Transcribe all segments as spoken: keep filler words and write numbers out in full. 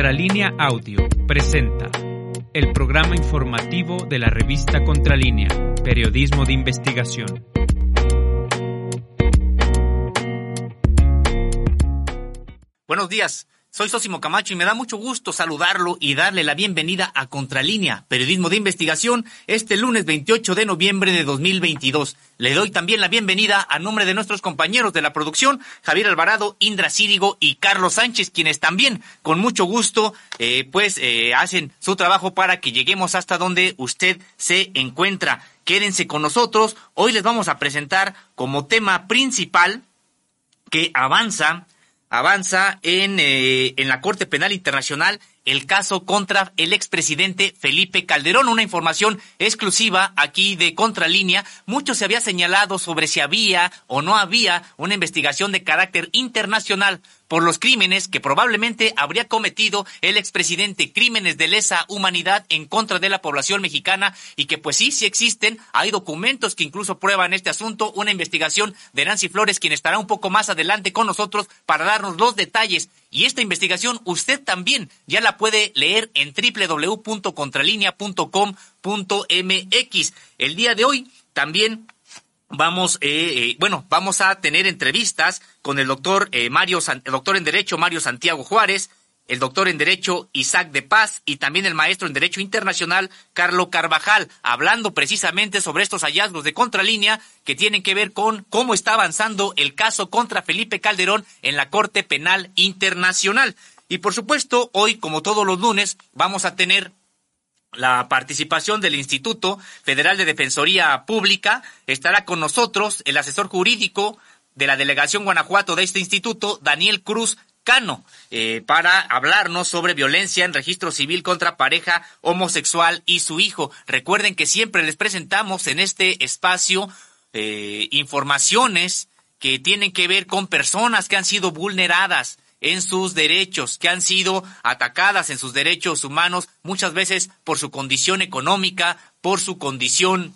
Contralínea Audio presenta el programa informativo de la revista Contralínea, periodismo de investigación. Buenos días, soy Sósimo Camacho y me da mucho gusto saludarlo y darle la bienvenida a Contralínea, periodismo de investigación, este lunes veintiocho de noviembre de dos mil veintidós. Le doy también la bienvenida a nombre de nuestros compañeros de la producción, Javier Alvarado, Indra Círigo y Carlos Sánchez, quienes también con mucho gusto eh, pues eh, hacen su trabajo para que lleguemos hasta donde usted se encuentra. Quédense con nosotros, hoy les vamos a presentar como tema principal que avanza Avanza en, eh, en la Corte Penal Internacional el caso contra el expresidente Felipe Calderón. Una información exclusiva aquí de Contralínea. Mucho se había señalado sobre si había o no había una investigación de carácter internacional por los crímenes que probablemente habría cometido el expresidente, crímenes de lesa humanidad en contra de la población mexicana, y que pues sí, sí existen, hay documentos que incluso prueban este asunto, una investigación de Nancy Flores, quien estará un poco más adelante con nosotros para darnos los detalles. Y esta investigación usted también ya la puede leer en doble u doble u doble u punto contralinea punto com punto m x. El día de hoy también Vamos, eh, eh, bueno, vamos a tener entrevistas con el doctor eh, Mario, San, el doctor en Derecho Mario Santiago Juárez, el doctor en Derecho Isaac de Paz y también el maestro en Derecho Internacional Carlos Carvajal, hablando precisamente sobre estos hallazgos de Contralínea que tienen que ver con cómo está avanzando el caso contra Felipe Calderón en la Corte Penal Internacional. Y por supuesto, hoy, como todos los lunes, vamos a tener la participación del Instituto Federal de Defensoría Pública. Estará con nosotros el asesor jurídico de la Delegación Guanajuato de este instituto, Daniel Cruz Cano, eh, para hablarnos sobre violencia en registro civil contra pareja homosexual y su hijo. Recuerden que siempre les presentamos en este espacio eh, informaciones que tienen que ver con personas que han sido vulneradas en sus derechos, que han sido atacadas en sus derechos humanos, muchas veces por su condición económica, por su condición,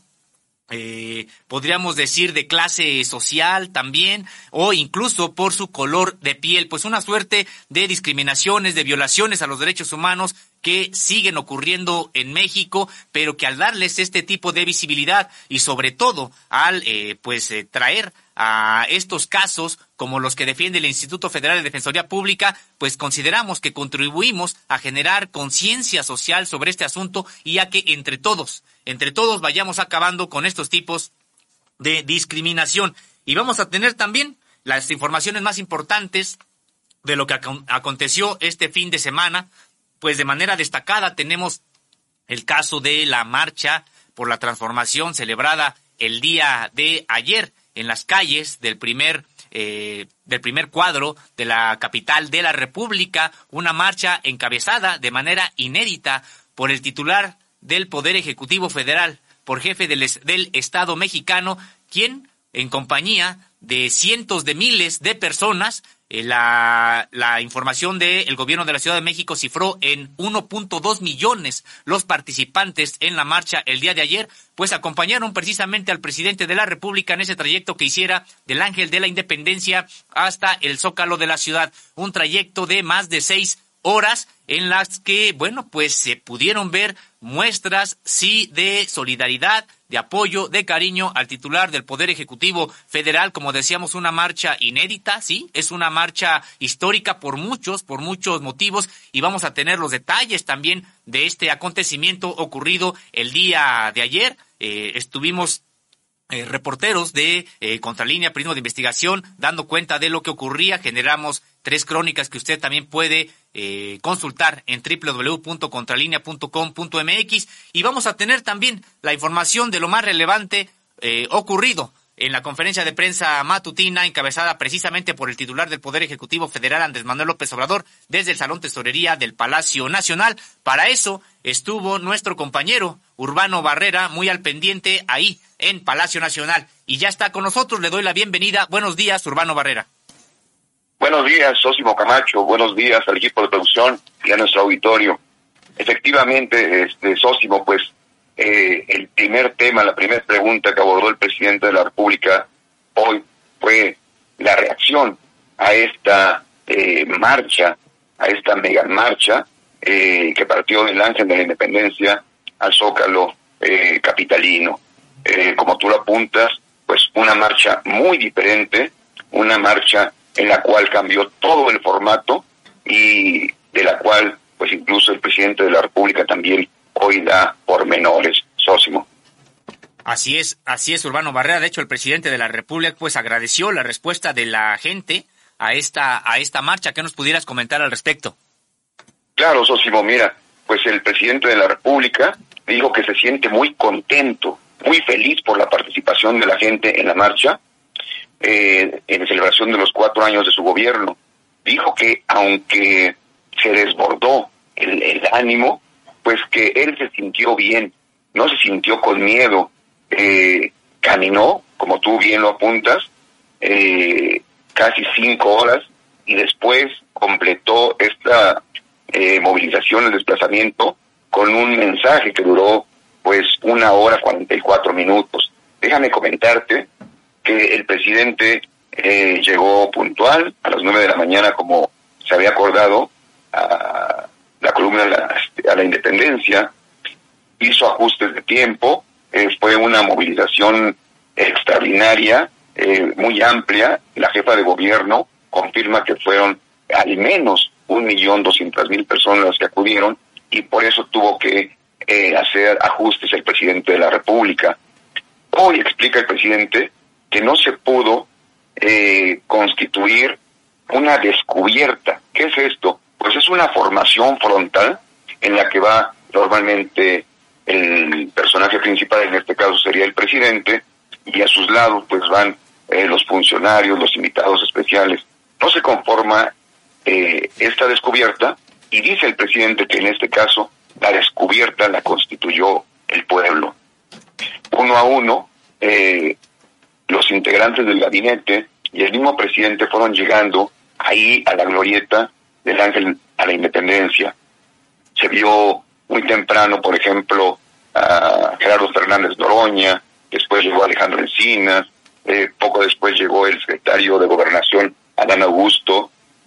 eh, podríamos decir, de clase social también, o incluso por su color de piel. Pues una suerte de discriminaciones, de violaciones a los derechos humanos que siguen ocurriendo en México, pero que al darles este tipo de visibilidad y sobre todo al eh, pues eh, traer a estos casos como los que defiende el Instituto Federal de Defensoría Pública, pues consideramos que contribuimos a generar conciencia social sobre este asunto y a que entre todos, entre todos vayamos acabando con estos tipos de discriminación. Y vamos a tener también las informaciones más importantes de lo que ac- aconteció este fin de semana. Pues de manera destacada tenemos el caso de la marcha por la transformación celebrada el día de ayer en las calles del primer eh, del primer cuadro de la capital de la República, una marcha encabezada de manera inédita por el titular del Poder Ejecutivo Federal, por jefe del, del Estado mexicano, quien en compañía de cientos de miles de personas, eh, la, la información del gobierno de la Ciudad de México cifró en uno punto dos millones los participantes en la marcha el día de ayer, pues acompañaron precisamente al presidente de la República en ese trayecto que hiciera del Ángel de la Independencia hasta el Zócalo de la ciudad, un trayecto de más de seis horas en las que, bueno, pues se pudieron ver muestras, sí, de solidaridad, de apoyo, de cariño al titular del Poder Ejecutivo Federal. Como decíamos, una marcha inédita, sí, es una marcha histórica por muchos, por muchos motivos, y vamos a tener los detalles también de este acontecimiento ocurrido el día de ayer. Eh, estuvimos Eh, reporteros de eh, Contralínea, periodismo de investigación, dando cuenta de lo que ocurría. Generamos tres crónicas que usted también puede eh, consultar en doble u doble u doble u punto contralinea punto com punto m x, y vamos a tener también la información de lo más relevante eh, ocurrido en la conferencia de prensa matutina encabezada precisamente por el titular del Poder Ejecutivo Federal, Andrés Manuel López Obrador, desde el Salón Tesorería del Palacio Nacional. Para eso estuvo nuestro compañero Urbano Barrera muy al pendiente ahí en Palacio Nacional. Y ya está con nosotros, le doy la bienvenida. Buenos días, Urbano Barrera. Buenos días, Sósimo Camacho. Buenos días al equipo de producción y a nuestro auditorio. Efectivamente, este Sósimo, pues eh, el primer tema, la primera pregunta que abordó el presidente de la República hoy fue la reacción a esta eh, marcha, a esta mega marcha eh, que partió del Ángel de la Independencia al Zócalo eh, capitalino. Eh, como tú lo apuntas, pues una marcha muy diferente, una marcha en la cual cambió todo el formato y de la cual pues incluso el presidente de la República también hoy da pormenores. Sósimo. Así es, así es, Urbano Barrera. De hecho, el presidente de la República pues agradeció la respuesta de la gente a esta a esta marcha. ¿Qué nos pudieras comentar al respecto? Claro, Sósimo, mira, pues el presidente de la República dijo que se siente muy contento, muy feliz por la participación de la gente en la marcha, eh, en celebración de los cuatro años de su gobierno. Dijo que aunque se desbordó el, el ánimo, pues que él se sintió bien, no se sintió con miedo, eh, caminó, como tú bien lo apuntas, eh, casi cinco horas y después completó esta eh, movilización, el desplazamiento, con un mensaje que duró pues una hora cuarenta y cuatro minutos. Déjame comentarte que el presidente eh, llegó puntual a las nueve de la mañana como se había acordado a la columna a la, a la Independencia, hizo ajustes de tiempo, eh, fue una movilización extraordinaria, eh, muy amplia. La jefa de gobierno confirma que fueron al menos un millón doscientas mil personas las que acudieron y por eso tuvo que eh, hacer ajustes el presidente de la República. Hoy explica el presidente que no se pudo eh, constituir una descubierta. ¿Qué es esto? Pues es una formación frontal en la que va normalmente el personaje principal, en este caso sería el presidente, y a sus lados pues van eh, los funcionarios, los invitados especiales. No se conforma eh, esta descubierta y dice el presidente que en este caso la descubierta la constituyó el pueblo. Uno a uno, eh, los integrantes del gabinete y el mismo presidente fueron llegando ahí a la glorieta del Ángel a la Independencia. Se vio muy temprano, por ejemplo, a Gerardo Fernández Noroña, después llegó Alejandro Encinas, eh, poco después llegó el secretario de Gobernación, Adán Augusto,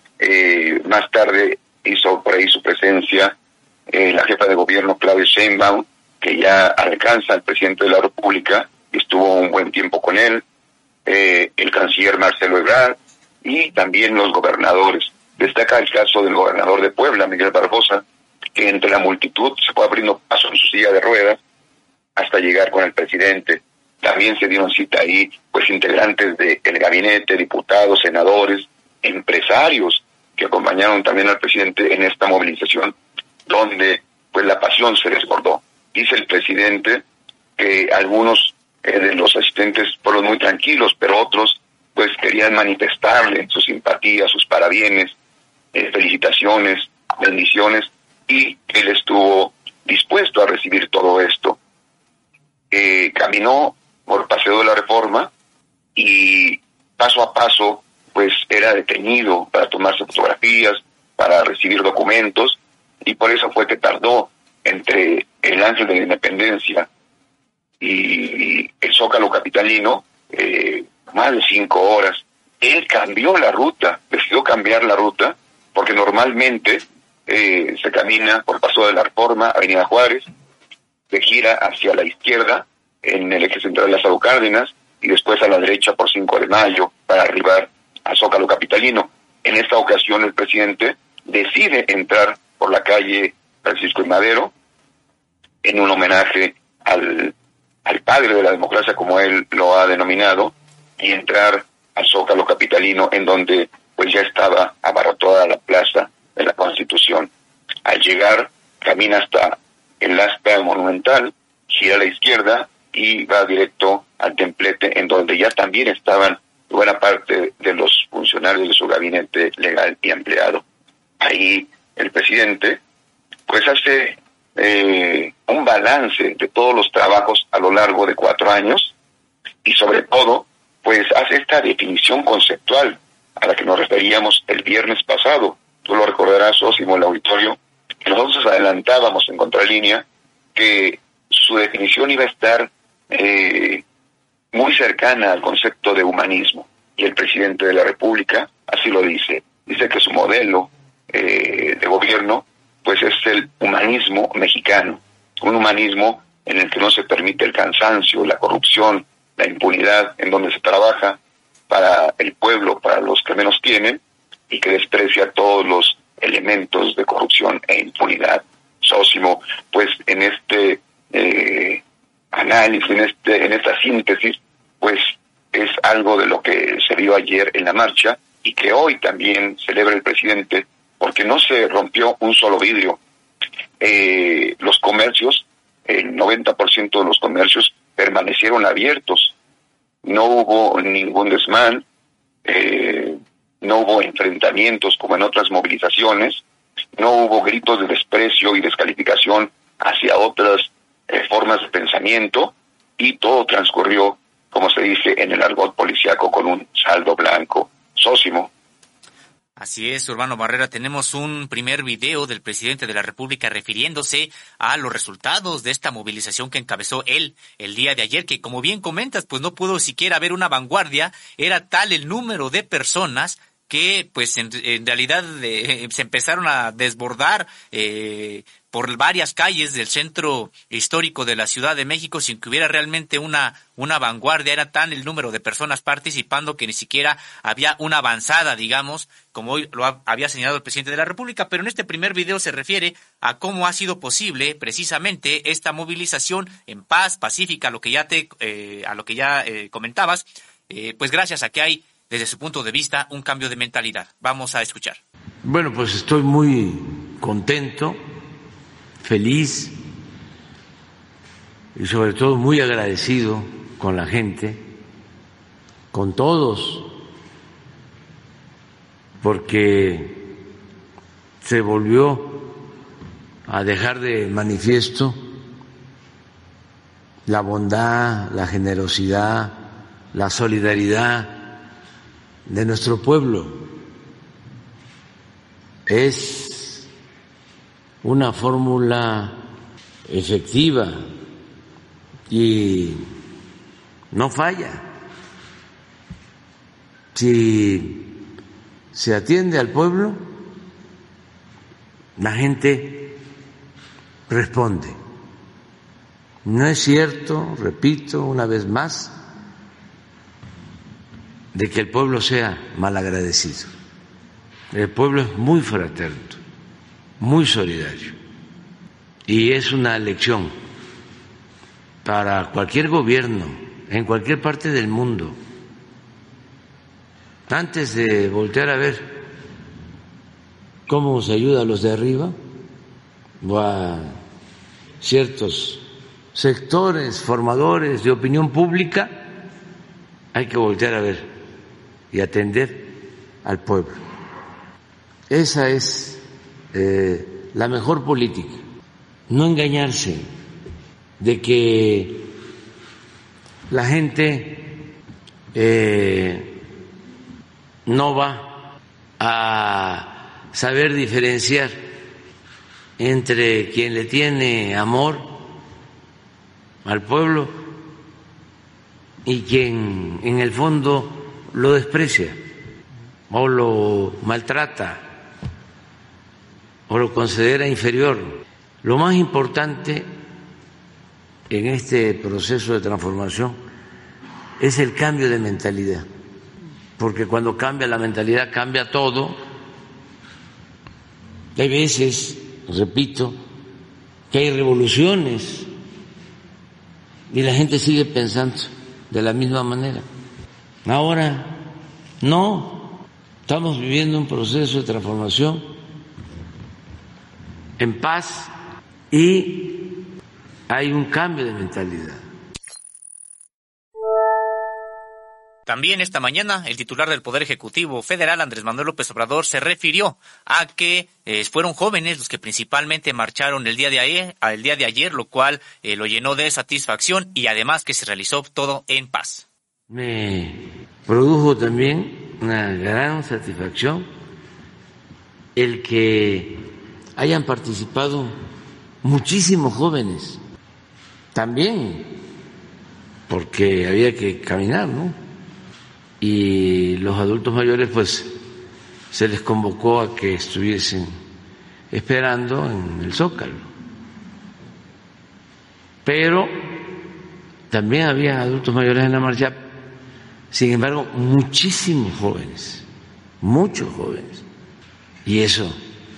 eh, más tarde hizo por ahí su presencia eh, la jefa de gobierno, Claudia Sheinbaum, que ya alcanza al presidente de la República, y estuvo un buen tiempo con él, eh, el canciller Marcelo Ebrard, y también los gobernadores. Destaca el caso del gobernador de Puebla, Miguel Barbosa, que entre la multitud se fue abriendo paso en su silla de ruedas hasta llegar con el presidente. También se dieron cita ahí, pues, integrantes del gabinete, diputados, senadores, empresarios, que acompañaron también al presidente en esta movilización, donde, pues, la pasión se desbordó. Dice el presidente que algunos eh, de los asistentes fueron muy tranquilos, pero otros, pues, querían manifestarle su simpatía, sus parabienes, eh, felicitaciones, bendiciones, y él estuvo dispuesto a recibir todo esto. Eh, caminó por Paseo de la Reforma y paso a paso pues era detenido para tomarse fotografías, para recibir documentos, y por eso fue que tardó entre el Ángel de la Independencia y el Zócalo capitalino eh, más de cinco horas. Él cambió la ruta, decidió cambiar la ruta, porque normalmente eh, se camina por Paseo de la Reforma, Avenida Juárez, se gira hacia la izquierda en el eje central de Lázaro Cárdenas y después a la derecha por cinco de mayo para arribar al Zócalo capitalino. En esta ocasión el presidente decide entrar por la calle Francisco y Madero en un homenaje al, al padre de la democracia, como él lo ha denominado, y entrar al Zócalo capitalino, en donde pues ya estaba abarrotada la plaza de la Constitución. Al llegar, camina hasta el asta monumental, gira a la izquierda y va directo al templete, en donde ya también estaban buena parte de los funcionarios de su gabinete legal y empleado. Ahí el presidente pues hace eh, un balance de todos los trabajos a lo largo de cuatro años y sobre todo pues hace esta definición conceptual a la que nos referíamos el viernes pasado. Tú lo recordarás, Sósimo, el auditorio, que nosotros adelantábamos en Contralínea que su definición iba a estar eh, muy cercana al concepto de humanismo, y el presidente de la República así lo dice. Dice que su modelo eh, de gobierno pues es el humanismo mexicano, un humanismo en el que no se permite el cansancio, la corrupción, la impunidad, en donde se trabaja para el pueblo, para los que menos tienen, y que desprecia todos los elementos de corrupción e impunidad. Sósimo, pues en este eh, análisis, en este, en esta síntesis, pues es algo de lo que se vio ayer en la marcha y que hoy también celebra el presidente, porque no se rompió un solo vidrio. Eh, los comercios, el noventa por ciento de los comercios permanecieron abiertos, no hubo ningún desmán, eh, no hubo enfrentamientos como en otras movilizaciones, no hubo gritos de desprecio y descalificación hacia otras eh, formas de pensamiento, y todo transcurrió, como se dice en el argot policiaco, con un saldo blanco. Sósimo. Así es, Urbano Barrera, tenemos un primer video del presidente de la República refiriéndose a los resultados de esta movilización que encabezó él el día de ayer, que como bien comentas, pues no pudo siquiera haber una vanguardia, era tal el número de personas que pues en, en realidad eh, se empezaron a desbordar eh, por varias calles del centro histórico de la Ciudad de México sin que hubiera realmente una una vanguardia. Era tan el número de personas participando que ni siquiera había una avanzada, digamos, como hoy lo ha, había señalado el presidente de la República. Pero en este primer video se refiere a cómo ha sido posible precisamente esta movilización en paz, pacífica, a lo que ya te eh, a lo que ya eh, comentabas, eh, pues gracias a que hay, desde su punto de vista, un cambio de mentalidad. Vamos a escuchar. Bueno, pues estoy muy contento, feliz y sobre todo muy agradecido con la gente, con todos, porque se volvió a dejar de manifiesto la bondad, la generosidad, la solidaridad de nuestro pueblo. Es una fórmula efectiva y no falla. Si se atiende al pueblo, la gente responde. No es cierto, repito una vez más, de que el pueblo sea malagradecido. El pueblo es muy fraterno, muy solidario, y es una lección para cualquier gobierno en cualquier parte del mundo. Antes de voltear a ver cómo se ayuda a los de arriba o a ciertos sectores formadores de opinión pública, hay que voltear a ver y atender al pueblo. Esa es eh, la mejor política. No engañarse de que la gente eh, no va a saber diferenciar entre quien le tiene amor al pueblo y quien en el fondo lo desprecia o lo maltrata o lo considera inferior. Lo más importante en este proceso de transformación es el cambio de mentalidad, porque cuando cambia la mentalidad cambia todo. Hay veces, repito, que hay revoluciones y la gente sigue pensando de la misma manera. Ahora no, estamos viviendo un proceso de transformación en paz y hay un cambio de mentalidad. También esta mañana el titular del Poder Ejecutivo Federal, Andrés Manuel López Obrador, se refirió a que eh, fueron jóvenes los que principalmente marcharon el día de ayer, el día de ayer, lo cual eh, lo llenó de satisfacción y además que se realizó todo en paz. Me produjo también una gran satisfacción el que hayan participado muchísimos jóvenes, también porque había que caminar, ¿no? Y los adultos mayores pues se les convocó a que estuviesen esperando en el Zócalo. Pero también había adultos mayores en la marcha, sin embargo, muchísimos jóvenes, muchos jóvenes. Y eso,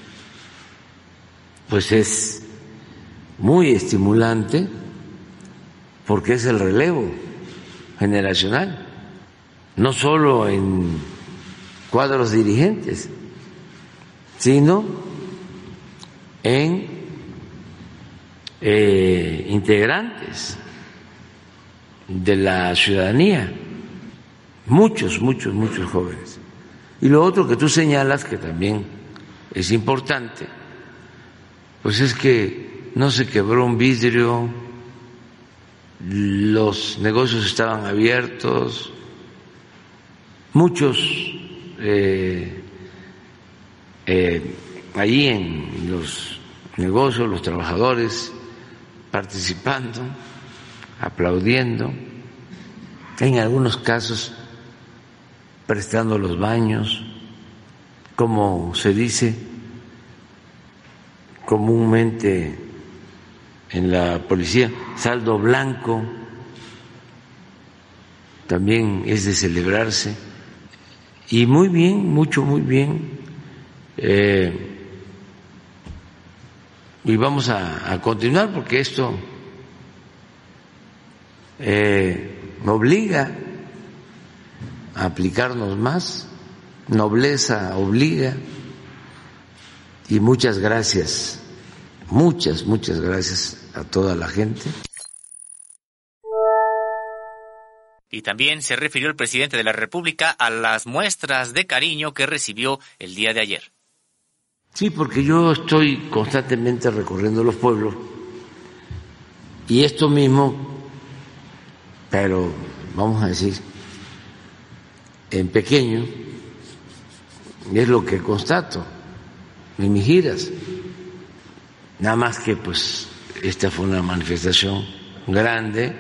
pues es muy estimulante porque es el relevo generacional, no solo en cuadros dirigentes, sino en eh, integrantes de la ciudadanía, muchos, muchos, muchos jóvenes. Y lo otro que tú señalas, que también es importante, pues es que no se quebró un vidrio, los negocios estaban abiertos, muchos eh, eh, allí en los negocios, los trabajadores participando, aplaudiendo, en algunos casos prestando los baños, como se dice comúnmente en la policía, saldo blanco, también es de celebrarse. Y muy bien, mucho, muy bien. Eh, y vamos a, a continuar porque esto eh, obliga a aplicarnos más, nobleza obliga. Y muchas gracias, muchas, muchas gracias a toda la gente. Y también se refirió el presidente de la República a las muestras de cariño que recibió el día de ayer. Sí, porque yo estoy constantemente recorriendo los pueblos y esto mismo, pero vamos a decir, en pequeño, es lo que constato en mis giras. Nada más que pues esta fue una manifestación grande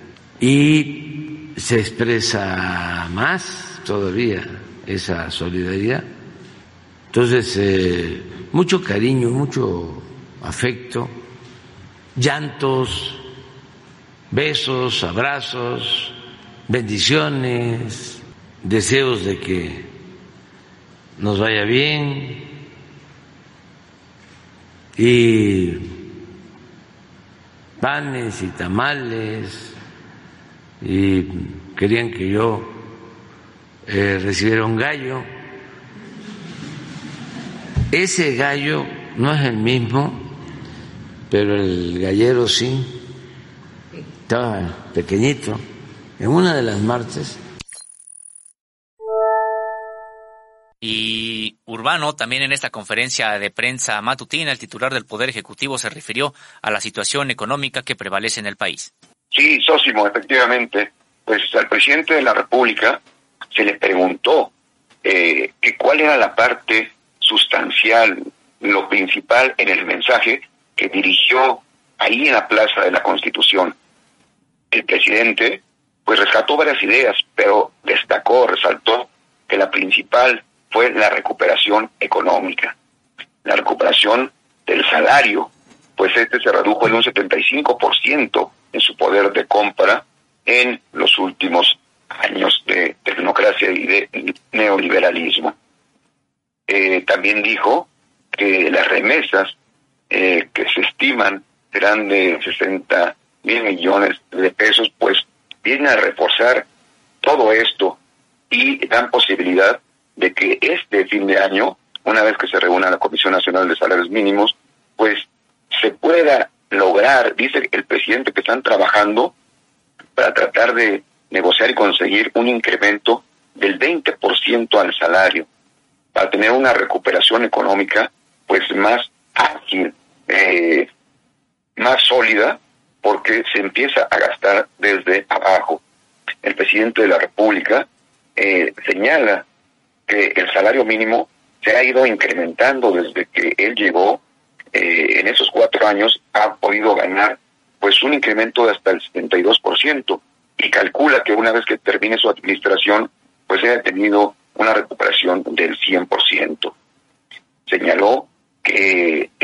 y se expresa más todavía esa solidaridad. Entonces, eh, mucho cariño, mucho afecto, llantos, besos, abrazos, bendiciones, deseos de que nos vaya bien y panes y tamales, y querían que yo eh, recibiera un gallo. Ese gallo no es el mismo, pero el gallero sí, estaba pequeñito. En una de las marchas. Y Urbano, también en esta conferencia de prensa matutina, el titular del Poder Ejecutivo se refirió a la situación económica que prevalece en el país. Sí, Sósimo, efectivamente, pues al presidente de la República se le preguntó eh, que cuál era la parte sustancial, lo principal en el mensaje que dirigió ahí en la Plaza de la Constitución. El presidente pues rescató varias ideas, pero destacó, resaltó que la principal fue la recuperación económica, la recuperación del salario, pues este se redujo en un setenta y cinco por ciento en su poder de compra en los últimos años de tecnocracia y de neoliberalismo. Eh, también dijo que las remesas eh, que se estiman serán de sesenta mil millones de pesos, pues vienen a reforzar todo esto y dan posibilidad de que este fin de año, una vez que se reúna la Comisión Nacional de Salarios Mínimos, pues se pueda lograr, dice el presidente, que están trabajando para tratar de negociar y conseguir un incremento del veinte por ciento al salario, para tener una recuperación económica pues más ágil, eh, más sólida, porque se empieza a gastar desde abajo. El presidente de la República eh, señala que el salario mínimo se ha ido incrementando desde que él llegó. Eh, en esos cuatro años ha podido ganar pues un incremento de hasta el setenta y dos por ciento y calcula que una vez que termine su administración pues haya tenido una recuperación del cien por ciento. Señaló que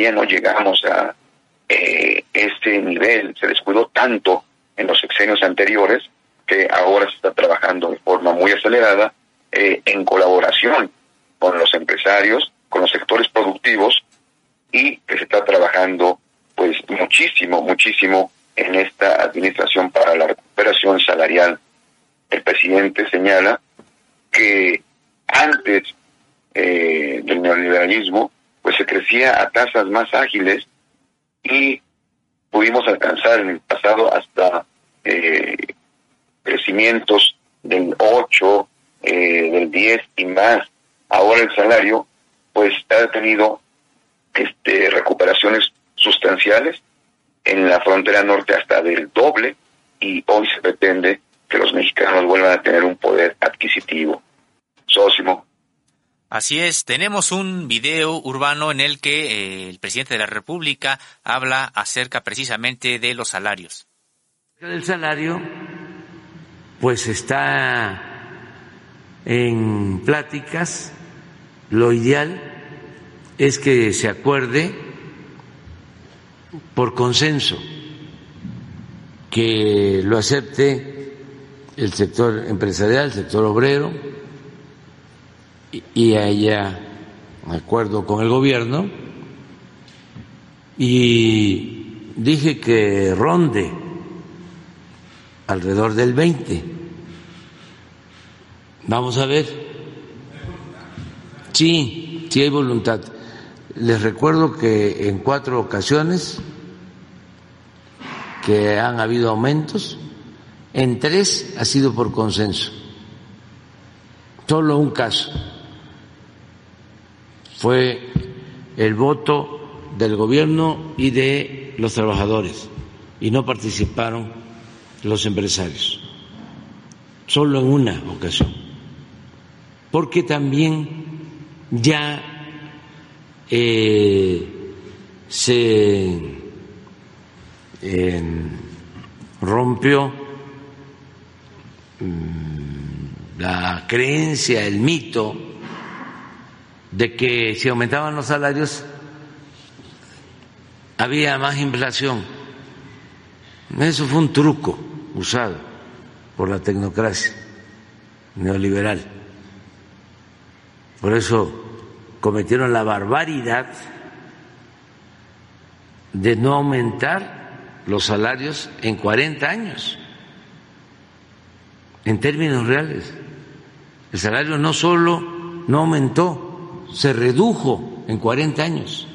todavía no llegamos a eh, este nivel. Se descuidó tanto en los sexenios anteriores que ahora se está trabajando de forma muy acelerada eh, en colaboración con los empresarios, con los sectores productivos, y que se está trabajando pues muchísimo, muchísimo en esta administración para la recuperación salarial. El presidente señala que antes eh, del neoliberalismo pues se crecía a tasas más ágiles y pudimos alcanzar en el pasado hasta eh, crecimientos del ocho, eh, del diez y más. Ahora el salario pues ha tenido este recuperaciones sustanciales en la frontera norte hasta del doble, y hoy se pretende que los mexicanos vuelvan a tener un poder adquisitivo. Sósimo. Así es, tenemos un video, Urbano, en el que eh, el presidente de la República habla acerca precisamente de los salarios. El salario pues está en pláticas. Lo ideal es que se acuerde por consenso, que lo acepte el sector empresarial, el sector obrero, y haya acuerdo con el gobierno. Y dije que ronde alrededor del veinte. Vamos a ver. Sí, sí hay voluntad. Les recuerdo que en cuatro ocasiones que han habido aumentos, en tres ha sido por consenso. Solo un caso fue el voto del gobierno y de los trabajadores, y no participaron los empresarios. Solo en una ocasión, porque también ya eh, se eh, rompió mmm, la creencia, el mito de que si aumentaban los salarios había más inflación. Eso fue un truco usado por la tecnocracia neoliberal. Por eso cometieron la barbaridad de no aumentar los salarios en cuarenta años. En términos reales, el salario no solo no aumentó, se redujo en cuarenta años.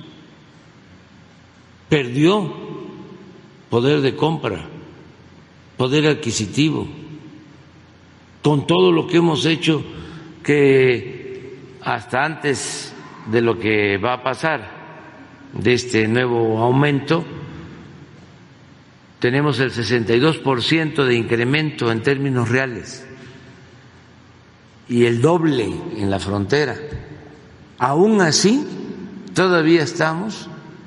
Perdió poder de compra, poder adquisitivo, con todo lo que hemos hecho, que hasta antes de lo que va a pasar, de este nuevo aumento, tenemos el sesenta y dos por ciento de incremento en términos reales y el doble en la frontera. Aún así, todavía estamos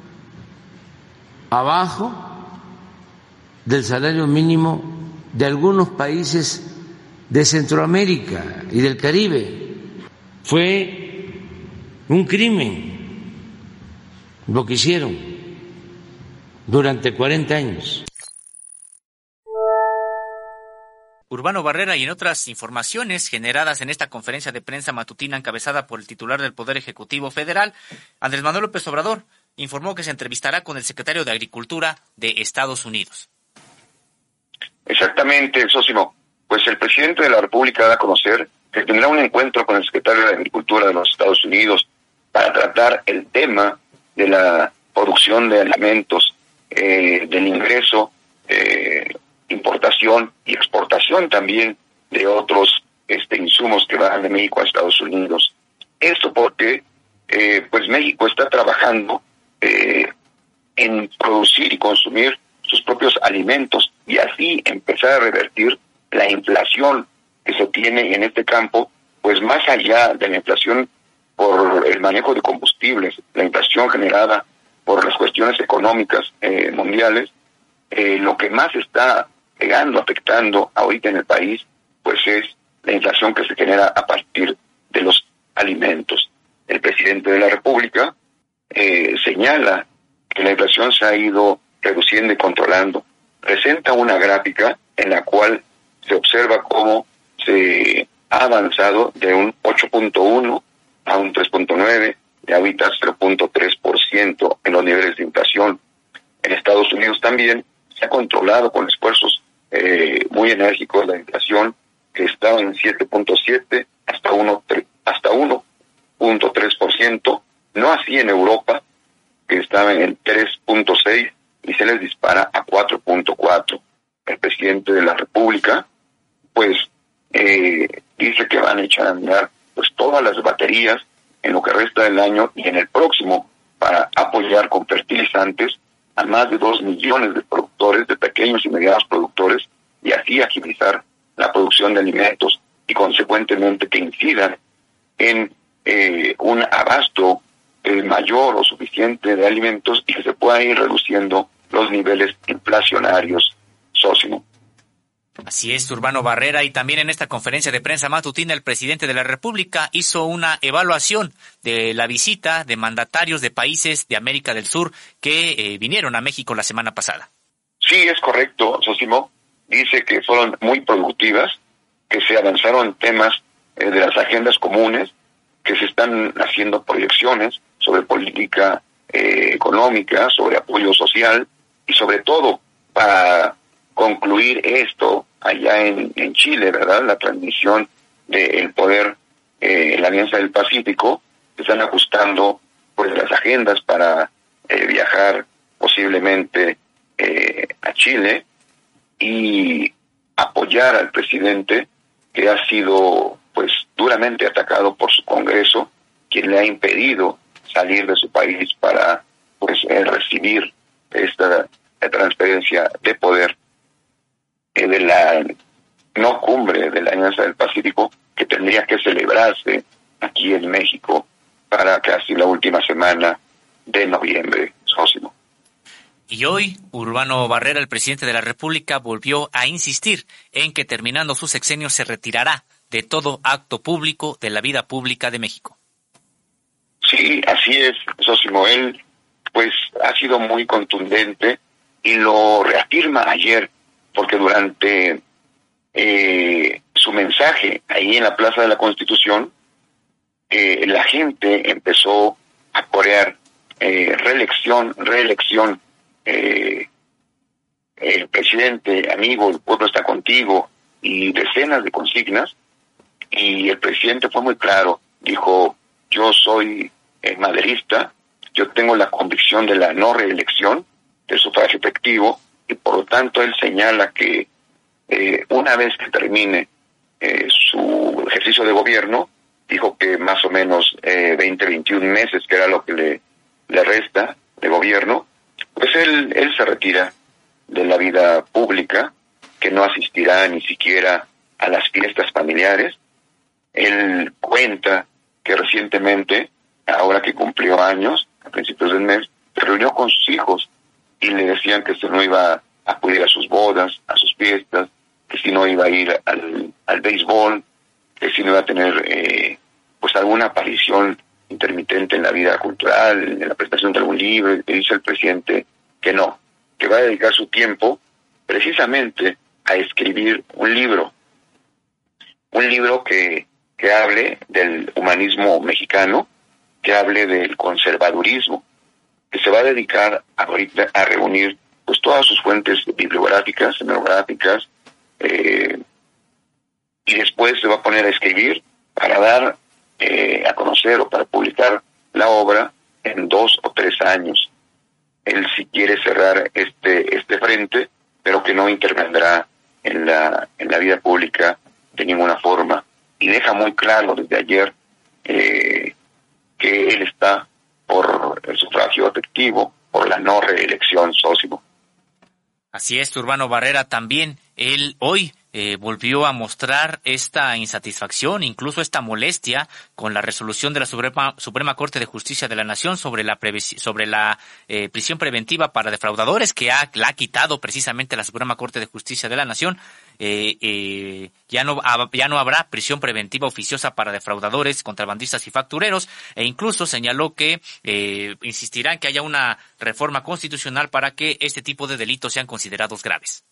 abajo del salario mínimo de algunos países de Centroamérica y del Caribe. Fue un crimen lo que hicieron durante cuarenta años. Urbano Barrera, y en otras informaciones generadas en esta conferencia de prensa matutina encabezada por el titular del Poder Ejecutivo Federal, Andrés Manuel López Obrador, informó que se entrevistará con el secretario de Agricultura de Estados Unidos. Exactamente, Sósimo. Pues el presidente de la República da a conocer que tendrá un encuentro con el secretario de Agricultura de los Estados Unidos para tratar el tema de la producción de alimentos, eh, del ingreso, eh, importación y exportación también de otros este, insumos que van de México a Estados Unidos. Esto porque eh, pues México está trabajando eh, en producir y consumir sus propios alimentos y así empezar a revertir la inflación que se tiene en este campo, pues más allá de la inflación por el manejo de combustibles, la inflación generada por las cuestiones económicas eh, mundiales, eh, lo que más está pegando, afectando ahorita en el país, pues es la inflación que se genera a partir de los alimentos. El presidente de la República eh, señala que la inflación se ha ido reduciendo y controlando. Presenta una gráfica en la cual se observa cómo se ha avanzado de un ocho punto uno a un tres punto nueve, y ahorita cero punto tres por ciento en los niveles de inflación. En Estados Unidos también se ha controlado con esfuerzos eh, muy enérgicos la inflación, que estaba en siete punto siete hasta uno hasta uno punto tres por ciento, no así en Europa, que estaba en el tres punto seis y se les dispara a cuatro punto cuatro. El presidente de la República, pues, eh, dice que van a echar a andar pues todas las baterías en lo que resta del año y en el próximo para apoyar con fertilizantes a más de dos millones de productores, de pequeños y medianos productores, y así agilizar la producción de alimentos y consecuentemente que incidan en eh, un abasto eh, mayor o suficiente de alimentos y que se puedan ir reduciendo los niveles inflacionarios. Sósimo. Así es, Urbano Barrera, y también en esta conferencia de prensa matutina el presidente de la República hizo una evaluación de la visita de mandatarios de países de América del Sur que eh, vinieron a México la semana pasada. Sí, es correcto, Sósimo. Dice que fueron muy productivas, que se avanzaron en temas eh, de las agendas comunes, que se están haciendo proyecciones sobre política eh, económica, sobre apoyo social y sobre todo para concluir esto allá en, en Chile, ¿verdad? La transmisión del poder eh, en la Alianza del Pacífico. Se están ajustando pues las agendas para eh, viajar posiblemente eh, a Chile y apoyar al presidente, que ha sido pues duramente atacado por su Congreso, quien le ha impedido salir de su país para pues eh, recibir esta transferencia de poder eh, de la no cumbre de la Alianza del Pacífico, que tendría que celebrarse aquí en México para casi la última semana de noviembre, Sósimo. Y hoy, Urbano Barrera, el presidente de la República, volvió a insistir en que terminando su sexenio se retirará de todo acto público de la vida pública de México. Sí, así es, Sósimo. Él, pues, ha sido muy contundente y lo reafirma ayer, porque durante eh, su mensaje ahí en la Plaza de la Constitución, eh, la gente empezó a corear eh, reelección, reelección, eh, el presidente, amigo, el pueblo está contigo, y decenas de consignas, y el presidente fue muy claro, dijo, yo soy eh, maderista, yo tengo la convicción de la no reelección, del sufragio efectivo, y por lo tanto él señala que eh, una vez que termine eh, su ejercicio de gobierno, dijo que más o menos eh, veinte, veintiún meses, que era lo que le, le resta de gobierno, pues él, él se retira de la vida pública, que no asistirá ni siquiera a las fiestas familiares. Él cuenta que recientemente, ahora que cumplió años, a principios del mes, se reunió con sus hijos y le decían que si no iba a acudir a sus bodas, a sus fiestas, que si no iba a ir al, al béisbol, que si no iba a tener eh, pues alguna aparición intermitente en la vida cultural, en la presentación de algún libro. Le dice el presidente que no, que va a dedicar su tiempo precisamente a escribir un libro, un libro que, que hable del humanismo mexicano, que hable del conservadurismo, que se va a dedicar ahorita a reunir pues todas sus fuentes bibliográficas, semánticas, eh, y después se va a poner a escribir para dar eh, a conocer o para publicar la obra en dos o tres años. Él sí quiere cerrar este este frente, pero que no intervendrá en la en la vida pública de ninguna forma, y deja muy claro desde ayer eh, que él está por el sufragio efectivo, por la no reelección, Sósimo. Así es, Urbano Barrera, también él hoy eh, volvió a mostrar esta insatisfacción, incluso esta molestia con la resolución de la Suprema, Suprema Corte de Justicia de la Nación sobre la previ- sobre la eh, prisión preventiva para defraudadores que ha, la ha quitado precisamente la Suprema Corte de Justicia de la Nación. eh, eh, ya no ya no habrá prisión preventiva oficiosa para defraudadores, contrabandistas y factureros, e incluso señaló que eh, insistirá en que haya una reforma constitucional para que este tipo de delitos sean considerados graves.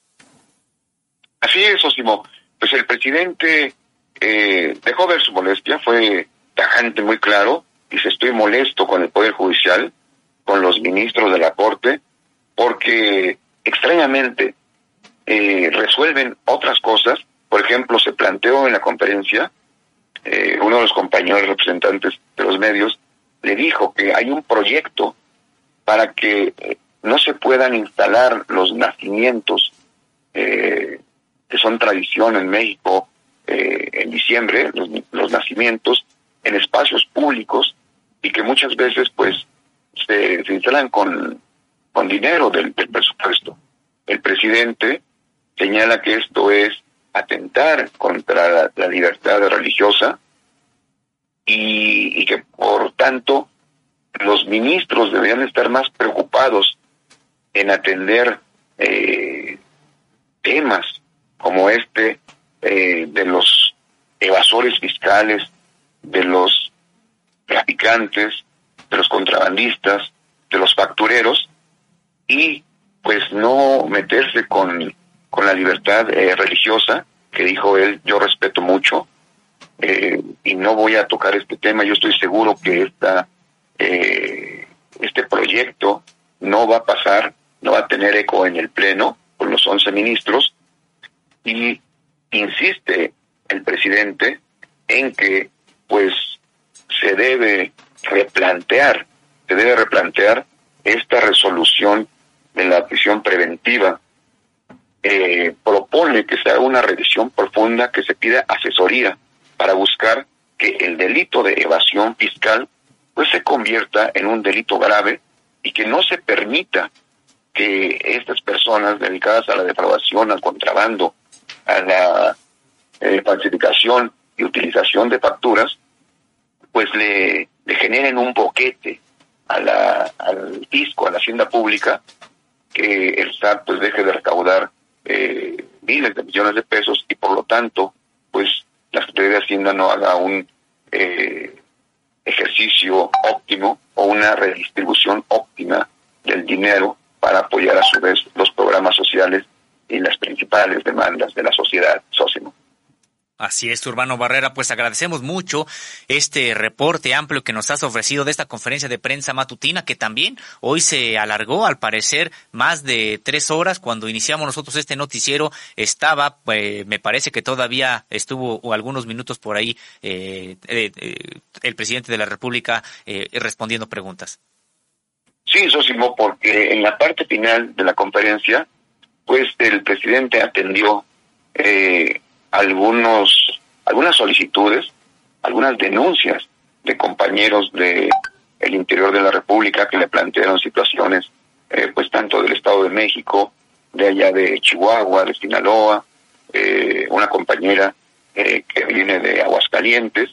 Así es, Sosimo. Pues el presidente eh, dejó ver su molestia, fue tajante, muy claro, dice: estoy molesto con el Poder Judicial, con los ministros de la Corte, porque extrañamente eh, resuelven otras cosas. Por ejemplo, se planteó en la conferencia, eh, uno de los compañeros representantes de los medios le dijo que hay un proyecto para que eh, no se puedan instalar los nacimientos eh, que son tradición en México eh, en diciembre, los, los nacimientos en espacios públicos, y que muchas veces pues se, se instalan con, con dinero del, del presupuesto. El presidente señala que esto es atentar contra la, la libertad religiosa y, y que por tanto los ministros deberían estar más preocupados en atender eh, temas como este eh, de los evasores fiscales, de los traficantes, de los contrabandistas, de los factureros, y pues no meterse con, con la libertad eh, religiosa, que dijo él: yo respeto mucho eh, y no voy a tocar este tema. Yo estoy seguro que esta, eh, este proyecto no va a pasar, no va a tener eco en el Pleno con los once ministros, y insiste el presidente en que pues se debe replantear, se debe replantear esta resolución de la prisión preventiva. Eh, propone que se haga una revisión profunda, que se pida asesoría para buscar que el delito de evasión fiscal pues se convierta en un delito grave y que no se permita que estas personas dedicadas a la defraudación, al contrabando, a la eh, falsificación y utilización de facturas, pues le, le generen un boquete a la, al fisco, a la hacienda pública, que el S A T pues deje de recaudar eh, miles de millones de pesos, y por lo tanto pues la Secretaría de Hacienda no haga un eh, ejercicio óptimo o una redistribución óptima del dinero para apoyar a su vez los programas sociales y las principales demandas de la sociedad. Sósimo. Así es, Urbano Barrera, pues agradecemos mucho este reporte amplio que nos has ofrecido de esta conferencia de prensa matutina, que también hoy se alargó, al parecer, más de tres horas. Cuando iniciamos nosotros este noticiero estaba, eh, me parece que todavía estuvo o algunos minutos por ahí eh, eh, eh, el presidente de la República eh, respondiendo preguntas. Sí, Sósimo, porque en la parte final de la conferencia, pues el presidente atendió eh, algunos algunas solicitudes, algunas denuncias de compañeros de el interior de la República que le plantearon situaciones, eh, pues tanto del Estado de México, de allá de Chihuahua, de Sinaloa, eh, una compañera eh, que viene de Aguascalientes,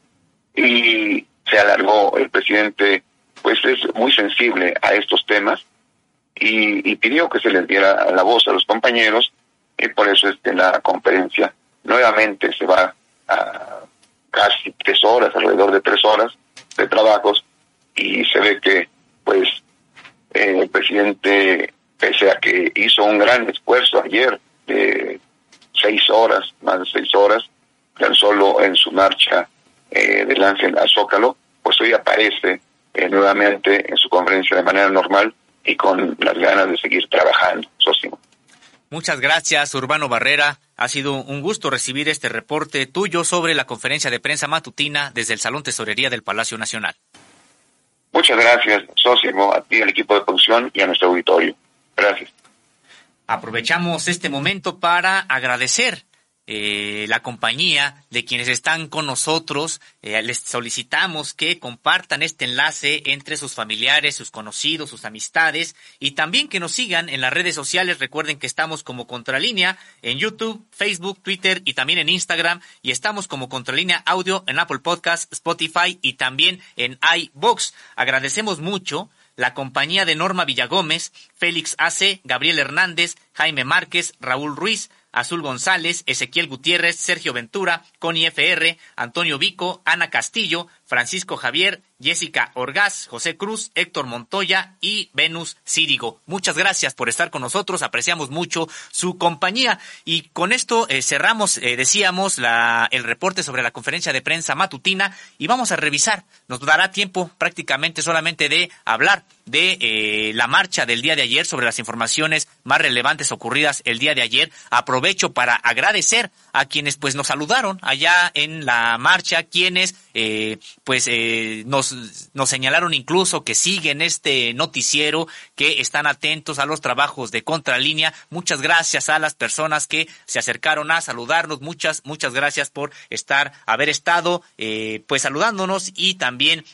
y se alargó. El presidente pues es muy sensible a estos temas y, y pidió que se les diera la voz a los compañeros, y por eso es que la conferencia nuevamente se va a casi tres horas, alrededor de tres horas de trabajos, y se ve que pues eh, el presidente, pese a que hizo un gran esfuerzo ayer de seis horas, más de seis horas, tan solo en su marcha eh, del Ángel al Zócalo, pues hoy aparece eh, nuevamente en su conferencia de manera normal y con las ganas de seguir trabajando. Sósimo. Muchas gracias, Urbano Barrera. Ha sido un gusto recibir este reporte tuyo sobre la conferencia de prensa matutina desde el Salón Tesorería del Palacio Nacional. Muchas gracias, Sósimo, a ti, al equipo de producción y a nuestro auditorio. Gracias. Aprovechamos este momento para agradecer Eh, la compañía de quienes están con nosotros. Eh, les solicitamos que compartan este enlace entre sus familiares, sus conocidos, sus amistades, y también que nos sigan en las redes sociales. Recuerden que estamos como Contralínea en YouTube, Facebook, Twitter y también en Instagram, y estamos como Contralínea Audio en Apple Podcasts, Spotify y también en iVoox. Agradecemos mucho la compañía de Norma Villagómez, Félix A C, Gabriel Hernández, Jaime Márquez, Raúl Ruiz, Azul González, Ezequiel Gutiérrez, Sergio Ventura, Connie F R, Antonio Vico, Ana Castillo, Francisco Javier, Jessica Orgaz, José Cruz, Héctor Montoya y Venus Círigo. Muchas gracias por estar con nosotros, apreciamos mucho su compañía. Y con esto eh, cerramos, eh, decíamos, la, el reporte sobre la conferencia de prensa matutina y vamos a revisar. Nos dará tiempo prácticamente solamente de hablar de eh, la marcha del día de ayer, sobre las informaciones más relevantes ocurridas el día de ayer. Aprovecho para agradecer a quienes pues nos saludaron allá en la marcha, quienes eh, pues eh, nos, nos señalaron incluso que siguen este noticiero, que están atentos a los trabajos de Contralínea. Muchas gracias a las personas que se acercaron a saludarnos, muchas, muchas gracias por estar, haber estado eh, pues saludándonos y también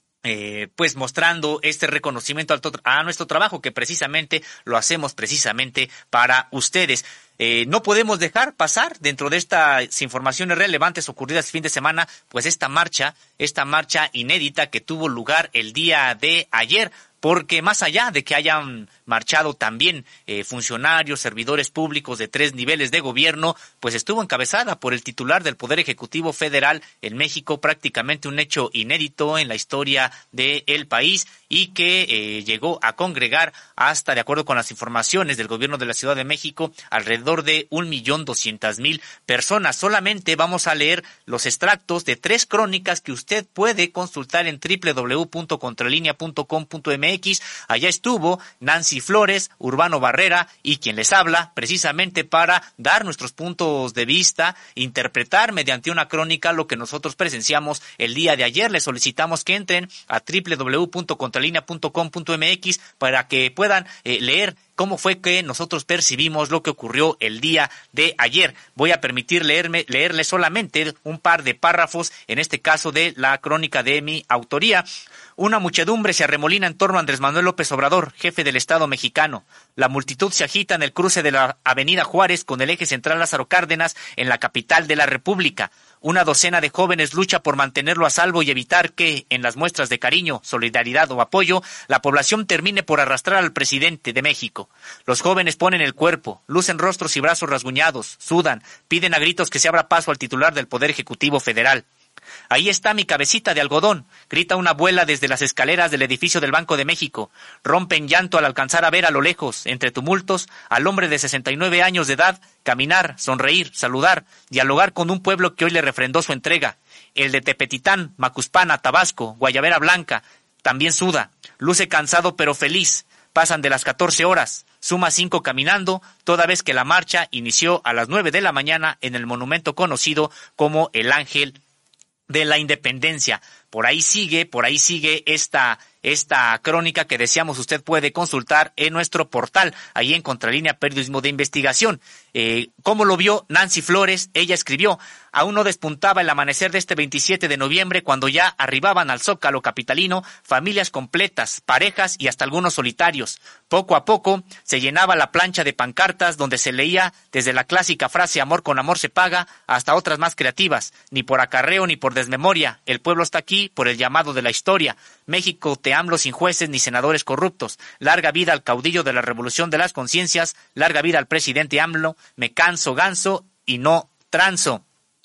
Eh, pues mostrando este reconocimiento a, a nuestro trabajo, que precisamente lo hacemos precisamente para ustedes. Eh, no podemos dejar pasar dentro de estas informaciones relevantes ocurridas el fin de semana, pues esta marcha, esta marcha inédita que tuvo lugar el día de ayer, porque más allá de que hayan marchado también eh, funcionarios, servidores públicos de tres niveles de gobierno, pues estuvo encabezada por el titular del Poder Ejecutivo Federal en México, prácticamente un hecho inédito en la historia del país y que eh, llegó a congregar hasta, de acuerdo con las informaciones del gobierno de la Ciudad de México, alrededor de un millón doscientas mil personas. Solamente vamos a leer los extractos de tres crónicas que usted puede consultar en doble u doble u doble u punto contralinea punto com punto m x. Allá estuvo Nancy Flores, Urbano Barrera y quien les habla, precisamente para dar nuestros puntos de vista, interpretar mediante una crónica lo que nosotros presenciamos el día de ayer. Les solicitamos que entren a doble u doble u doble u punto contralinea punto com punto m x para que puedan eh, leer cómo fue que nosotros percibimos lo que ocurrió el día de ayer. Voy a permitir leerme, leerle solamente un par de párrafos, en este caso de la crónica de mi autoría. Una muchedumbre se arremolina en torno a Andrés Manuel López Obrador, jefe del Estado mexicano. La multitud se agita en el cruce de la Avenida Juárez con el eje central Lázaro Cárdenas en la capital de la República. Una docena de jóvenes lucha por mantenerlo a salvo y evitar que, en las muestras de cariño, solidaridad o apoyo, la población termine por arrastrar al presidente de México. Los jóvenes ponen el cuerpo, lucen rostros y brazos rasguñados, sudan, piden a gritos que se abra paso al titular del Poder Ejecutivo Federal. Ahí está mi cabecita de algodón, grita una abuela desde las escaleras del edificio del Banco de México. Rompen llanto al alcanzar a ver a lo lejos, entre tumultos, al hombre de sesenta y nueve años de edad, caminar, sonreír, saludar, dialogar con un pueblo que hoy le refrendó su entrega. El de Tepetitán, Macuspana, Tabasco, Guayabera Blanca, también suda, luce cansado pero feliz. Pasan de las catorce horas, suma cinco caminando, toda vez que la marcha inició a las nueve de la mañana en el monumento conocido como el Ángel de la Independencia. Por ahí sigue, por ahí sigue esta, esta crónica que deseamos usted puede consultar en nuestro portal, ahí en Contralínea Periodismo de Investigación. Eh, ¿Cómo lo vio Nancy Flores? Ella escribió: aún no despuntaba el amanecer de este veintisiete de noviembre cuando ya arribaban al Zócalo capitalino familias completas, parejas y hasta algunos solitarios. Poco a poco se llenaba la plancha de pancartas donde se leía desde la clásica frase "amor con amor se paga" hasta otras más creativas: ni por acarreo ni por desmemoria, el pueblo está aquí por el llamado de la historia. México te AMLO sin jueces ni senadores corruptos. Larga vida al caudillo de la revolución de las conciencias. Larga vida al presidente AMLO. Me canso ganso y no transo.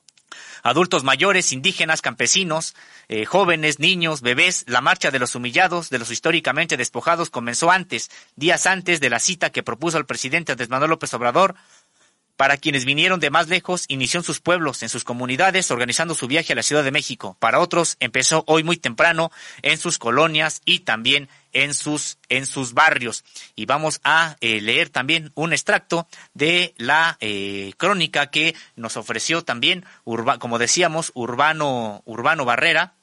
Adultos mayores, indígenas, campesinos, eh, jóvenes, niños, bebés, la marcha de los humillados, de los históricamente despojados comenzó antes, días antes de la cita que propuso el presidente Andrés Manuel López Obrador. Para quienes vinieron de más lejos, inició en sus pueblos, en sus comunidades, organizando su viaje a la Ciudad de México. Para otros, empezó hoy muy temprano en sus colonias y también en sus en sus barrios. Y vamos a eh, leer también un extracto de la eh, crónica que nos ofreció también, urba, como decíamos, Urbano, Urbano Barrera,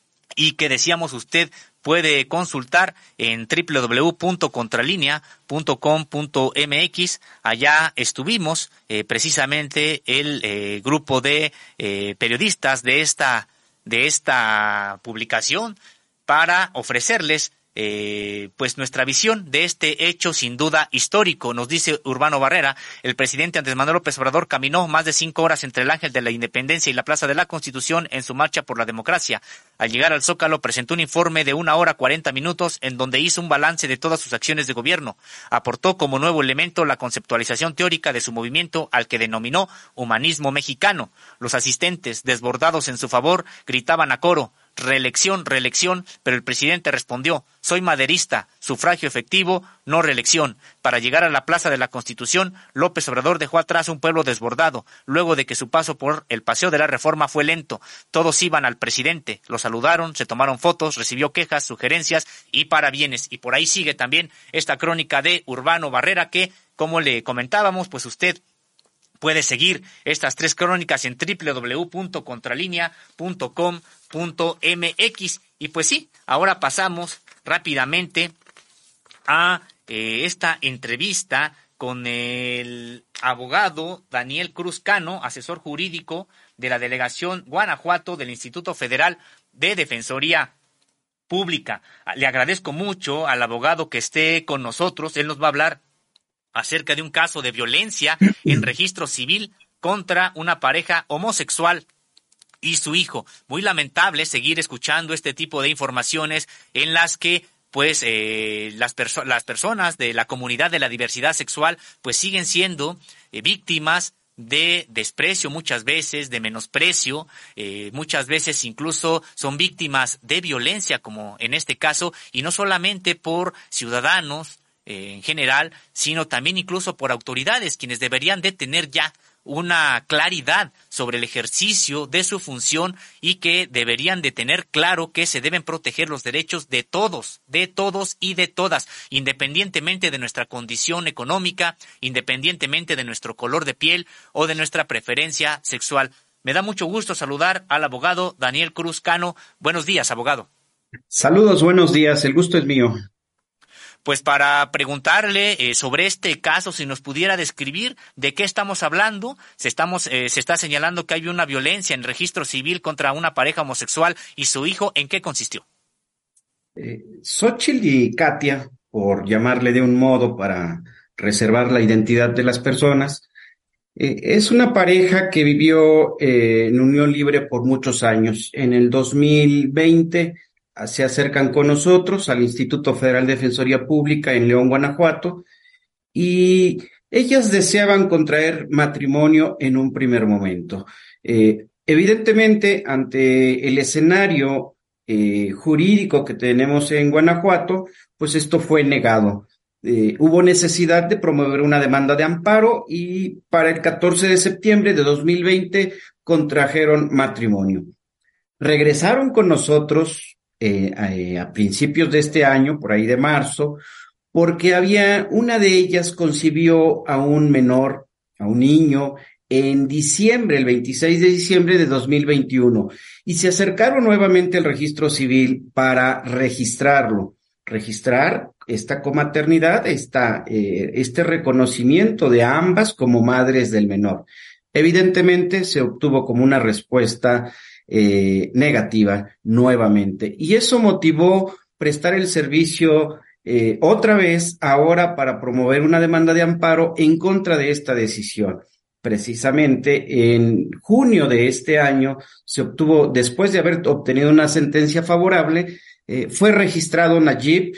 y que decíamos usted puede consultar en doble u doble u doble u punto contralinea punto com punto m x. Allá estuvimos eh, precisamente el eh, grupo de eh, periodistas de esta de esta publicación para ofrecerles eh, pues nuestra visión de este hecho sin duda histórico. Nos dice Urbano Barrera: el presidente Andrés Manuel López Obrador caminó más de cinco horas entre el Ángel de la Independencia y la Plaza de la Constitución en su marcha por la democracia. Al llegar al Zócalo presentó un informe de una hora cuarenta minutos en donde hizo un balance de todas sus acciones de gobierno. Aportó como nuevo elemento la conceptualización teórica de su movimiento, al que denominó humanismo mexicano. Los asistentes, desbordados en su favor, gritaban a coro: reelección, reelección, pero el presidente respondió: soy maderista, sufragio efectivo, no reelección. Para llegar a la Plaza de la Constitución, López Obrador dejó atrás un pueblo desbordado, luego de que su paso por el Paseo de la Reforma fue lento. Todos iban al presidente, lo saludaron, se tomaron fotos, recibió quejas, sugerencias y parabienes. Y por ahí sigue también esta crónica de Urbano Barrera que, como le comentábamos, pues usted puede seguir estas tres crónicas en doble u doble u doble u punto contralinea punto com punto m x. Y pues sí, ahora pasamos rápidamente a eh, esta entrevista con el abogado Daniel Cruz Cano, asesor jurídico de la Delegación Guanajuato del Instituto Federal de Defensoría Pública. Le agradezco mucho al abogado que esté con nosotros. Él nos va a hablar acerca de un caso de violencia en registro civil contra una pareja homosexual y su hijo. Muy lamentable seguir escuchando este tipo de informaciones en las que pues eh, las, perso- las personas de la comunidad de la diversidad sexual pues siguen siendo eh, víctimas de desprecio muchas veces, de menosprecio, eh, muchas veces incluso son víctimas de violencia, como en este caso, y no solamente por ciudadanos eh, en general, sino también incluso por autoridades, quienes deberían de tener ya una claridad sobre el ejercicio de su función y que deberían de tener claro que se deben proteger los derechos de todos, de todos y de todas, independientemente de nuestra condición económica, independientemente de nuestro color de piel o de nuestra preferencia sexual. Me da mucho gusto saludar al abogado Daniel Cruz Cano. Buenos días, abogado. Saludos, buenos días, el gusto es mío. Pues para preguntarle eh, sobre este caso, si nos pudiera describir de qué estamos hablando. Se, estamos, eh, se está señalando que hay una violencia en registro civil contra una pareja homosexual y su hijo. ¿En qué consistió? Eh, Xóchitl y Katia, por llamarle de un modo para reservar la identidad de las personas, eh, es una pareja que vivió eh, en unión libre por muchos años. En el dos mil veinte se acercan con nosotros al Instituto Federal de Defensoría Pública en León, Guanajuato, y ellas deseaban contraer matrimonio en un primer momento. Eh, evidentemente, ante el escenario eh, jurídico que tenemos en Guanajuato, pues esto fue negado. Eh, hubo necesidad de promover una demanda de amparo y para el catorce de septiembre de dos mil veinte contrajeron matrimonio. Regresaron con nosotros Eh, a, a principios de este año, por ahí de marzo, porque había, una de ellas concibió a un menor, a un niño, en diciembre, el veintiséis de diciembre de dos mil veintiuno, y se acercaron nuevamente al registro civil para registrarlo, registrar esta comaternidad, esta, eh, este reconocimiento de ambas como madres del menor. Evidentemente se obtuvo como una respuesta Eh, negativa nuevamente, y eso motivó prestar el servicio eh, otra vez ahora para promover una demanda de amparo en contra de esta decisión. Precisamente en junio de este año se obtuvo, después de haber obtenido una sentencia favorable, eh, fue registrado Nayib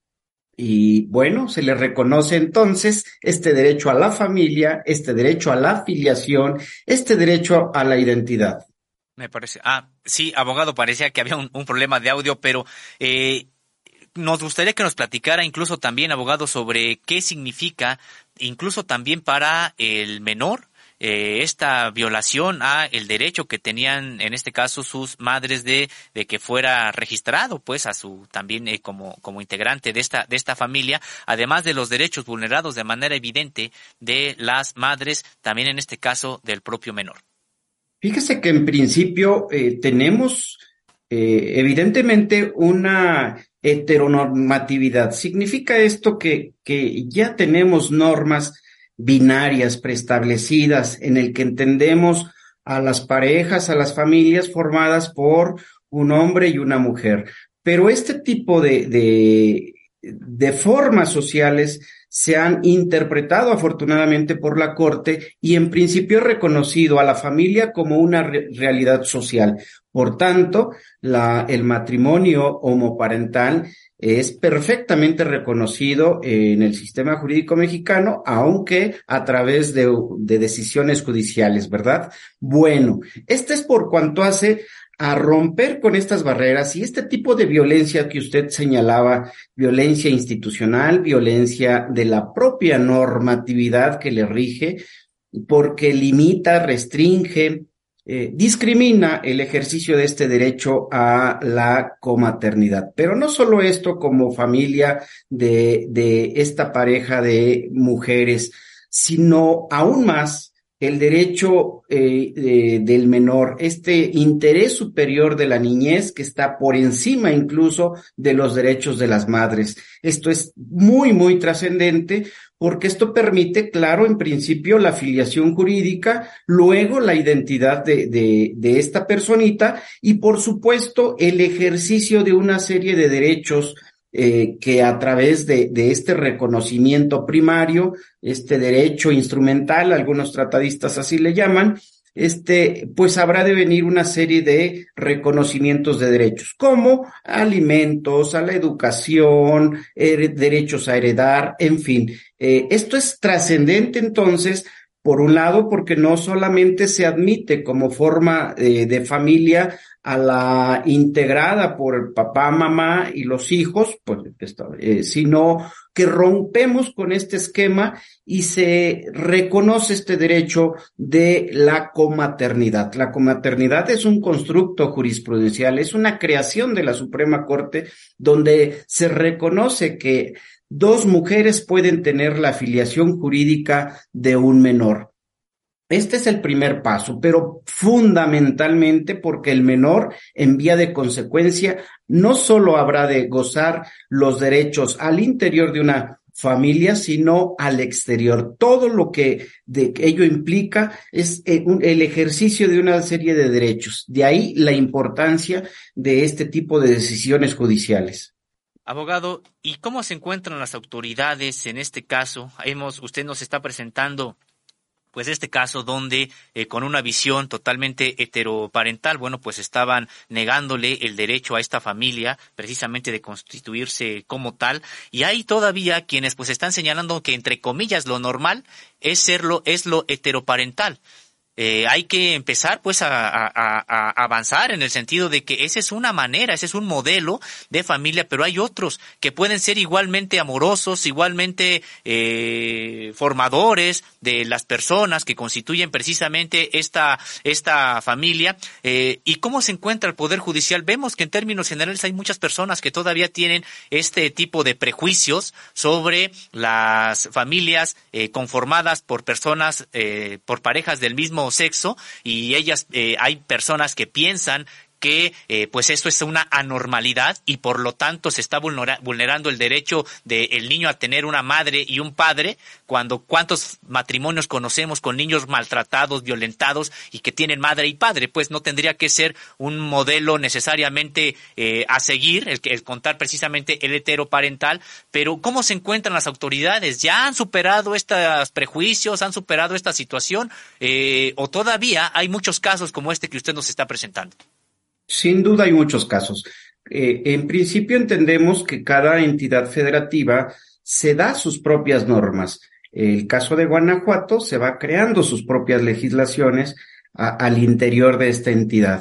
y bueno, se le reconoce entonces este derecho a la familia, este derecho a la filiación, este derecho a la identidad. Me parece. Ah, sí, abogado, parecía que había un, un problema de audio, pero eh, nos gustaría que nos platicara incluso también, abogado, sobre qué significa, incluso también para el menor, eh, esta violación a el derecho que tenían, en este caso, sus madres de, de que fuera registrado, pues, a su también eh, como, como integrante de esta, de esta familia, además de los derechos vulnerados de manera evidente de las madres, también en este caso del propio menor. Fíjese que en principio eh, tenemos eh, evidentemente una heteronormatividad. Significa esto que, que ya tenemos normas binarias preestablecidas en el que entendemos a las parejas, a las familias formadas por un hombre y una mujer. pero este tipo de, de, de formas sociales se han interpretado afortunadamente por la Corte y en principio reconocido a la familia como una re- realidad social. Por tanto, la, el matrimonio homoparental es perfectamente reconocido en el sistema jurídico mexicano, aunque a través de, de decisiones judiciales, ¿verdad? Bueno, este es por cuanto hace a romper con estas barreras y este tipo de violencia que usted señalaba, violencia institucional, violencia de la propia normatividad que le rige, porque limita, restringe, eh, discrimina el ejercicio de este derecho a la comaternidad. Pero no solo esto como familia de, de esta pareja de mujeres, sino aún más el derecho eh, eh, del menor, este interés superior de la niñez que está por encima incluso de los derechos de las madres. Esto es muy, muy trascendente porque esto permite, claro, en principio la filiación jurídica, luego la identidad de, de, de esta personita y, por supuesto, el ejercicio de una serie de derechos Eh, que a través de, de este reconocimiento primario, este derecho instrumental, algunos tratadistas así le llaman, este, pues habrá de venir una serie de reconocimientos de derechos, como alimentos, a la educación, her- derechos a heredar, en fin. Eh, esto es trascendente entonces, por un lado, porque no solamente se admite como forma eh, de familia a la integrada por el papá, mamá y los hijos, pues, esto, eh, sino que rompemos con este esquema y se reconoce este derecho de la comaternidad. La comaternidad es un constructo jurisprudencial, es una creación de la Suprema Corte donde se reconoce que dos mujeres pueden tener la filiación jurídica de un menor. Este es el primer paso, pero fundamentalmente porque el menor, en vía de consecuencia, no solo habrá de gozar los derechos al interior de una familia, sino al exterior. Todo lo que de ello implica es el ejercicio de una serie de derechos. De ahí la importancia de este tipo de decisiones judiciales. Abogado, ¿y cómo se encuentran las autoridades en este caso? Hemos, usted nos está presentando pues este caso donde eh, con una visión totalmente heteroparental, bueno, pues estaban negándole el derecho a esta familia precisamente de constituirse como tal, y hay todavía quienes pues están señalando que entre comillas lo normal es serlo, es lo heteroparental. Eh, hay que empezar pues a, a, a avanzar en el sentido de que esa es una manera, ese es un modelo de familia, pero hay otros que pueden ser igualmente amorosos, igualmente eh, formadores de las personas que constituyen precisamente esta esta familia. Eh, ¿Y cómo se encuentra el Poder Judicial? Vemos que en términos generales hay muchas personas que todavía tienen este tipo de prejuicios sobre las familias eh, conformadas por personas, eh, por parejas del mismo sexo, y ellas, eh, hay personas que piensan que eh, pues eso es una anormalidad y por lo tanto se está vulnera- vulnerando el derecho del niño a tener una madre y un padre, cuando cuántos matrimonios conocemos con niños maltratados, violentados y que tienen madre y padre. Pues no tendría que ser un modelo necesariamente eh, a seguir, el, el contar precisamente el heteroparental, pero ¿cómo se encuentran las autoridades? ¿Ya han superado estos prejuicios, han superado esta situación eh, o todavía hay muchos casos como este que usted nos está presentando? Sin duda hay muchos casos. Eh, en principio entendemos que cada entidad federativa se da sus propias normas. El caso de Guanajuato se va creando sus propias legislaciones a, al interior de esta entidad.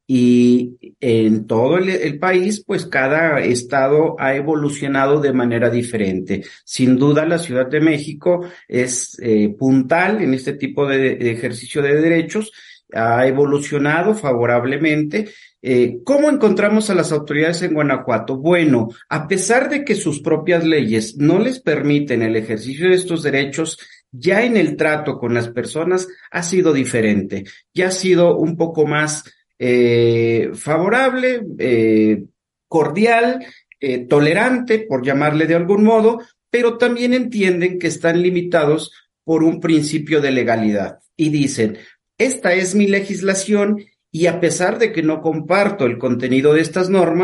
Y en todo el, el país, pues cada estado ha evolucionado de manera diferente. Sin duda, la Ciudad de México es eh, puntal en este tipo de, de ejercicio de derechos, ha evolucionado favorablemente. Eh, ¿Cómo encontramos a las autoridades en Guanajuato? Bueno, a pesar de que sus propias leyes no les permiten el ejercicio de estos derechos, ya en el trato con las personas ha sido diferente, ya ha sido un poco más eh, favorable, eh, cordial, eh, tolerante, por llamarle de algún modo, pero también entienden que están limitados por un principio de legalidad y dicen, esta es mi legislación y a pesar de que no comparto el contenido de estas normas,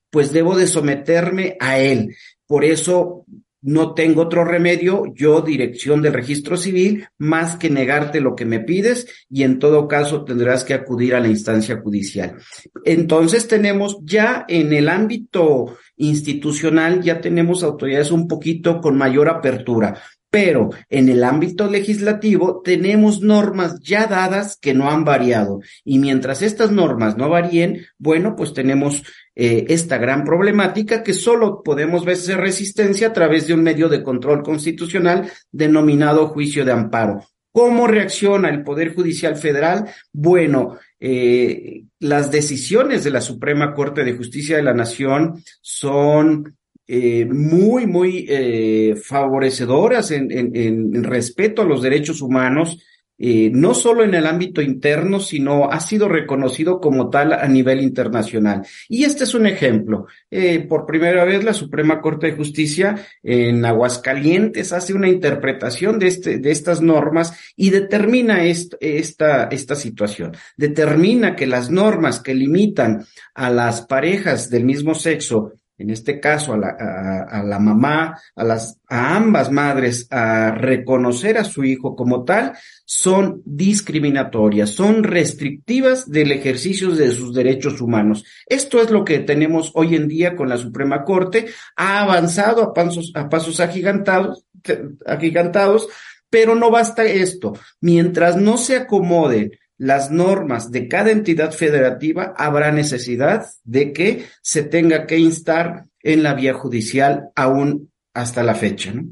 pues debo de someterme a él. Por eso no tengo otro remedio, yo, dirección del registro civil, más que negarte lo que me pides, y en todo caso tendrás que acudir a la instancia judicial. Entonces tenemos ya en el ámbito institucional, ya tenemos autoridades un poquito con mayor apertura. Pero en el ámbito legislativo tenemos normas ya dadas que no han variado. Y mientras estas normas no varíen, bueno, pues tenemos eh, esta gran problemática que solo podemos vencer resistencia a través de un medio de control constitucional denominado juicio de amparo. ¿Cómo reacciona el Poder Judicial Federal? Bueno, eh, las decisiones de la Suprema Corte de Justicia de la Nación son Eh, muy, muy eh, favorecedoras en, en, en respeto a los derechos humanos, eh, no solo en el ámbito interno, sino ha sido reconocido como tal a nivel internacional. Y este es un ejemplo. Eh, por primera vez la Suprema Corte de Justicia en Aguascalientes hace una interpretación de, este, de estas normas y determina est, esta, esta situación. Determina que las normas que limitan a las parejas del mismo sexo, en este caso a la, a, a la mamá, a las, a ambas madres, a reconocer a su hijo como tal, son discriminatorias, son restrictivas del ejercicio de sus derechos humanos. Esto es lo que tenemos hoy en día con la Suprema Corte, ha avanzado a pasos, a pasos agigantados, agigantados, pero no basta esto. Mientras no se acomoden las normas de cada entidad federativa, habrá necesidad de que se tenga que instar en la vía judicial aún hasta la fecha, ¿no?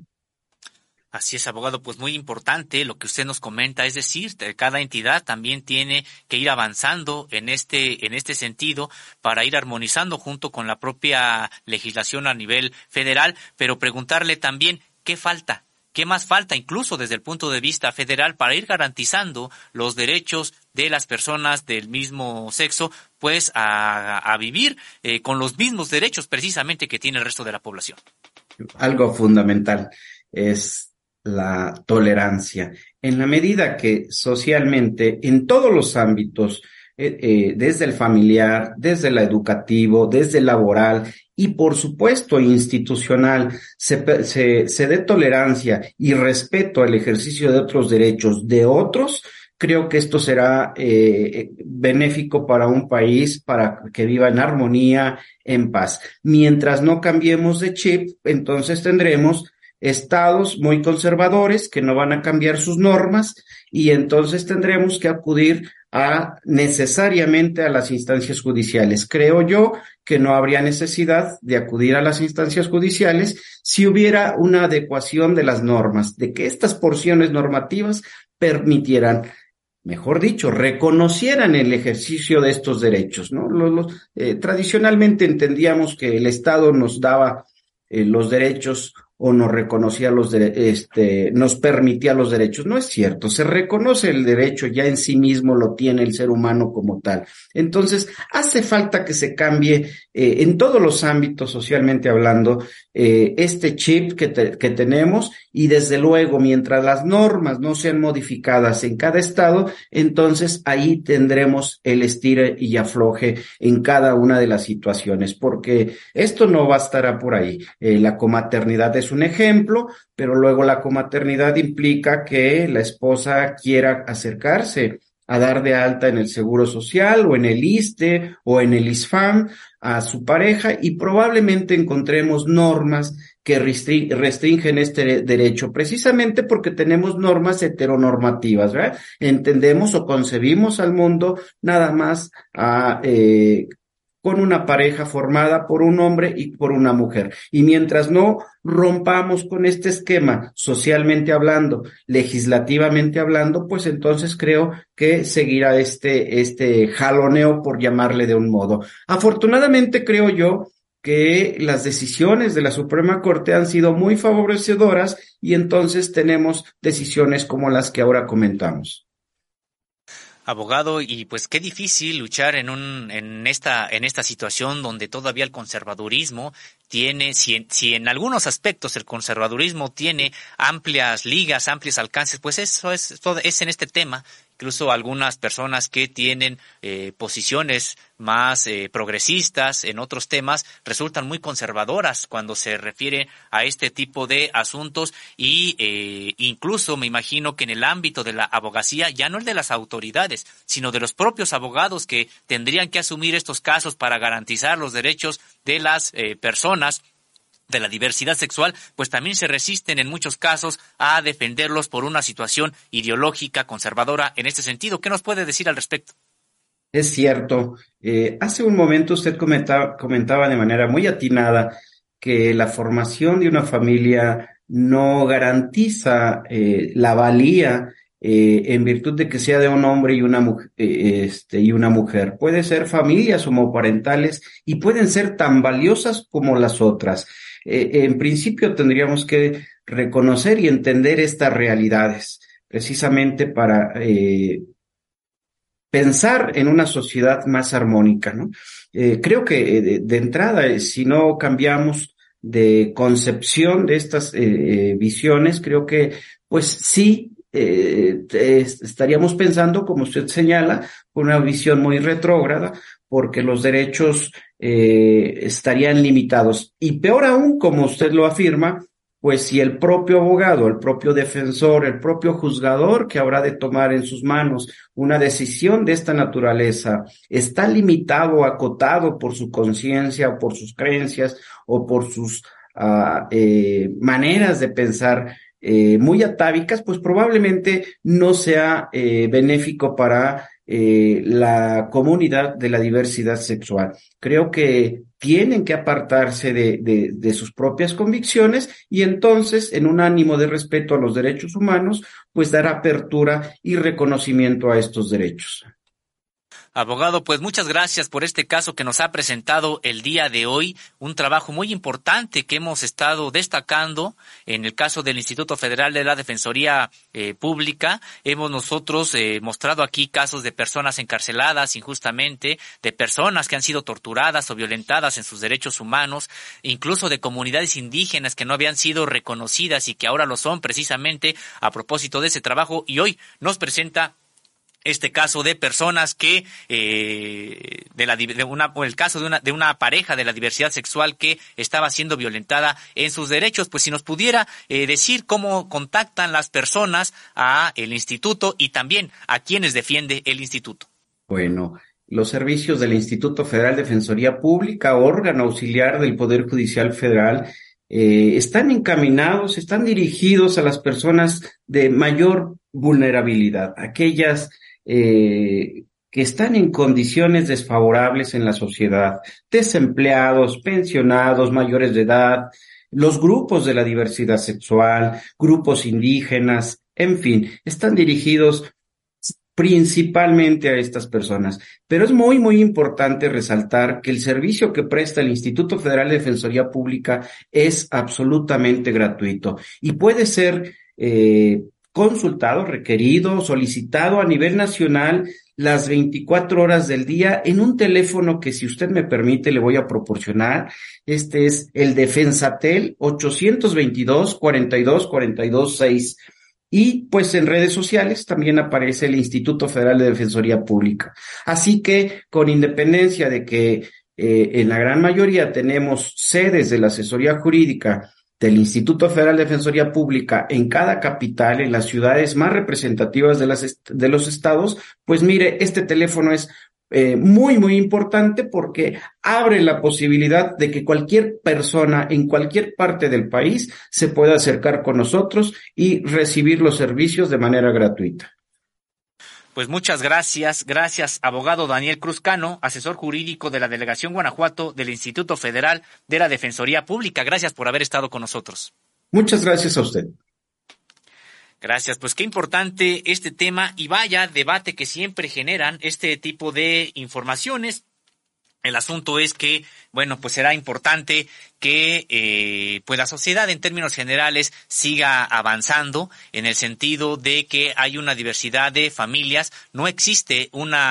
Así es, abogado, pues muy importante lo que usted nos comenta, es decir, cada entidad también tiene que ir avanzando en este, en este sentido para ir armonizando junto con la propia legislación a nivel federal, pero preguntarle también, ¿qué falta? ¿Qué más falta, incluso desde el punto de vista federal, para ir garantizando los derechos de las personas del mismo sexo, pues a, a vivir eh, con los mismos derechos precisamente que tiene el resto de la población? Algo fundamental es la tolerancia. En la medida que socialmente, en todos los ámbitos, eh, eh, desde el familiar, desde el educativo, desde el laboral, y por supuesto institucional, se, se, se dé tolerancia y respeto al ejercicio de otros derechos de otros, creo que esto será eh, benéfico para un país, para que viva en armonía, en paz. Mientras no cambiemos de chip, entonces tendremos estados muy conservadores que no van a cambiar sus normas y entonces tendremos que acudir a necesariamente a las instancias judiciales. Creo yo que no habría necesidad de acudir a las instancias judiciales si hubiera una adecuación de las normas, de que estas porciones normativas permitieran, mejor dicho, reconocieran el ejercicio de estos derechos, ¿no? Los, los, eh, tradicionalmente entendíamos que el Estado nos daba eh, los derechos o nos reconocía los de, este, nos permitía los derechos. No es cierto, se reconoce el derecho, ya en sí mismo lo tiene el ser humano como tal. Entonces, hace falta que se cambie eh, en todos los ámbitos, socialmente hablando, eh, este chip que, te, que tenemos, y desde luego, mientras las normas no sean modificadas en cada estado, entonces ahí tendremos el estire y afloje en cada una de las situaciones, porque esto no bastará por ahí. Eh, la comaternidad es un ejemplo, pero luego la comaternidad implica que la esposa quiera acercarse a dar de alta en el Seguro Social o en el ISSSTE o en el ISFAM a su pareja, y probablemente encontremos normas que restringen este derecho, precisamente porque tenemos normas heteronormativas, ¿verdad? Entendemos o concebimos al mundo nada más a eh, con una pareja formada por un hombre y por una mujer. Y mientras no rompamos con este esquema, socialmente hablando, legislativamente hablando, pues entonces creo que seguirá este, este jaloneo, por llamarle de un modo. Afortunadamente creo yo que las decisiones de la Suprema Corte han sido muy favorecedoras y entonces tenemos decisiones como las que ahora comentamos. Abogado, y pues qué difícil luchar en un en esta en esta situación donde todavía el conservadurismo tiene, si en, si en algunos aspectos el conservadurismo tiene amplias ligas, amplios alcances, pues eso es todo es en este tema incluso algunas personas que tienen eh, posiciones más eh, progresistas en otros temas resultan muy conservadoras cuando se refiere a este tipo de asuntos y eh, incluso me imagino que en el ámbito de la abogacía, ya no el de las autoridades, sino de los propios abogados que tendrían que asumir estos casos para garantizar los derechos de las eh, personas de la diversidad sexual, pues también se resisten en muchos casos a defenderlos por una situación ideológica conservadora en este sentido. ¿Qué nos puede decir al respecto? Es cierto. Eh, hace un momento usted comentaba, comentaba de manera muy atinada que la formación de una familia no garantiza eh, la valía eh, en virtud de que sea de un hombre y una, mujer, eh, este, y una mujer. Puede ser familias homoparentales y pueden ser tan valiosas como las otras. Eh, en principio tendríamos que reconocer y entender estas realidades, precisamente para eh, pensar en una sociedad más armónica, ¿no? Eh, creo que eh, de, de entrada, eh, si no cambiamos de concepción de estas eh, eh, visiones, creo que pues sí eh, eh, estaríamos pensando, como usted señala, una visión muy retrógrada, porque los derechos eh, estarían limitados. Y peor aún, como usted lo afirma, pues si el propio abogado, el propio defensor, el propio juzgador que habrá de tomar en sus manos una decisión de esta naturaleza está limitado, acotado por su conciencia o por sus creencias o por sus uh, eh, maneras de pensar eh, muy atávicas, pues probablemente no sea eh, benéfico para eh, la comunidad de la diversidad sexual. Creo que tienen que apartarse de, de, de sus propias convicciones y entonces, en un ánimo de respeto a los derechos humanos, pues dar apertura y reconocimiento a estos derechos. Abogado, pues muchas gracias por este caso que nos ha presentado el día de hoy, un trabajo muy importante que hemos estado destacando en el caso del Instituto Federal de la Defensoría eh, Pública. Hemos nosotros eh, mostrado aquí casos de personas encarceladas injustamente, de personas que han sido torturadas o violentadas en sus derechos humanos, incluso de comunidades indígenas que no habían sido reconocidas y que ahora lo son precisamente a propósito de ese trabajo, y hoy nos presenta este caso de personas que eh, de la de una o el caso de una de una pareja de la diversidad sexual que estaba siendo violentada en sus derechos. Pues si nos pudiera eh, decir cómo contactan las personas a el instituto y también a quienes defiende el instituto. Bueno, los servicios del Instituto Federal de Defensoría Pública, órgano auxiliar del Poder Judicial Federal, eh, están encaminados, están dirigidos a las personas de mayor vulnerabilidad, aquellas Eh, que están en condiciones desfavorables en la sociedad, desempleados, pensionados, mayores de edad, los grupos de la diversidad sexual, grupos indígenas, en fin, están dirigidos principalmente a estas personas. Pero es muy, muy importante resaltar que el servicio que presta el Instituto Federal de Defensoría Pública es absolutamente gratuito y puede ser eh, consultado, requerido, solicitado a nivel nacional las veinticuatro horas del día en un teléfono que, si usted me permite, le voy a proporcionar. Este es el Defensatel ochocientos veintidós, cuarenta y dos, cuarenta y dos, seis. Y pues en redes sociales también aparece el Instituto Federal de Defensoría Pública. Así que, con independencia de que eh, en la gran mayoría tenemos sedes de la asesoría jurídica del Instituto Federal de Defensoría Pública en cada capital, en las ciudades más representativas de, las est- de los estados, pues mire, este teléfono es eh, muy, muy importante porque abre la posibilidad de que cualquier persona en cualquier parte del país se pueda acercar con nosotros y recibir los servicios de manera gratuita. Pues muchas gracias, gracias, abogado Daniel Cruz Cano, asesor jurídico de la Delegación Guanajuato del Instituto Federal de la Defensoría Pública. Gracias por haber estado con nosotros. Muchas gracias a usted. Gracias, pues qué importante este tema y vaya debate que siempre generan este tipo de informaciones. El asunto es que, bueno, pues será importante que eh, pues la sociedad en términos generales siga avanzando en el sentido de que hay una diversidad de familias, no existe una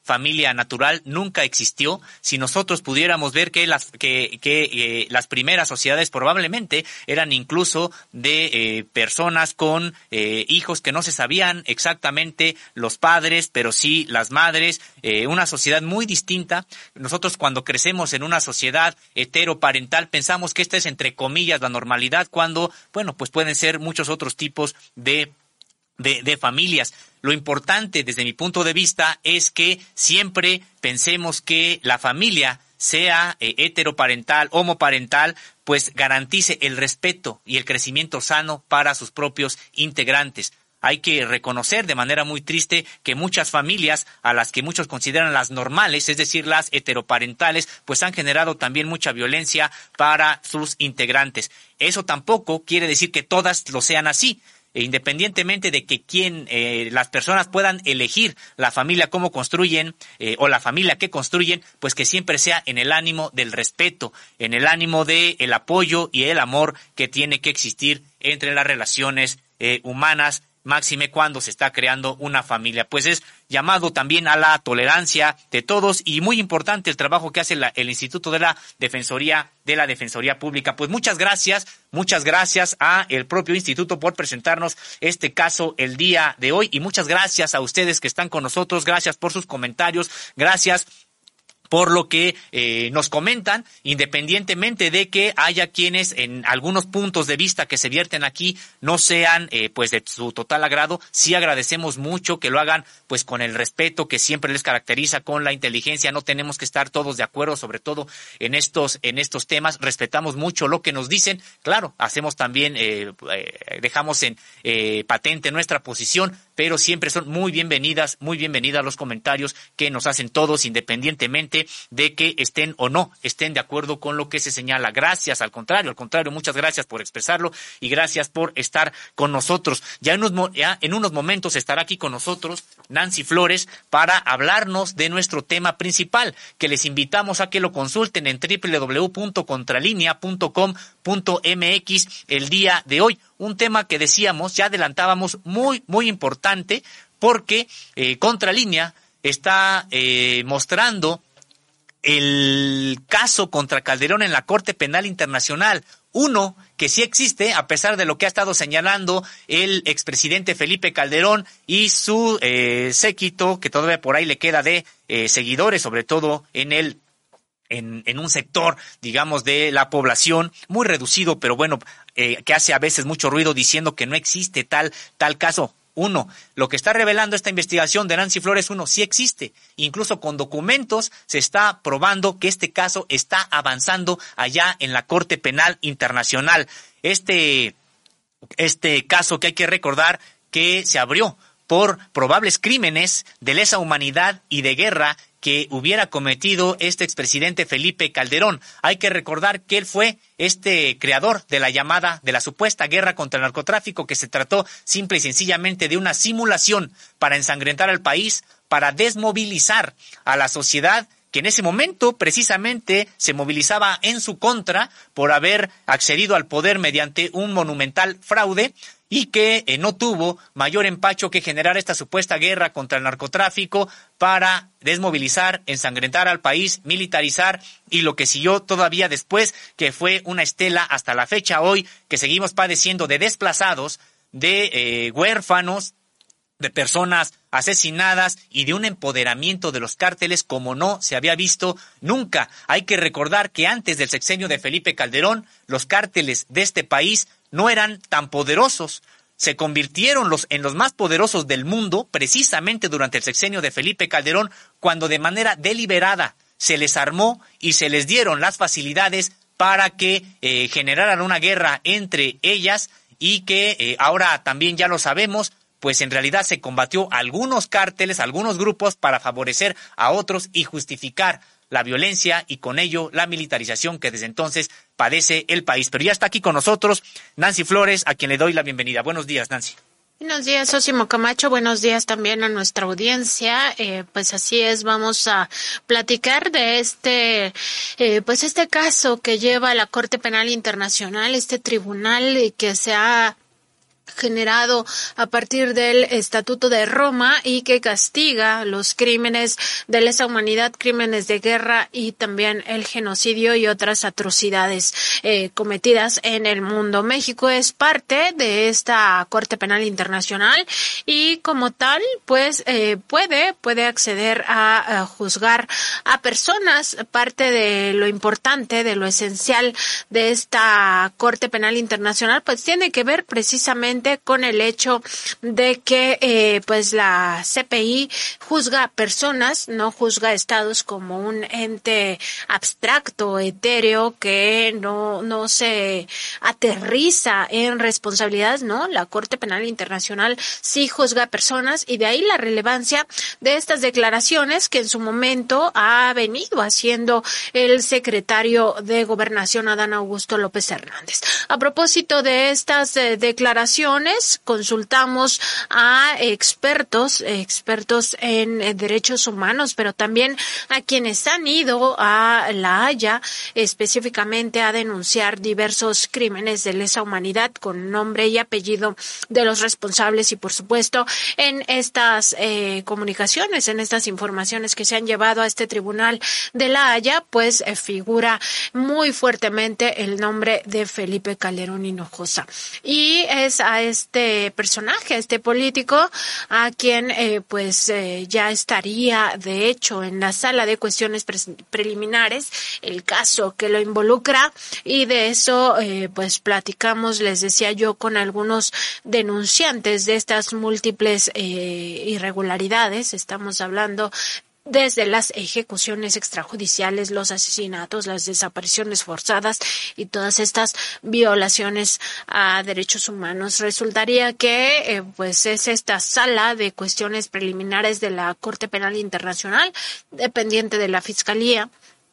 familia natural nunca existió. Si nosotros pudiéramos ver que las que que eh, las primeras sociedades probablemente eran incluso de eh, personas con eh, hijos que no se sabían exactamente los padres, pero sí las madres, eh, una sociedad muy distinta. Nosotros cuando crecemos en una sociedad heteroparental pensamos que esta es entre comillas la normalidad, cuando, bueno, pues pueden ser muchos otros tipos de De, de familias. Lo importante desde mi punto de vista es que siempre pensemos que la familia, sea eh, heteroparental, homoparental, pues garantice el respeto y el crecimiento sano para sus propios integrantes. Hay que reconocer de manera muy triste que muchas familias a las que muchos consideran las normales, es decir, las heteroparentales, pues han generado también mucha violencia para sus integrantes. Eso tampoco quiere decir que todas lo sean así. E independientemente de que quien eh, las personas puedan elegir la familia como construyen eh, o la familia que construyen, pues que siempre sea en el ánimo del respeto, en el ánimo de el apoyo y el amor que tiene que existir entre las relaciones eh, humanas, máxime cuando se está creando una familia. Pues es llamado también a la tolerancia de todos, y muy importante el trabajo que hace la, el Instituto de la Defensoría de la Defensoría Pública. Pues muchas gracias, muchas gracias a el propio instituto por presentarnos este caso el día de hoy, y muchas gracias a ustedes que están con nosotros, gracias por sus comentarios, gracias por lo que eh, nos comentan, independientemente de que haya quienes en algunos puntos de vista que se vierten aquí no sean eh, pues de su total agrado. Sí agradecemos mucho que lo hagan pues con el respeto que siempre les caracteriza, con la inteligencia. No tenemos que estar todos de acuerdo, sobre todo en estos en estos temas. Respetamos mucho lo que nos dicen. Claro, hacemos también, eh, eh, dejamos en eh, patente nuestra posición, pero siempre son muy bienvenidas, muy bienvenidas los comentarios que nos hacen todos, independientemente de que estén o no estén de acuerdo con lo que se señala. Gracias, al contrario, al contrario, muchas gracias por expresarlo y gracias por estar con nosotros. Ya en unos, ya en unos momentos estará aquí con nosotros Nancy Flores para hablarnos de nuestro tema principal, que les invitamos a que lo consulten en doble u doble u doble u punto contralinea punto com punto m x el día de hoy. Un tema que decíamos, ya adelantábamos, muy, muy importante, porque eh, Contralínea está eh, mostrando el caso contra Calderón en la Corte Penal Internacional. Uno que sí existe, a pesar de lo que ha estado señalando el expresidente Felipe Calderón y su eh, séquito, que todavía por ahí le queda de eh, seguidores, sobre todo en el En, en un sector, digamos, de la población muy reducido, pero bueno, eh, que hace a veces mucho ruido diciendo que no existe tal, tal caso. Uno, lo que está revelando esta investigación de Nancy Flores, uno, sí existe. Incluso con documentos se está probando que este caso está avanzando allá en la Corte Penal Internacional. Este, este caso que hay que recordar que se abrió por probables crímenes de lesa humanidad y de guerra que hubiera cometido este expresidente Felipe Calderón. Hay que recordar que él fue este creador de la llamada, de la supuesta guerra contra el narcotráfico, que se trató simple y sencillamente de una simulación para ensangrentar al país, para desmovilizar a la sociedad, que en ese momento precisamente se movilizaba en su contra por haber accedido al poder mediante un monumental fraude, y que eh, no tuvo mayor empacho que generar esta supuesta guerra contra el narcotráfico para desmovilizar, ensangrentar al país, militarizar, y lo que siguió todavía después, que fue una estela hasta la fecha hoy, que seguimos padeciendo de desplazados, de eh, huérfanos, de personas asesinadas y de un empoderamiento de los cárteles como no se había visto nunca. Hay que recordar que antes del sexenio de Felipe Calderón, los cárteles de este país no eran tan poderosos. Se convirtieron los, en los más poderosos del mundo precisamente durante el sexenio de Felipe Calderón, cuando de manera deliberada se les armó y se les dieron las facilidades para que eh, generaran una guerra entre ellas, y que eh, ahora también ya lo sabemos, pues en realidad se combatió a algunos cárteles, a algunos grupos para favorecer a otros y justificar la violencia y con ello la militarización que desde entonces padece el país. Pero ya está aquí con nosotros Nancy Flores, a quien le doy la bienvenida. Buenos días, Nancy. Buenos días, Sosimo Camacho. Buenos días también a nuestra audiencia. Eh, pues así es, vamos a platicar de este, eh, pues este caso que lleva a la Corte Penal Internacional, este tribunal que se ha generado a partir del Estatuto de Roma y que castiga los crímenes de lesa humanidad, crímenes de guerra y también el genocidio y otras atrocidades eh, cometidas en el mundo. México es parte de esta Corte Penal Internacional y como tal, pues eh, puede puede acceder a, a juzgar a personas. Parte de lo importante, de lo esencial de esta Corte Penal Internacional, pues tiene que ver precisamente con el hecho de que eh, pues la C P I juzga personas, no juzga estados como un ente abstracto, etéreo, que no no se aterriza en responsabilidades, ¿no? La Corte Penal Internacional sí juzga personas y de ahí la relevancia de estas declaraciones que en su momento ha venido haciendo el secretario de Gobernación, Adán Augusto López Hernández. A propósito de estas eh, declaraciones, consultamos a expertos, expertos en eh, derechos humanos, pero también a quienes han ido a La Haya específicamente a denunciar diversos crímenes de lesa humanidad con nombre y apellido de los responsables y, por supuesto, en estas eh, comunicaciones, en estas informaciones que se han llevado a este tribunal de La Haya, pues eh, figura muy fuertemente el nombre de Felipe Calderón Hinojosa. Y es a este personaje, a este político, a quien eh, pues eh, ya estaría de hecho en la sala de cuestiones pre preliminares el caso que lo involucra, y de eso eh, pues platicamos, les decía yo, con algunos denunciantes de estas múltiples eh, irregularidades. Estamos hablando desde las ejecuciones extrajudiciales, los asesinatos, las desapariciones forzadas y todas estas violaciones a derechos humanos. Resultaría que eh, pues es esta sala de cuestiones preliminares de la Corte Penal Internacional, dependiente de la Fiscalía,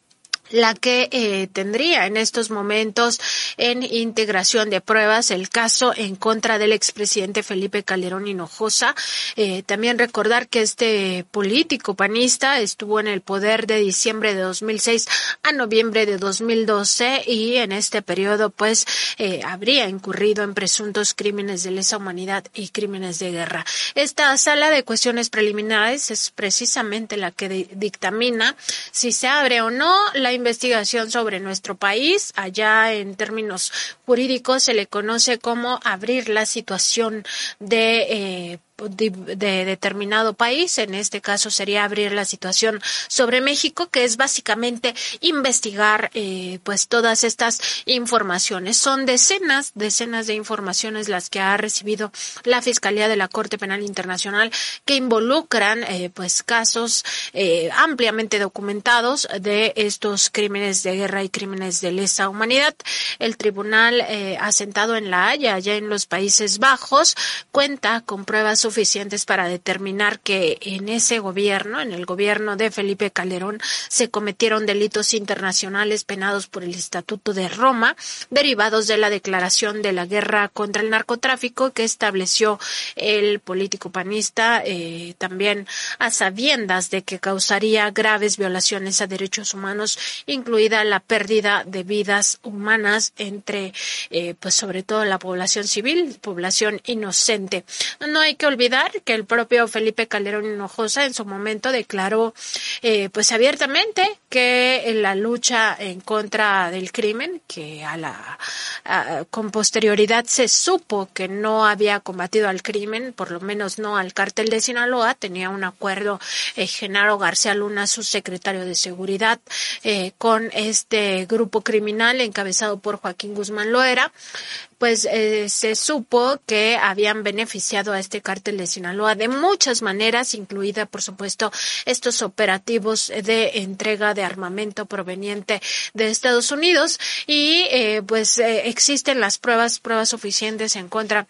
la que eh, tendría en estos momentos en integración de pruebas el caso en contra del expresidente Felipe Calderón Hinojosa. Eh, también recordar que este político panista estuvo en el poder de diciembre de dos mil seis a noviembre de dos mil doce y en este periodo pues eh, habría incurrido en presuntos crímenes de lesa humanidad y crímenes de guerra. Esta sala de cuestiones preliminares es precisamente la que dictamina si se abre o no la investigación sobre nuestro país. Allá en términos jurídicos se le conoce como abrir la situación de eh, De, de determinado país. En este caso sería abrir la situación sobre México, que es básicamente investigar eh, pues todas estas informaciones. Son decenas, decenas de informaciones las que ha recibido la Fiscalía de la Corte Penal Internacional que involucran eh, pues casos eh, ampliamente documentados de estos crímenes de guerra y crímenes de lesa humanidad. El tribunal eh, asentado en La Haya, allá en los Países Bajos, cuenta con pruebas suficientes para determinar que en ese gobierno, en el gobierno de Felipe Calderón, se cometieron delitos internacionales penados por el Estatuto de Roma, derivados de la declaración de la guerra contra el narcotráfico que estableció el político panista, eh, también a sabiendas de que causaría graves violaciones a derechos humanos, incluida la pérdida de vidas humanas entre, eh, pues sobre todo la población civil, población inocente. No hay que olvidar que el propio Felipe Calderón Hinojosa en su momento declaró eh, pues abiertamente que la lucha en contra del crimen, que a la a, con posterioridad se supo que no había combatido al crimen, por lo menos no al cártel de Sinaloa, tenía un acuerdo eh, Genaro García Luna, su secretario de Seguridad, eh, con este grupo criminal encabezado por Joaquín Guzmán Loera. Pues eh, se supo que habían beneficiado a este cártel de Sinaloa de muchas maneras, incluida, por supuesto, estos operativos de entrega de armamento proveniente de Estados Unidos y eh, pues eh, existen las pruebas, pruebas suficientes en contra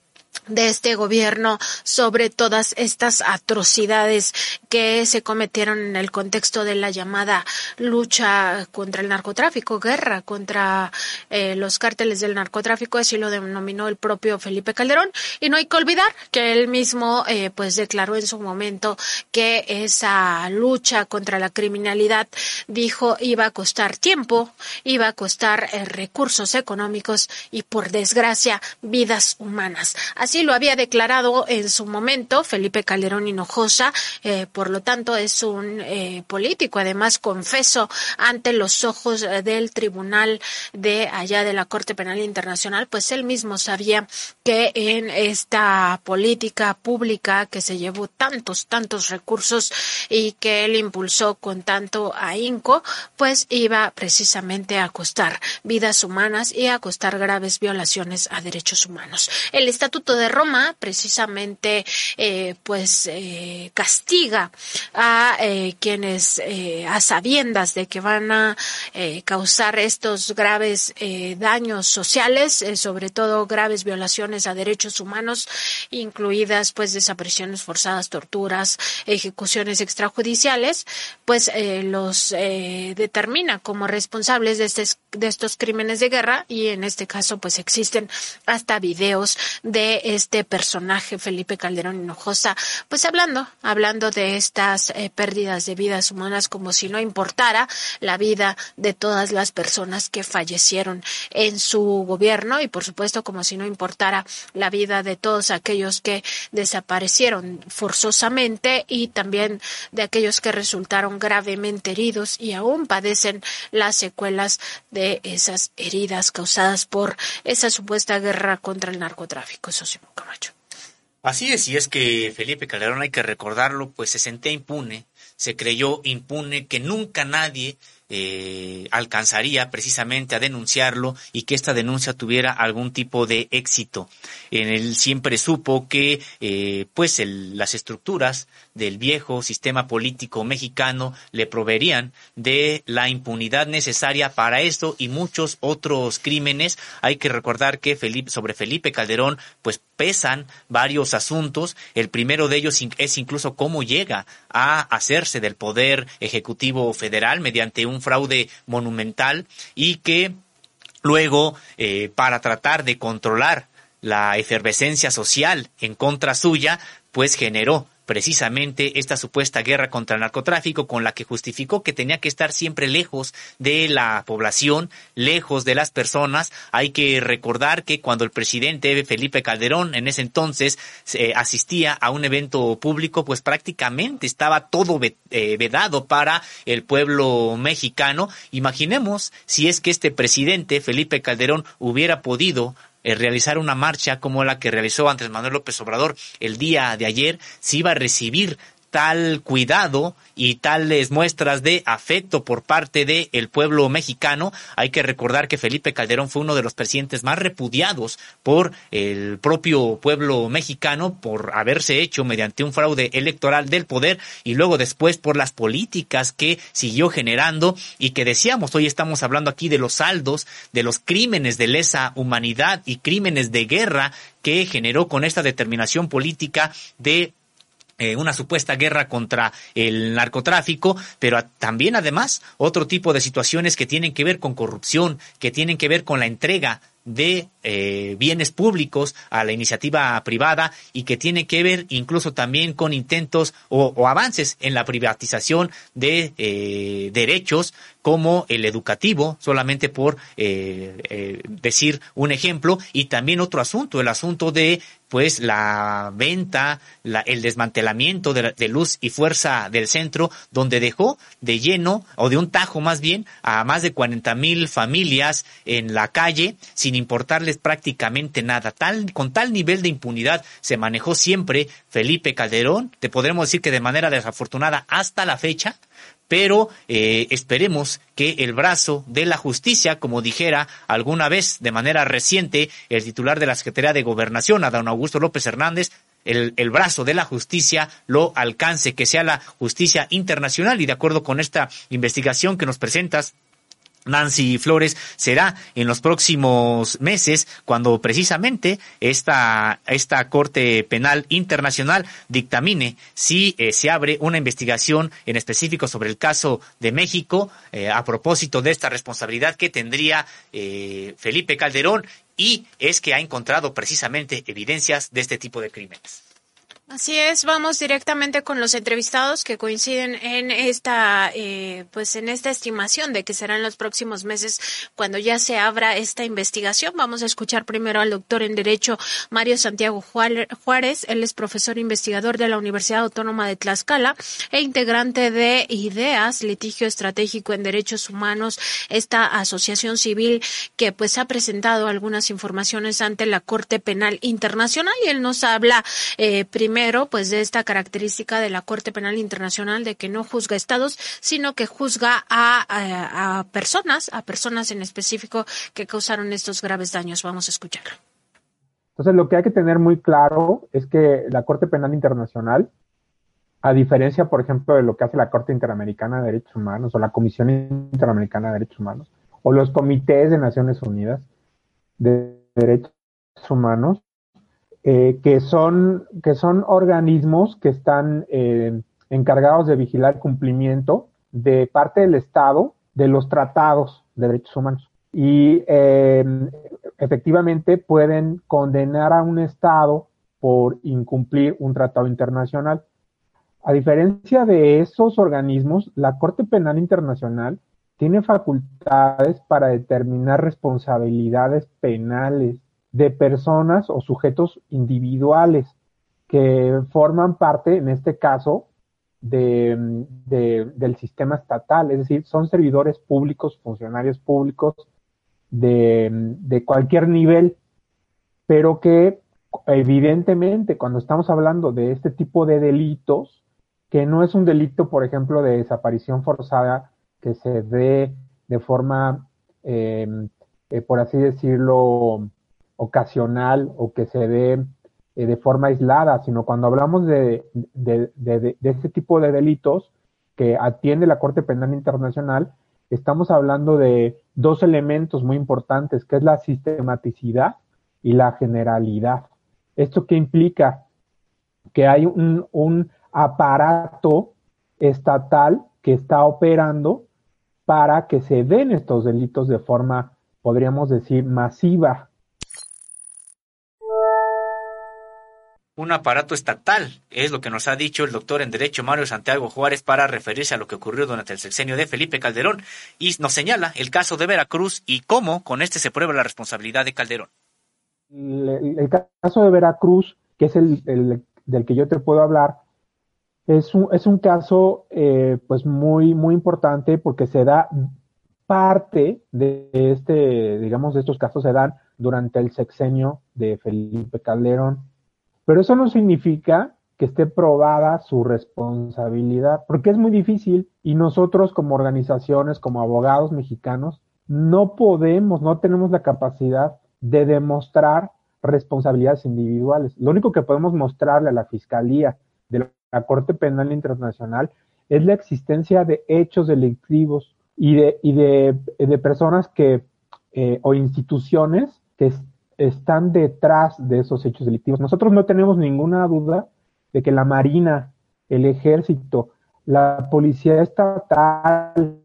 de este gobierno sobre todas estas atrocidades que se cometieron en el contexto de la llamada lucha contra el narcotráfico, guerra contra eh, los cárteles del narcotráfico, así lo denominó el propio Felipe Calderón. Y no hay que olvidar que él mismo eh, pues declaró en su momento que esa lucha contra la criminalidad, dijo, iba a costar tiempo, iba a costar eh, recursos económicos y, por desgracia, vidas humanas. Así lo había declarado en su momento Felipe Calderón Hinojosa, eh, por lo tanto es un eh, político, además confeso ante los ojos del tribunal de allá de la Corte Penal Internacional, pues él mismo sabía que en esta política pública que se llevó tantos, tantos recursos y que él impulsó con tanto ahínco, pues iba precisamente a costar vidas humanas y a costar graves violaciones a derechos humanos. El Estatuto de Roma precisamente eh, pues eh, castiga a eh, quienes eh, a sabiendas de que van a eh, causar estos graves eh, daños sociales, eh, sobre todo graves violaciones a derechos humanos, incluidas pues desapariciones forzadas, torturas, ejecuciones extrajudiciales, pues eh, los eh, determina como responsables de, este, de estos crímenes de guerra, y en este caso pues existen hasta videos de este personaje Felipe Calderón Hinojosa pues hablando, hablando de estas eh, pérdidas de vidas humanas como si no importara la vida de todas las personas que fallecieron en su gobierno, y por supuesto como si no importara la vida de todos aquellos que desaparecieron forzosamente y también de aquellos que resultaron gravemente heridos y aún padecen las secuelas de esas heridas causadas por esa supuesta guerra contra el narcotráfico. Sosimo Camacho. Así es, y es que Felipe Calderón, hay que recordarlo, pues se sentía impune, se creyó impune, que nunca nadie eh, alcanzaría precisamente a denunciarlo y que esta denuncia tuviera algún tipo de éxito. En él siempre supo que eh, pues el, las estructuras del viejo sistema político mexicano le proveerían de la impunidad necesaria para esto y muchos otros crímenes. Hay que recordar que Felipe, sobre Felipe Calderón pues pesan varios asuntos. El primero de ellos es incluso cómo llega a hacerse del poder ejecutivo federal mediante un fraude monumental, y que luego eh, para tratar de controlar la efervescencia social en contra suya pues generó precisamente esta supuesta guerra contra el narcotráfico, con la que justificó que tenía que estar siempre lejos de la población, lejos de las personas. Hay que recordar que cuando el presidente Felipe Calderón en ese entonces eh, asistía a un evento público, pues prácticamente estaba todo eh, vedado para el pueblo mexicano. Imaginemos si es que este presidente Felipe Calderón hubiera podido Eh, realizar una marcha como la que realizó Andrés Manuel López Obrador el día de ayer, si iba a recibir tal cuidado y tales muestras de afecto por parte del pueblo mexicano. Hay que recordar que Felipe Calderón fue uno de los presidentes más repudiados por el propio pueblo mexicano por haberse hecho mediante un fraude electoral del poder, y luego después por las políticas que siguió generando, y que decíamos, hoy estamos hablando aquí de los saldos, de los crímenes de lesa humanidad y crímenes de guerra que generó con esta determinación política de Eh, una supuesta guerra contra el narcotráfico, pero a, también además otro tipo de situaciones que tienen que ver con corrupción, que tienen que ver con la entrega de eh, bienes públicos a la iniciativa privada, y que tiene que ver incluso también con intentos o, o avances en la privatización de eh, derechos como el educativo, solamente por eh, eh, decir un ejemplo, y también otro asunto, el asunto de pues la venta, la, el desmantelamiento de, de Luz y Fuerza del Centro, donde dejó de lleno, o de un tajo más bien, a más de cuarenta mil familias en la calle, sin importarles prácticamente nada. Tal, con tal nivel de impunidad se manejó siempre Felipe Calderón, te podremos decir que de manera desafortunada hasta la fecha, pero eh, esperemos que el brazo de la justicia, como dijera alguna vez de manera reciente el titular de la Secretaría de Gobernación, Adán Augusto López Hernández, el, el brazo de la justicia lo alcance, que sea la justicia internacional, y de acuerdo con esta investigación que nos presentas, Nancy Flores, será en los próximos meses cuando precisamente esta esta Corte Penal Internacional dictamine si eh, se abre una investigación en específico sobre el caso de México, eh, a propósito de esta responsabilidad que tendría eh, Felipe Calderón, y es que ha encontrado precisamente evidencias de este tipo de crímenes. Así es, vamos directamente con los entrevistados que coinciden en esta, eh, pues en esta estimación de que serán los próximos meses cuando ya se abra esta investigación. Vamos a escuchar primero al doctor en Derecho Mario Santiago Juárez. Él es profesor investigador de la Universidad Autónoma de Tlaxcala e integrante de IDEAS, Litigio Estratégico en Derechos Humanos, esta asociación civil que pues ha presentado algunas informaciones ante la Corte Penal Internacional, y él nos habla eh, primero Primero, pues de esta característica de la Corte Penal Internacional de que no juzga estados, sino que juzga a, a, a personas, a personas en específico que causaron estos graves daños. Vamos a escucharlo. Entonces, lo que hay que tener muy claro es que la Corte Penal Internacional, a diferencia, por ejemplo, de lo que hace la Corte Interamericana de Derechos Humanos o la Comisión Interamericana de Derechos Humanos o los comités de Naciones Unidas de Derechos Humanos, Eh, que son que son organismos que están eh, encargados de vigilar el cumplimiento de parte del Estado de los tratados de derechos humanos. Y eh, efectivamente pueden condenar a un Estado por incumplir un tratado internacional. A diferencia de esos organismos, la Corte Penal Internacional tiene facultades para determinar responsabilidades penales de personas o sujetos individuales que forman parte, en este caso, de, de, del sistema estatal, es decir, son servidores públicos, funcionarios públicos de, de cualquier nivel, pero que evidentemente cuando estamos hablando de este tipo de delitos, que no es un delito, por ejemplo, de desaparición forzada que se dé de forma, eh, eh, por así decirlo, ocasional o que se dé eh, de forma aislada, sino cuando hablamos de, de, de, de, de este tipo de delitos que atiende la Corte Penal Internacional, estamos hablando de dos elementos muy importantes, que es la sistematicidad y la generalidad. ¿Esto qué implica? Que hay un, un aparato estatal que está operando para que se den estos delitos de forma, podríamos decir, masiva. Un aparato estatal, es lo que nos ha dicho el doctor en Derecho Mario Santiago Juárez para referirse a lo que ocurrió durante el sexenio de Felipe Calderón, y nos señala el caso de Veracruz y cómo con este se prueba la responsabilidad de Calderón. El, el caso de Veracruz, que es el, el del que yo te puedo hablar, es un, es un caso eh, pues muy, muy importante porque se da parte de este, digamos, de estos casos se dan durante el sexenio de Felipe Calderón. Pero eso no significa que esté probada su responsabilidad, porque es muy difícil y nosotros como organizaciones, como abogados mexicanos, no podemos, no tenemos la capacidad de demostrar responsabilidades individuales. Lo único que podemos mostrarle a la Fiscalía de la Corte Penal Internacional es la existencia de hechos delictivos y de, y de, de personas que, eh, o instituciones que están detrás de esos hechos delictivos. Nosotros no tenemos ninguna duda de que la Marina, el Ejército, la Policía Estatal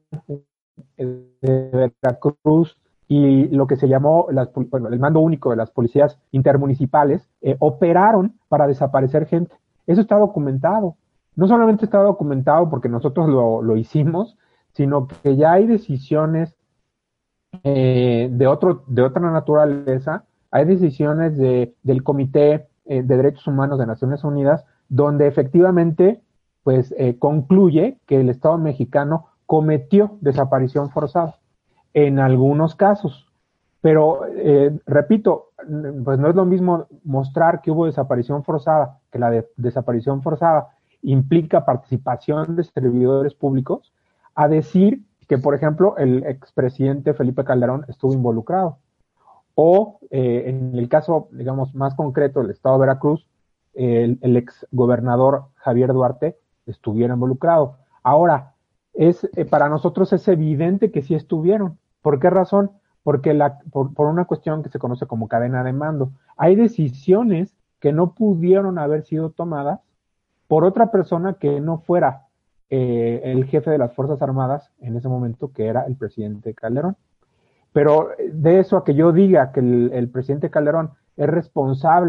de Veracruz y lo que se llamó las, bueno, el mando único de las policías intermunicipales eh, operaron para desaparecer gente. Eso está documentado. No solamente está documentado porque nosotros lo, lo hicimos, sino que ya hay decisiones eh, de, otro, de otra naturaleza. Hay decisiones de, del Comité eh, de Derechos Humanos de Naciones Unidas donde efectivamente pues eh, concluye que el Estado mexicano cometió desaparición forzada en algunos casos. Pero, eh, repito, pues no es lo mismo mostrar que hubo desaparición forzada, que la de desaparición forzada implica participación de servidores públicos, a decir que, por ejemplo, el expresidente Felipe Calderón estuvo involucrado. O eh, en el caso, digamos, más concreto del estado de Veracruz, el, el ex gobernador Javier Duarte estuviera involucrado. Ahora, es eh, para nosotros es evidente que sí estuvieron. ¿Por qué razón? Porque la, por, por una cuestión que se conoce como cadena de mando. Hay decisiones que no pudieron haber sido tomadas por otra persona que no fuera eh, el jefe de las Fuerzas Armadas en ese momento, que era el presidente Calderón. Pero de eso a que yo diga que el, el presidente Calderón es responsable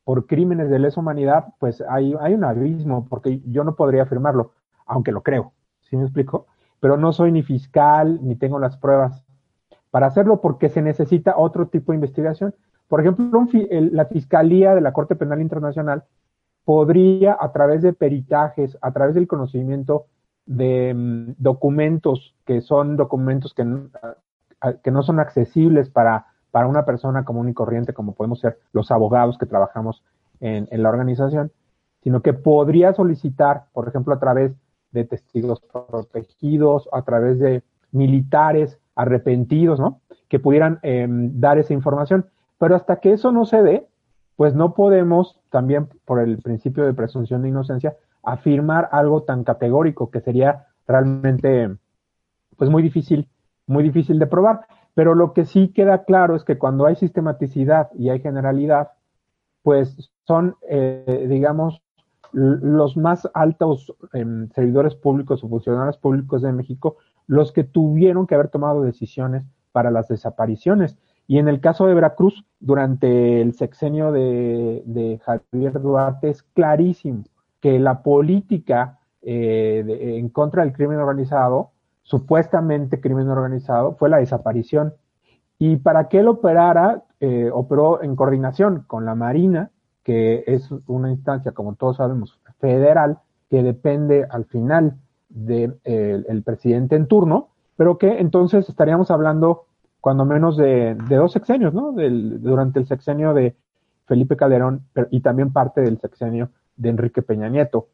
por crímenes de lesa humanidad, pues hay, hay un abismo, porque yo no podría afirmarlo, aunque lo creo, ¿sí me explico? Pero no soy ni fiscal, ni tengo las pruebas para hacerlo, porque se necesita otro tipo de investigación. Por ejemplo, un, el, la Fiscalía de la Corte Penal Internacional podría, a través de peritajes, a través del conocimiento de um, documentos que son documentos que, uh, que no son accesibles para, para una persona común y corriente, como podemos ser los abogados que trabajamos en, en la organización, sino que podría solicitar, por ejemplo, a través de testigos protegidos, a través de militares arrepentidos, ¿no?, que pudieran eh, dar esa información. Pero hasta que eso no se dé, pues no podemos, también por el principio de presunción de inocencia, afirmar algo tan categórico, que sería realmente pues muy difícil, muy difícil de probar. Pero lo que sí queda claro es que cuando hay sistematicidad y hay generalidad, pues son, eh, digamos, los más altos eh, servidores públicos o funcionarios públicos de México los que tuvieron que haber tomado decisiones para las desapariciones. Y en el caso de Veracruz, durante el sexenio de, de Javier Duarte, es clarísimo que la política eh, de, en contra del crimen organizado, supuestamente crimen organizado, fue la desaparición. Y para que él operara, eh, operó en coordinación con la Marina, que es una instancia, como todos sabemos, federal, que depende al final del de, eh, presidente en turno, pero que entonces estaríamos hablando cuando menos de, de dos sexenios, ¿no? Del, durante el sexenio de Felipe Calderón pero, y también parte del sexenio de Enrique Peña Nieto.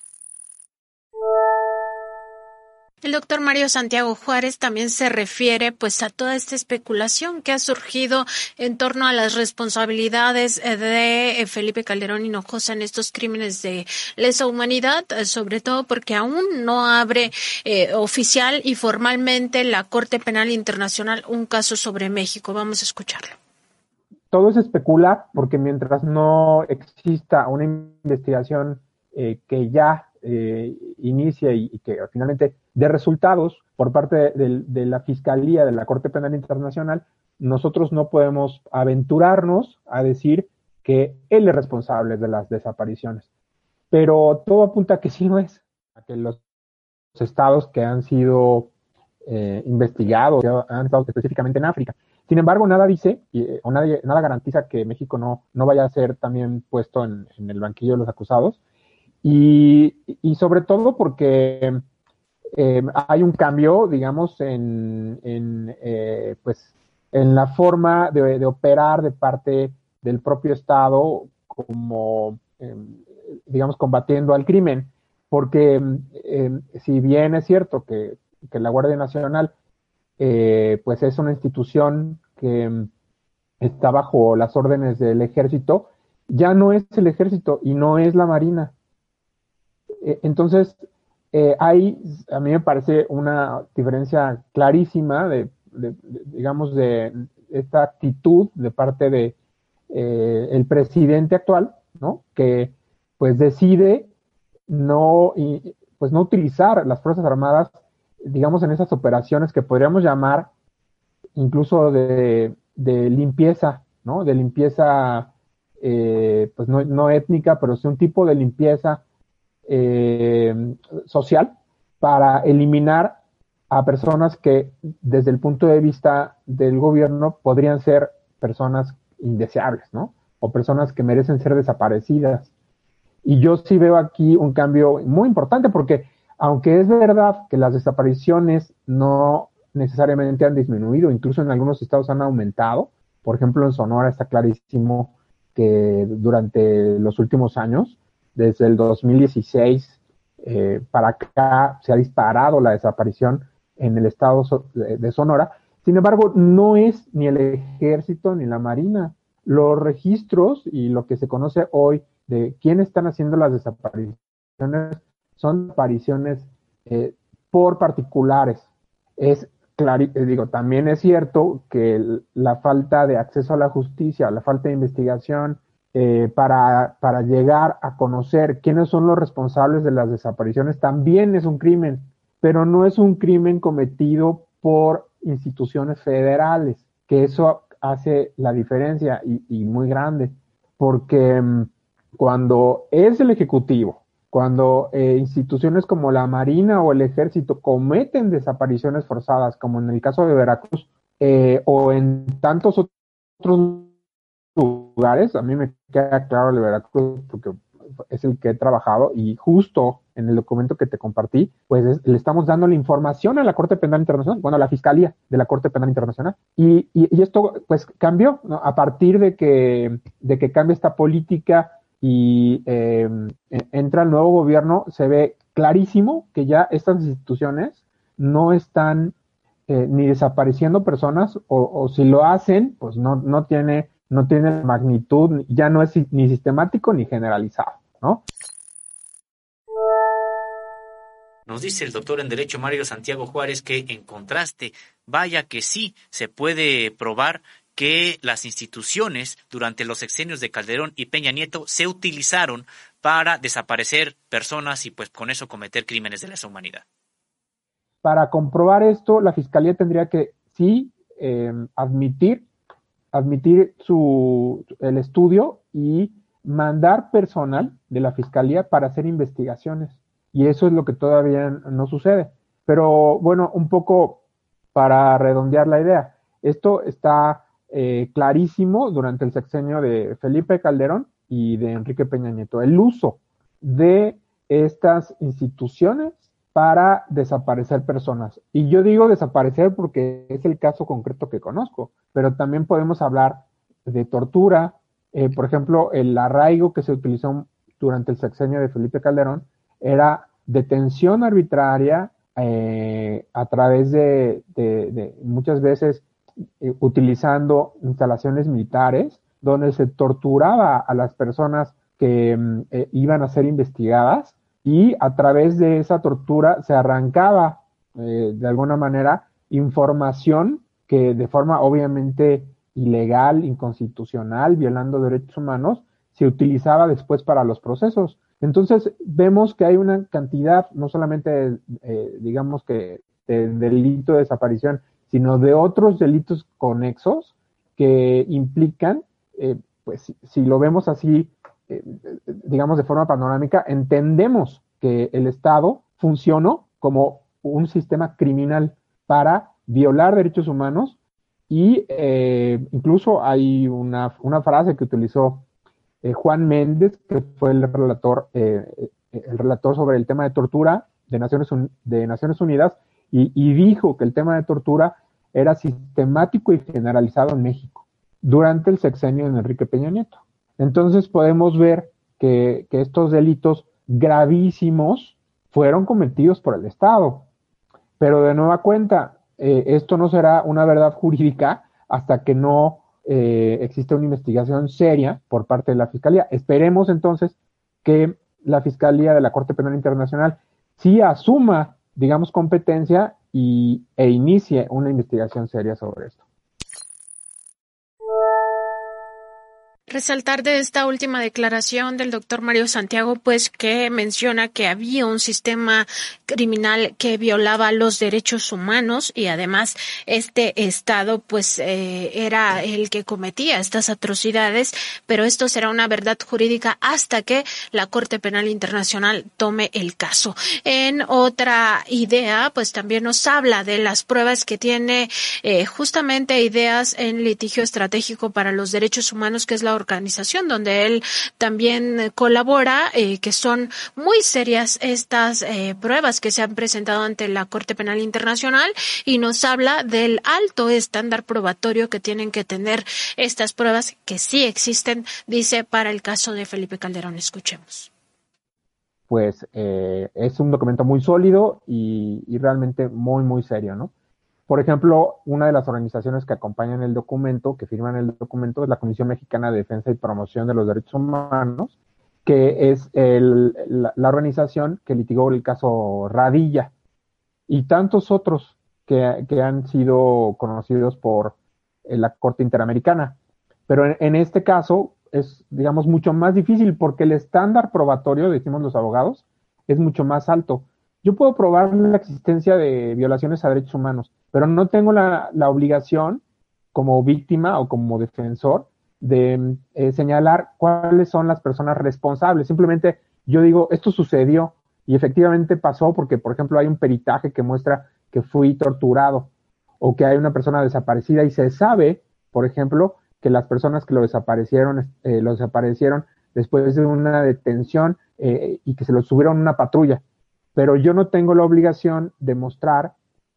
El doctor Mario Santiago Juárez también se refiere pues a toda esta especulación que ha surgido en torno a las responsabilidades de Felipe Calderón Hinojosa en estos crímenes de lesa humanidad, sobre todo porque aún no abre eh, oficial y formalmente la Corte Penal Internacional un caso sobre México. Vamos a escucharlo. Todo es especular porque mientras no exista una investigación eh, que ya eh, inicie y, y que finalmente de resultados por parte de, de, de la Fiscalía de la Corte Penal Internacional, nosotros no podemos aventurarnos a decir que él es responsable de las desapariciones. Pero todo apunta a que sí lo es, a que los estados que han sido eh, investigados han estado específicamente en África. Sin embargo, nada dice, eh, o nadie, nada garantiza que México no, no vaya a ser también puesto en, en el banquillo de los acusados. Y, y sobre todo porque Eh, hay un cambio, digamos, en, en eh, pues, en la forma de, de operar de parte del propio Estado, como, eh, digamos, combatiendo al crimen, porque eh, si bien es cierto que, que la Guardia Nacional, eh, pues, es una institución que está bajo las órdenes del Ejército, ya no es el Ejército y no es la Marina. Eh, entonces, Eh, hay, a mí me parece una diferencia clarísima de, de, de digamos, de esta actitud de parte de eh, el presidente actual, ¿no? Que pues decide no, y, pues no utilizar las Fuerzas Armadas, digamos, en esas operaciones que podríamos llamar incluso de, de limpieza, ¿no? De limpieza, eh, pues no, no étnica, pero sí un tipo de limpieza Eh, social para eliminar a personas que desde el punto de vista del gobierno podrían ser personas indeseables, ¿no? O personas que merecen ser desaparecidas. Y yo sí veo aquí un cambio muy importante porque aunque es verdad que las desapariciones no necesariamente han disminuido, incluso en algunos estados han aumentado, por ejemplo en Sonora está clarísimo que durante los últimos años desde el dos mil dieciséis eh, para acá se ha disparado la desaparición en el estado de, de Sonora. Sin embargo, no es ni el Ejército ni la Marina. Los registros y lo que se conoce hoy de quiénes están haciendo las desapariciones son apariciones eh, por particulares. Es claro, digo, también es cierto que la falta de acceso a la justicia, la falta de investigación, Eh, para, para llegar a conocer quiénes son los responsables de las desapariciones también es un crimen, pero no es un crimen cometido por instituciones federales, que eso hace la diferencia y, y muy grande, porque um, cuando es el Ejecutivo, cuando eh, instituciones como la Marina o el Ejército cometen desapariciones forzadas, como en el caso de Veracruz, eh, o en tantos otros lugares, a mí me queda claro el de Veracruz porque es el que he trabajado y justo en el documento que te compartí, pues es, le estamos dando la información a la Corte Penal Internacional, bueno, a la Fiscalía de la Corte Penal Internacional. Y, y, y esto pues cambió, ¿no? A partir de que, de que cambia esta política y eh, entra el nuevo gobierno, se ve clarísimo que ya estas instituciones no están eh, ni desapareciendo personas o, o si lo hacen, pues no, no tiene no tiene magnitud, ya no es ni sistemático ni generalizado, ¿no? Nos dice el doctor en Derecho Mario Santiago Juárez que, en contraste, vaya que sí se puede probar que las instituciones durante los sexenios de Calderón y Peña Nieto se utilizaron para desaparecer personas y pues con eso cometer crímenes de lesa humanidad. Para comprobar esto, la Fiscalía tendría que sí eh, admitir admitir su, el estudio y mandar personal de la Fiscalía para hacer investigaciones. Y eso es lo que todavía no sucede. Pero bueno, un poco para redondear la idea, esto está eh, clarísimo durante el sexenio de Felipe Calderón y de Enrique Peña Nieto. El uso de estas instituciones para desaparecer personas. Y yo digo desaparecer porque es el caso concreto que conozco, pero también podemos hablar de tortura. Eh, por ejemplo, el arraigo que se utilizó durante el sexenio de Felipe Calderón era detención arbitraria eh, a través de, de, de muchas veces eh, utilizando instalaciones militares donde se torturaba a las personas que eh, iban a ser investigadas. Y a través de esa tortura se arrancaba, eh, de alguna manera, información que de forma obviamente ilegal, inconstitucional, violando derechos humanos, se utilizaba después para los procesos. Entonces, vemos que hay una cantidad, no solamente, eh, digamos que, de delito de desaparición, sino de otros delitos conexos que implican, eh, pues, si, si lo vemos así, Eh, digamos de forma panorámica, entendemos que el Estado funcionó como un sistema criminal para violar derechos humanos y eh, incluso hay una, una frase que utilizó eh, Juan Méndez, que fue el relator, eh, el relator sobre el tema de tortura de Naciones, de Naciones Unidas y, y dijo que el tema de tortura era sistemático y generalizado en México durante el sexenio de Enrique Peña Nieto. Entonces podemos ver que, que estos delitos gravísimos fueron cometidos por el Estado. Pero de nueva cuenta, eh, esto no será una verdad jurídica hasta que no eh, exista una investigación seria por parte de la Fiscalía. Esperemos entonces que la Fiscalía de la Corte Penal Internacional sí asuma, digamos, competencia y, e inicie una investigación seria sobre esto. Resaltar de esta última declaración del doctor Mario Santiago, pues que menciona que había un sistema criminal que violaba los derechos humanos y además este Estado pues eh, era el que cometía estas atrocidades, pero esto será una verdad jurídica hasta que la Corte Penal Internacional tome el caso. En otra idea, pues también nos habla de las pruebas que tiene eh, justamente Ideas en Litigio Estratégico para los Derechos Humanos, que es la organización donde él también colabora, eh, que son muy serias estas eh, pruebas que se han presentado ante la Corte Penal Internacional y nos habla del alto estándar probatorio que tienen que tener estas pruebas que sí existen, dice, para el caso de Felipe Calderón. Escuchemos. Pues eh, es un documento muy sólido y, y realmente muy, muy serio, ¿no? Por ejemplo, una de las organizaciones que acompañan el documento, que firman el documento, es la Comisión Mexicana de Defensa y Promoción de los Derechos Humanos, que es el, la, la organización que litigó el caso Radilla y tantos otros que, que han sido conocidos por la Corte Interamericana. Pero en, en este caso es, digamos, mucho más difícil porque el estándar probatorio, decimos los abogados, es mucho más alto. Yo puedo probar la existencia de violaciones a derechos humanos, pero no tengo la, la obligación como víctima o como defensor de eh, señalar cuáles son las personas responsables. Simplemente yo digo, esto sucedió y efectivamente pasó porque, por ejemplo, hay un peritaje que muestra que fui torturado o que hay una persona desaparecida y se sabe, por ejemplo, que las personas que lo desaparecieron, eh, lo desaparecieron después de una detención eh, y que se lo subieron a una patrulla. Pero yo no tengo la obligación de mostrar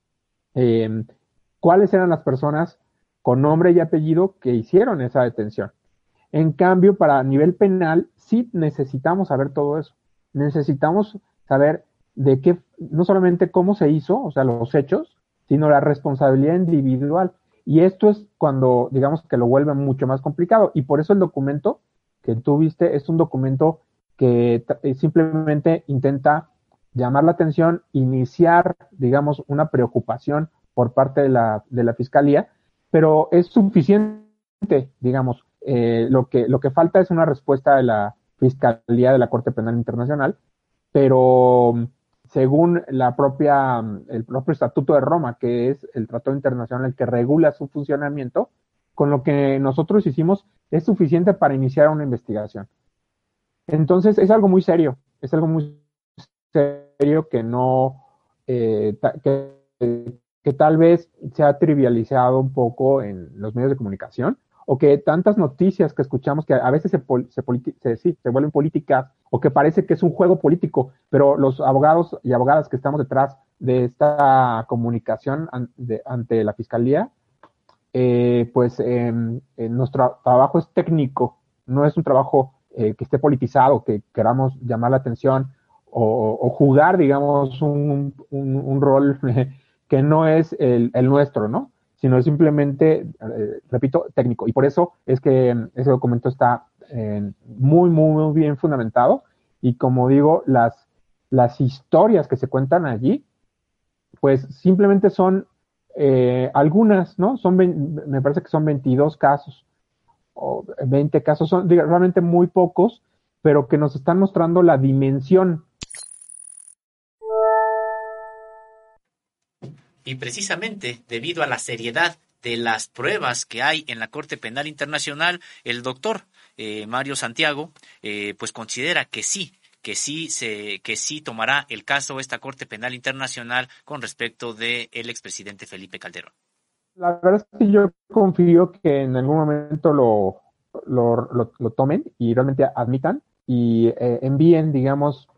eh, cuáles eran las personas con nombre y apellido que hicieron esa detención. En cambio, para nivel penal, sí necesitamos saber todo eso. Necesitamos saber de qué, no solamente cómo se hizo, o sea, los hechos, sino la responsabilidad individual. Y esto es cuando, digamos, que lo vuelve mucho más complicado. Y por eso el documento que tú viste es un documento que t- simplemente intenta llamar la atención, iniciar, digamos, una preocupación por parte de la, de la Fiscalía, pero es suficiente, digamos. Eh, lo que, lo que falta es una respuesta de la Fiscalía de la Corte Penal Internacional, pero según la propia, el propio Estatuto de Roma, que es el tratado internacional que regula su funcionamiento, con lo que nosotros hicimos es suficiente para iniciar una investigación. Entonces es algo muy serio, es algo muy serio que no, eh, ta, que, que tal vez se ha trivializado un poco en los medios de comunicación, o que tantas noticias que escuchamos que a veces se, se, se, sí, se vuelven políticas, o que parece que es un juego político, pero los abogados y abogadas que estamos detrás de esta comunicación an, de, ante la Fiscalía, eh, pues eh, eh, nuestro trabajo es técnico, no es un trabajo eh, que esté politizado, que queramos llamar la atención o, o jugar, digamos, un, un, un rol que no es el, el nuestro, ¿no? Sino simplemente, eh, repito, técnico. Y por eso es que ese documento está eh, muy, muy, muy bien fundamentado. Y como digo, las, las historias que se cuentan allí, pues simplemente son eh, algunas, ¿no? Son, me parece que son veintidós casos, o veinte casos, son digo, realmente muy pocos, pero que nos están mostrando la dimensión. Y precisamente debido a la seriedad de las pruebas que hay en la Corte Penal Internacional, el doctor eh, Mario Santiago eh, pues considera que sí, que sí se, que sí tomará el caso esta Corte Penal Internacional con respecto del expresidente Felipe Calderón. La verdad es que yo confío que en algún momento lo, lo, lo, lo tomen y realmente admitan y eh, envíen, digamos,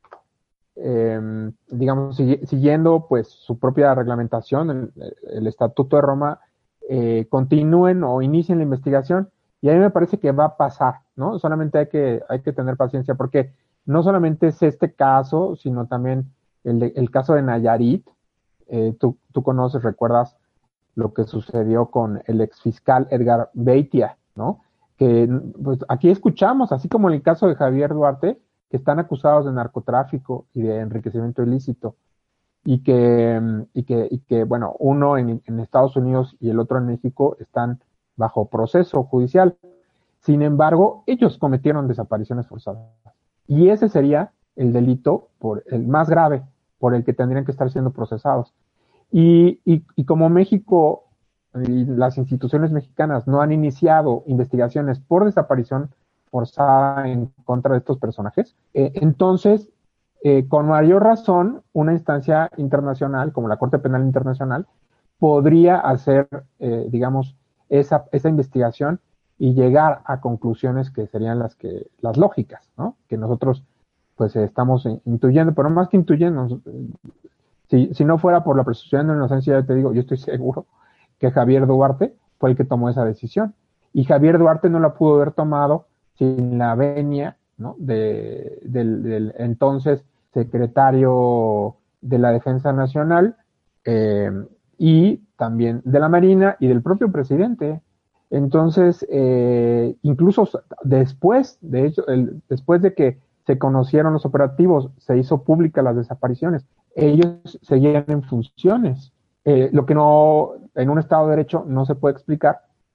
Eh, digamos, sig- siguiendo pues su propia reglamentación, el, el Estatuto de Roma, eh, continúen o inicien la investigación, y a mí me parece que va a pasar, ¿no? Solamente hay que, hay que tener paciencia, porque no solamente es este caso, sino también el, de, el caso de Nayarit. Eh, tú, tú conoces, recuerdas lo que sucedió con el exfiscal Edgar Beitia, ¿no? Que pues aquí escuchamos, así como en el caso de Javier Duarte, que están acusados de narcotráfico y de enriquecimiento ilícito, y que, y que, y que bueno, uno en, en Estados Unidos y el otro en México están bajo proceso judicial. Sin embargo, ellos cometieron desapariciones forzadas. Y ese sería el delito por el más grave, por el que tendrían que estar siendo procesados. Y, y, y como México y las instituciones mexicanas no han iniciado investigaciones por desaparición forzada en contra de estos personajes, eh, entonces, eh, con mayor razón, una instancia internacional como la Corte Penal Internacional podría hacer, eh, digamos, esa, esa investigación y llegar a conclusiones que serían las que las lógicas, ¿no? Que nosotros pues estamos intuyendo, pero más que intuyendo, si, si no fuera por la presunción de inocencia, yo te digo, yo estoy seguro que Javier Duarte fue el que tomó esa decisión. Y Javier Duarte no la pudo haber tomado sin la venia, ¿no? de, del, del entonces secretario de la Defensa Nacional eh, y también de la Marina y del propio presidente. Entonces, eh, incluso después, de hecho, el, después de que se conocieron los operativos, se hizo pública las desapariciones, ellos seguían en funciones. Eh, lo que no, en un Estado de Derecho no se puede explicar,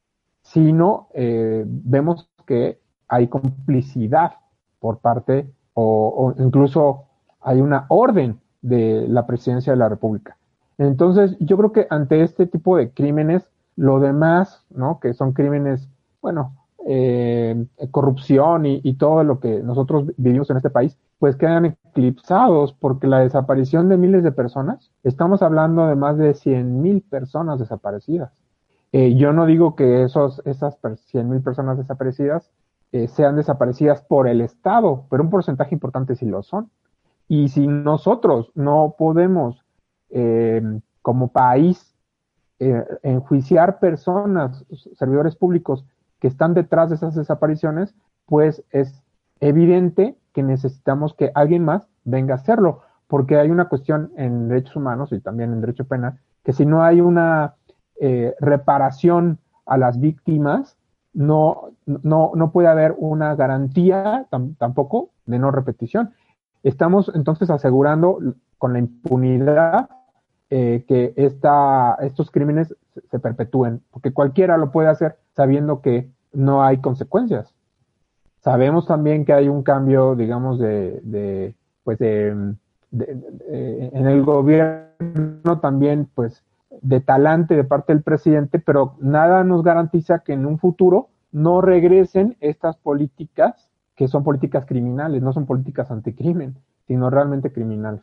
sino eh, vemos que hay complicidad por parte, o, o incluso hay una orden de la Presidencia de la República. Entonces, yo creo que ante este tipo de crímenes, lo demás, ¿no? Que son crímenes, bueno, eh, corrupción y, y todo lo que nosotros vivimos en este país, pues quedan eclipsados, porque la desaparición de miles de personas, estamos hablando de más de cien mil personas desaparecidas. Eh, yo no digo que esos, esas cien mil personas desaparecidas eh, sean desaparecidas por el Estado, pero un porcentaje importante sí lo son. Y si nosotros no podemos, eh, como país, eh, enjuiciar personas, servidores públicos que están detrás de esas desapariciones, pues es evidente que necesitamos que alguien más venga a hacerlo, porque hay una cuestión en derechos humanos y también en derecho penal, que si no hay una eh, reparación a las víctimas, no, no, no puede haber una garantía tam, tampoco de no repetición. Estamos entonces asegurando con la impunidad eh, que esta, estos crímenes se, se perpetúen, porque cualquiera lo puede hacer sabiendo que no hay consecuencias. Sabemos también que hay un cambio, digamos, de, de pues de, de, de, de, en el gobierno también, pues, de talante de parte del presidente, pero nada nos garantiza que en un futuro no regresen estas políticas que son políticas criminales, no son políticas anticrimen, sino realmente criminales.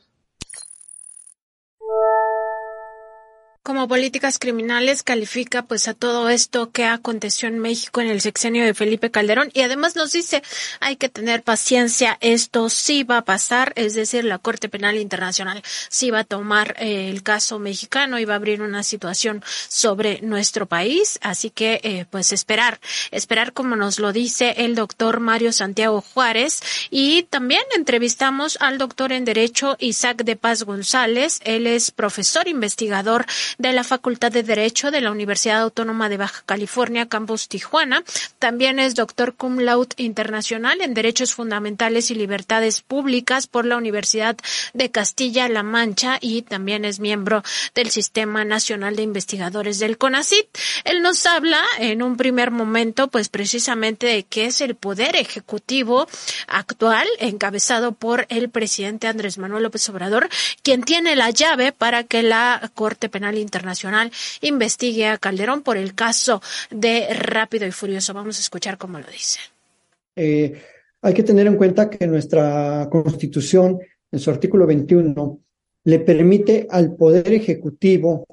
Como políticas criminales califica pues a todo esto que aconteció en México en el sexenio de Felipe Calderón, y además nos dice hay que tener paciencia, esto sí va a pasar, es decir, la Corte Penal Internacional sí va a tomar eh, el caso mexicano y va a abrir una situación sobre nuestro país, así que eh, pues esperar, esperar como nos lo dice el doctor Mario Santiago Juárez. Y también entrevistamos al doctor en Derecho Isaac de Paz González, él es profesor investigador de la Facultad de Derecho de la Universidad Autónoma de Baja California, Campus Tijuana. También es doctor cum laude internacional en Derechos Fundamentales y Libertades Públicas por la Universidad de Castilla-La Mancha y también es miembro del Sistema Nacional de Investigadores del CONACYT. Él nos habla en un primer momento, pues precisamente de qué es el Poder Ejecutivo actual, encabezado por el presidente Andrés Manuel López Obrador, quien tiene la llave para que la Corte Penal Internacional investigue a Calderón por el caso de Rápido y Furioso. Vamos a escuchar cómo lo dice. Eh, hay que tener en cuenta que nuestra Constitución, en su artículo veintiuno, le permite al Poder Ejecutivo,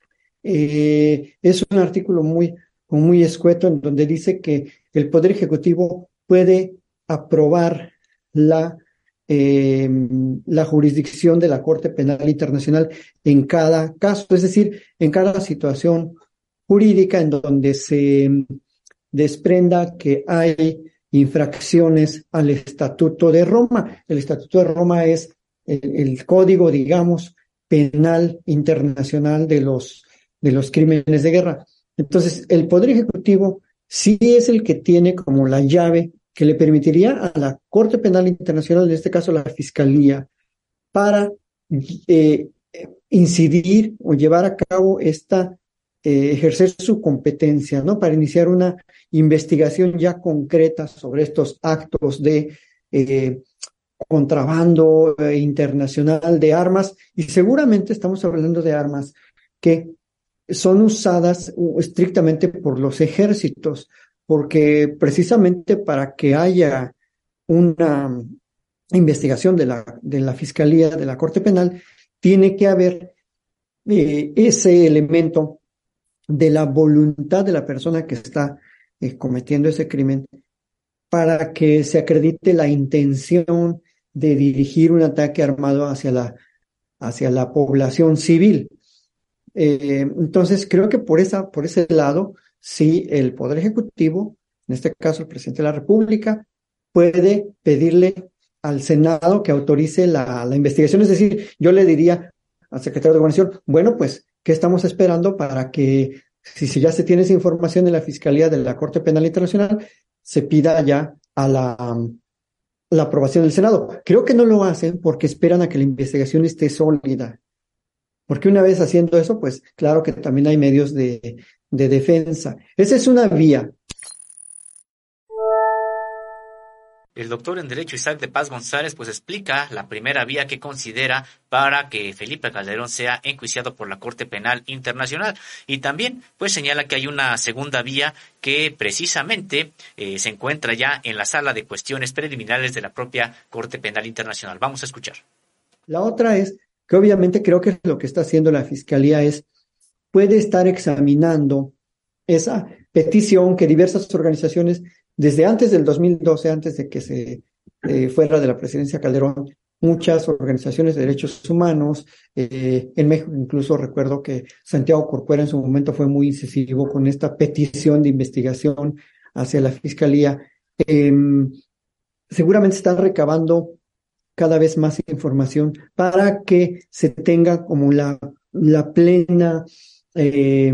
eh, es un artículo muy, muy escueto, en donde dice que el Poder Ejecutivo puede aprobar la Eh, la jurisdicción de la Corte Penal Internacional en cada caso, es decir, en cada situación jurídica en donde se desprenda que hay infracciones al Estatuto de Roma. El Estatuto de Roma es el, el código, digamos, penal internacional de los, de los crímenes de guerra. Entonces, el Poder Ejecutivo sí es el que tiene como la llave que le permitiría a la Corte Penal Internacional, en este caso la Fiscalía, para eh, incidir o llevar a cabo esta, eh, ejercer su competencia, ¿no? Para iniciar una investigación ya concreta sobre estos actos de eh, contrabando eh, internacional de armas, y seguramente estamos hablando de armas que son usadas estrictamente por los ejércitos, porque precisamente para que haya una investigación de la, de la Fiscalía, de la Corte Penal, tiene que haber eh, ese elemento de la voluntad de la persona que está eh, cometiendo ese crimen, para que se acredite la intención de dirigir un ataque armado hacia la, hacia la población civil. Eh, entonces, creo que por esa, por ese lado, sí, el Poder Ejecutivo, en este caso el Presidente de la República, puede pedirle al Senado que autorice la, la investigación. Es decir, yo le diría al secretario de Gobernación, bueno, pues, ¿qué estamos esperando para que, si, si ya se tiene esa información en la Fiscalía de la Corte Penal Internacional, se pida ya a la, la aprobación del Senado? Creo que no lo hacen porque esperan a que la investigación esté sólida. Porque una vez haciendo eso, pues claro que también hay medios de, de defensa. Esa es una vía. El doctor en Derecho Isaac de Paz González pues explica la primera vía que considera para que Felipe Calderón sea enjuiciado por la Corte Penal Internacional, y también pues señala que hay una segunda vía que precisamente eh, se encuentra ya en la sala de cuestiones preliminares de la propia Corte Penal Internacional. Vamos a escuchar. La otra es que obviamente creo que lo que está haciendo la Fiscalía es, puede estar examinando esa petición que diversas organizaciones desde antes del dos mil doce, antes de que se eh, fuera de la presidencia Calderón, muchas organizaciones de derechos humanos, eh, en México incluso recuerdo que Santiago Corcuera en su momento fue muy incisivo con esta petición de investigación hacia la Fiscalía. Eh, seguramente están recabando cada vez más información para que se tenga como la, la plena, eh,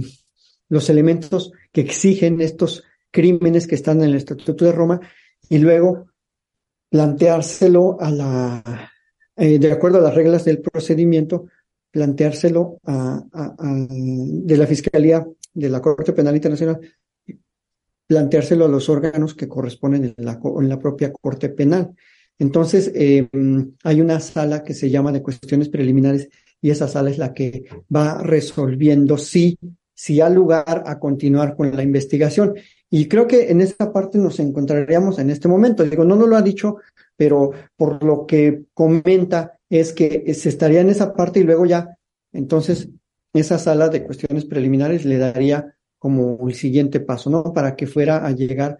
los elementos que exigen estos crímenes que están en el Estatuto de Roma, y luego planteárselo a la, eh, de acuerdo a las reglas del procedimiento, planteárselo a, a, a, de la Fiscalía de la Corte Penal Internacional, planteárselo a los órganos que corresponden en la, en la propia Corte Penal. Entonces, eh, hay una sala que se llama de cuestiones preliminares, y esa sala es la que va resolviendo si, si ha lugar a continuar con la investigación. Y creo que en esta parte nos encontraríamos en este momento. Digo, no nos lo ha dicho, pero por lo que comenta es que se estaría en esa parte, y luego ya, entonces, esa sala de cuestiones preliminares le daría como el siguiente paso, ¿no? Para que fuera a llegar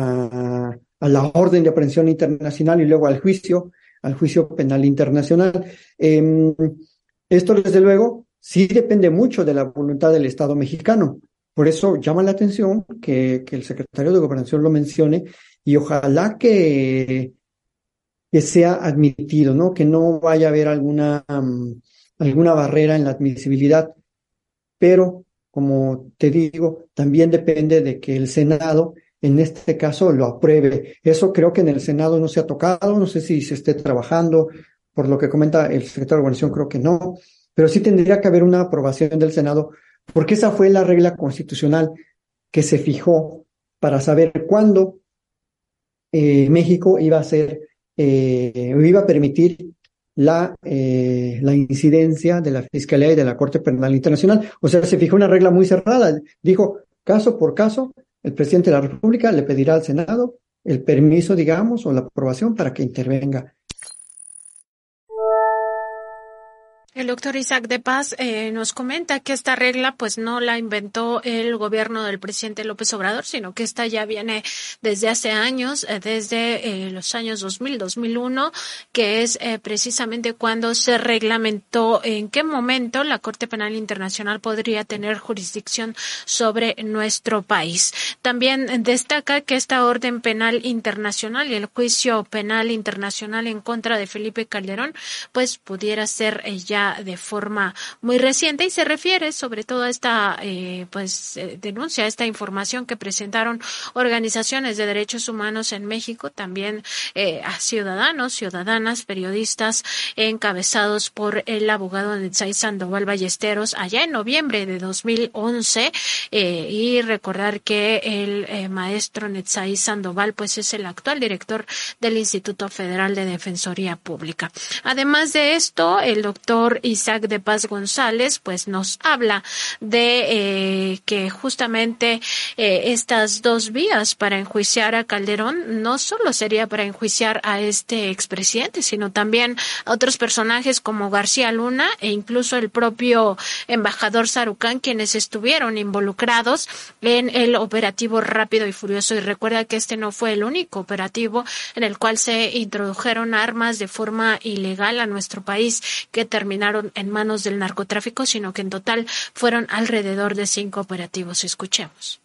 a, a la orden de aprehensión internacional y luego al juicio, al juicio penal internacional. Eh, esto, desde luego, sí depende mucho de la voluntad del Estado mexicano. Por eso llama la atención que, que el secretario de Gobernación lo mencione, y ojalá que, que sea admitido, ¿no? Que no vaya a haber alguna, um, alguna barrera en la admisibilidad. Pero, como te digo, también depende de que el Senado, en este caso, lo apruebe. Eso creo que en el Senado no se ha tocado, no sé si se esté trabajando, por lo que comenta el secretario de Gobernación, creo que no, pero sí tendría que haber una aprobación del Senado, porque esa fue la regla constitucional que se fijó para saber cuándo eh, México iba a hacer, eh, iba a permitir la, eh, la incidencia de la Fiscalía y de la Corte Penal Internacional. O sea, se fijó una regla muy cerrada. Dijo, caso por caso, el presidente de la República le pedirá al Senado el permiso, digamos, o la aprobación para que intervenga. El doctor Isaac de Paz eh, nos comenta que esta regla pues no la inventó el gobierno del presidente López Obrador, sino que esta ya viene desde hace años, eh, desde eh, los años dos mil, dos mil uno, que es eh, precisamente cuando se reglamentó en qué momento la Corte Penal Internacional podría tener jurisdicción sobre nuestro país. También destaca que esta orden penal internacional y el juicio penal internacional en contra de Felipe Calderón pues pudiera ser eh, ya de forma muy reciente, y se refiere sobre todo a esta eh, pues eh, denuncia, a esta información que presentaron organizaciones de derechos humanos en México, también eh, a ciudadanos, ciudadanas, periodistas encabezados por el abogado Netzai Sandoval Ballesteros allá en noviembre de dos mil once, eh, y recordar que el eh, maestro Netzai Sandoval pues es el actual director del Instituto Federal de Defensoría Pública. Además de esto, el doctor Isaac de Paz González pues nos habla de eh, que justamente eh, estas dos vías para enjuiciar a Calderón no solo sería para enjuiciar a este expresidente, sino también a otros personajes como García Luna e incluso el propio embajador Sarucán, quienes estuvieron involucrados en el operativo Rápido y Furioso. Y recuerda que este no fue el único operativo en el cual se introdujeron armas de forma ilegal a nuestro país que terminaron en manos del narcotráfico, sino que en total fueron alrededor de cinco operativos. Escuchemos.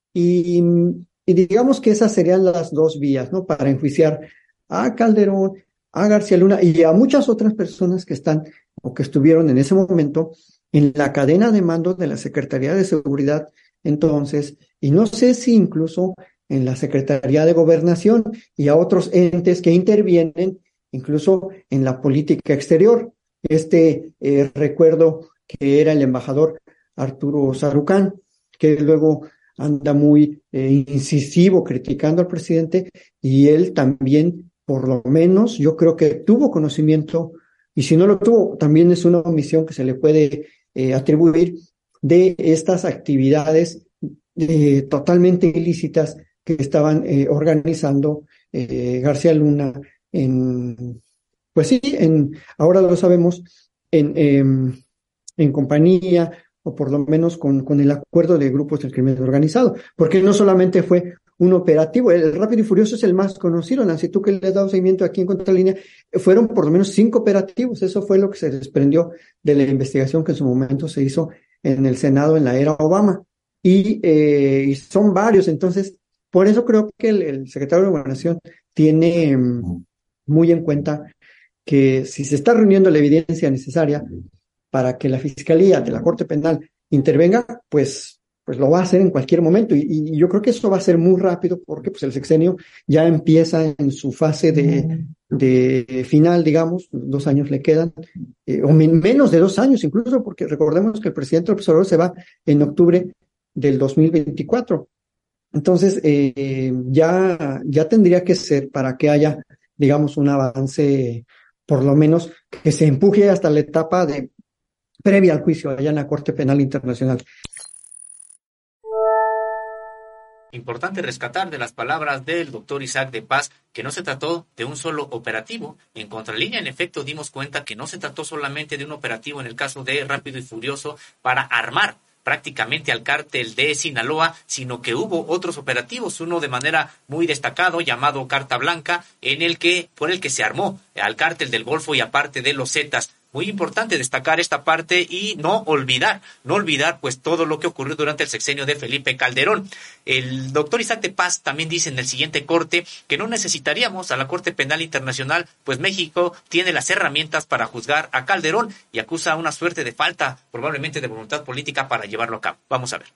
Y, y digamos que esas serían las dos vías, ¿no? Para enjuiciar a Calderón, a García Luna y a muchas otras personas que están o que estuvieron en ese momento en la cadena de mando de la Secretaría de Seguridad entonces, y no sé si incluso en la Secretaría de Gobernación y a otros entes que intervienen incluso en la política exterior. Este eh, recuerdo que era el embajador Arturo Sarucán, que luego anda muy eh, incisivo criticando al presidente, y él también, por lo menos, yo creo que tuvo conocimiento, y si no lo tuvo, también es una omisión que se le puede eh, atribuir, de estas actividades eh, totalmente ilícitas que estaban eh, organizando eh, García Luna en, pues sí, en, ahora lo sabemos, en, eh, en compañía, o por lo menos con, con el acuerdo de grupos del crimen organizado, porque no solamente fue un operativo, el Rápido y Furioso es el más conocido, Nancy, tú que le has dado seguimiento aquí en Contralínea, fueron por lo menos cinco operativos, eso fue lo que se desprendió de la investigación que en su momento se hizo en el Senado en la era Obama, y, eh, y son varios, entonces, por eso creo que el, el secretario de Gobernación tiene um, muy en cuenta que si se está reuniendo la evidencia necesaria para que la Fiscalía de la Corte Penal intervenga, pues, pues lo va a hacer en cualquier momento. Y, y yo creo que eso va a ser muy rápido porque pues, el sexenio ya empieza en su fase de, de final, digamos, dos años le quedan, eh, o men- menos de dos años incluso, porque recordemos que el presidente López Obrador se va en octubre del dos mil veinticuatro. Entonces, eh, ya, ya tendría que ser para que haya, digamos, un avance, por lo menos, que se empuje hasta la etapa de previa al juicio allá en la Corte Penal Internacional. Importante rescatar de las palabras del doctor Isaac de Paz que no se trató de un solo operativo. En Contralínea, en efecto, dimos cuenta que no se trató solamente de un operativo en el caso de Rápido y Furioso para armar prácticamente al cártel de Sinaloa, sino que hubo otros operativos, uno de manera muy destacado llamado Carta Blanca, en el que, por el que se armó al cártel del Golfo y aparte de los Zetas. Muy importante destacar esta parte y no olvidar, no olvidar pues todo lo que ocurrió durante el sexenio de Felipe Calderón. El doctor Isaac de Paz también dice en el siguiente corte que no necesitaríamos a la Corte Penal Internacional, pues México tiene las herramientas para juzgar a Calderón y acusa una suerte de falta, probablemente de voluntad política para llevarlo a cabo. Vamos a ver.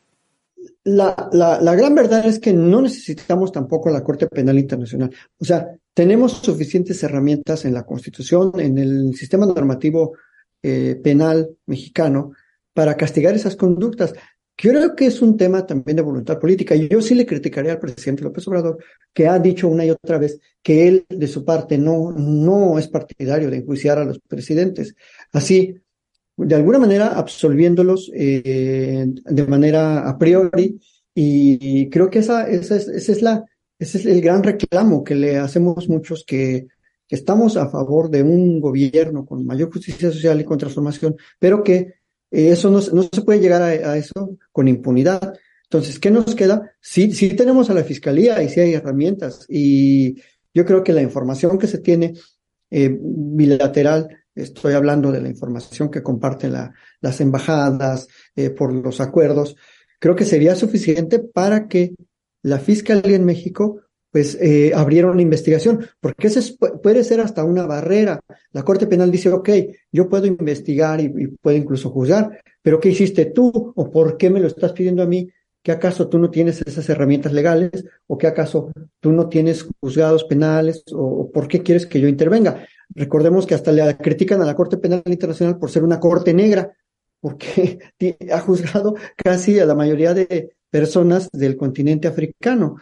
La, la, la gran verdad es que no necesitamos tampoco la Corte Penal Internacional. O sea, tenemos suficientes herramientas en la Constitución, en el sistema normativo eh, penal mexicano, para castigar esas conductas. Creo que es un tema también de voluntad política. Y yo sí le criticaré al presidente López Obrador, que ha dicho una y otra vez que él, de su parte, no, no es partidario de enjuiciar a los presidentes. Así, de alguna manera absolviéndolos eh, de manera a priori, y, y creo que esa, esa, es, esa es la, ese es el gran reclamo que le hacemos muchos que, que estamos a favor de un gobierno con mayor justicia social y con transformación, pero que eh, eso no, no se puede llegar a, a eso con impunidad. Entonces, ¿qué nos queda? Sí, sí tenemos a la Fiscalía y sí hay herramientas, y yo creo que la información que se tiene eh, bilateral, estoy hablando de la información que comparten la, las embajadas eh, por los acuerdos, creo que sería suficiente para que la Fiscalía en México pues eh, abriera una investigación, porque eso es, puede ser hasta una barrera. La Corte Penal dice, ok, yo puedo investigar y, y puedo incluso juzgar, pero ¿qué hiciste tú? ¿O por qué me lo estás pidiendo a mí? ¿Qué acaso tú no tienes esas herramientas legales? ¿O qué acaso tú no tienes juzgados penales? ¿O, o por qué quieres que yo intervenga? Recordemos que hasta le critican a la Corte Penal Internacional por ser una corte negra, porque ha juzgado casi a la mayoría de personas del continente africano.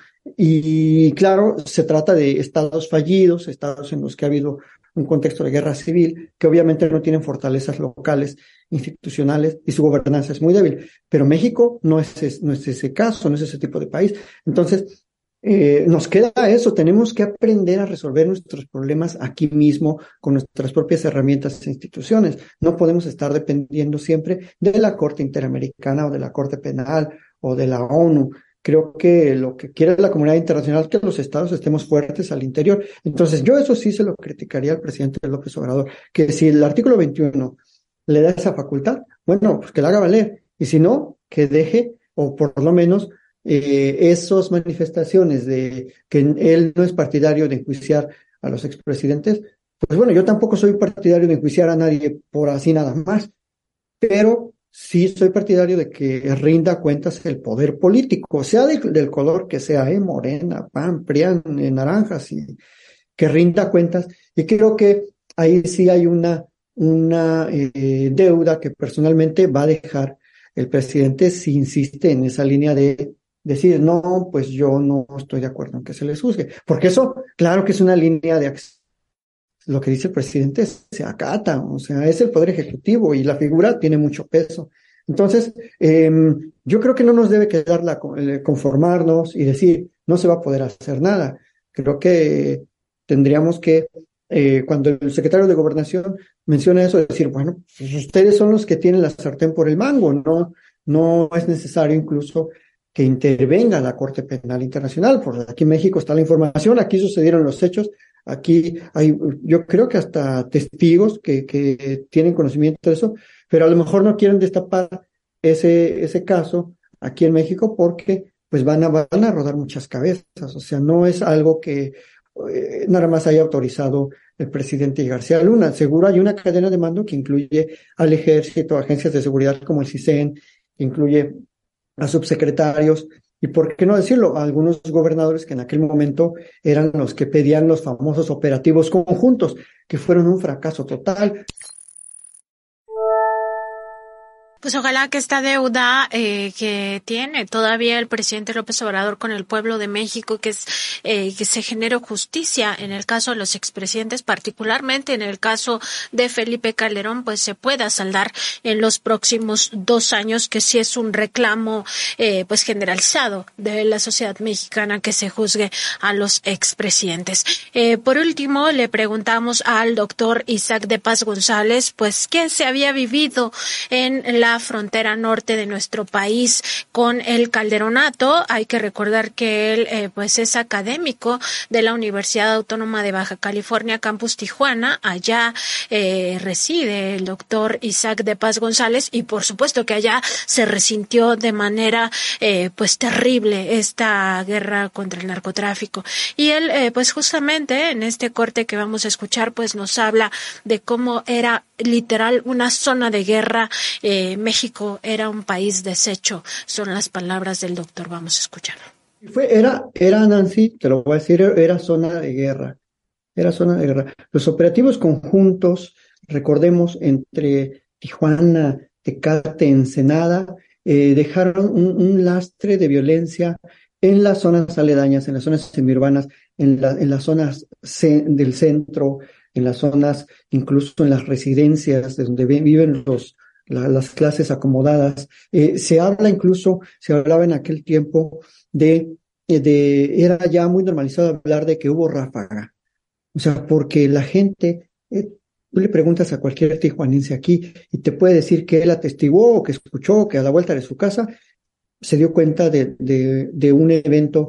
Y claro, se trata de estados fallidos, estados en los que ha habido un contexto de guerra civil, que obviamente no tienen fortalezas locales, institucionales, y su gobernanza es muy débil. Pero México no es, no es ese caso, no es ese tipo de país. Entonces, Eh, nos queda eso, tenemos que aprender a resolver nuestros problemas aquí mismo con nuestras propias herramientas e instituciones. No podemos estar dependiendo siempre de la Corte Interamericana o de la Corte Penal o de la ONU. Creo que lo que quiere la comunidad internacional es que los estados estemos fuertes al interior. Entonces, yo eso sí se lo criticaría al presidente López Obrador, que si el artículo veintiuno le da esa facultad, bueno, pues que la haga valer. Y si no, que deje, o por lo menos, Eh, esas manifestaciones de que él no es partidario de enjuiciar a los expresidentes, pues bueno, yo tampoco soy partidario de enjuiciar a nadie por así nada más, pero sí soy partidario de que rinda cuentas el poder político, sea de, del color que sea, eh, morena, pan, prián, eh, naranjas, y que rinda cuentas, y creo que ahí sí hay una, una eh, deuda que personalmente va a dejar el presidente si insiste en esa línea de decir, no, pues yo no estoy de acuerdo en que se les juzgue. Porque eso, claro que es una línea de acción. Lo que dice el presidente se acata, o sea, es el Poder Ejecutivo y la figura tiene mucho peso. Entonces, eh, yo creo que no nos debe quedar la, conformarnos y decir, no se va a poder hacer nada. Creo que tendríamos que, eh, cuando el secretario de Gobernación menciona eso, decir, bueno, pues ustedes son los que tienen la sartén por el mango, ¿no? No es necesario incluso que intervenga la Corte Penal Internacional, porque aquí en México está la información, aquí sucedieron los hechos, aquí hay, yo creo que hasta testigos que, que tienen conocimiento de eso, pero a lo mejor no quieren destapar ese, ese caso aquí en México porque pues van a, van a rodar muchas cabezas, o sea, no es algo que eh, nada más haya autorizado el presidente García Luna. Seguro hay una cadena de mando que incluye al ejército, agencias de seguridad como el CISEN, que incluye a subsecretarios, y por qué no decirlo, a algunos gobernadores que en aquel momento eran los que pedían los famosos operativos conjuntos, que fueron un fracaso total. Pues ojalá que esta deuda eh, que tiene todavía el presidente López Obrador con el pueblo de México, que es eh, que se genere justicia en el caso de los expresidentes, particularmente en el caso de Felipe Calderón, pues se pueda saldar en los próximos dos años, que sí es un reclamo eh, pues generalizado de la sociedad mexicana que se juzgue a los expresidentes. Eh, por último, le preguntamos al doctor Isaac de Paz González, pues qué se había vivido en la frontera norte de nuestro país con el Calderonato. Hay que recordar que él eh, pues es académico de la Universidad Autónoma de Baja California, Campus Tijuana. Allá eh, reside el doctor Isaac de Paz González y por supuesto que allá se resintió de manera eh, pues terrible esta guerra contra el narcotráfico. Y él eh, pues justamente en este corte que vamos a escuchar pues nos habla de cómo era literal una zona de guerra. eh, México era un país deshecho, son las palabras del doctor. Vamos a escucharlo. Fue, era, era Nancy, te lo voy a decir, era zona de guerra, era zona de guerra. Los operativos conjuntos, recordemos, entre Tijuana, Tecate, Ensenada, eh, dejaron un, un lastre de violencia en las zonas aledañas, en las zonas semiurbanas, en, la, en las zonas ce- del centro, en las zonas, incluso en las residencias de donde viven los La, las clases acomodadas. Eh, se habla incluso, se hablaba en aquel tiempo de, de, era ya muy normalizado hablar de que hubo ráfaga. O sea, porque la gente, eh, tú le preguntas a cualquier tijuanense aquí y te puede decir que él atestiguó o que escuchó, que a la vuelta de su casa se dio cuenta de, de, de un evento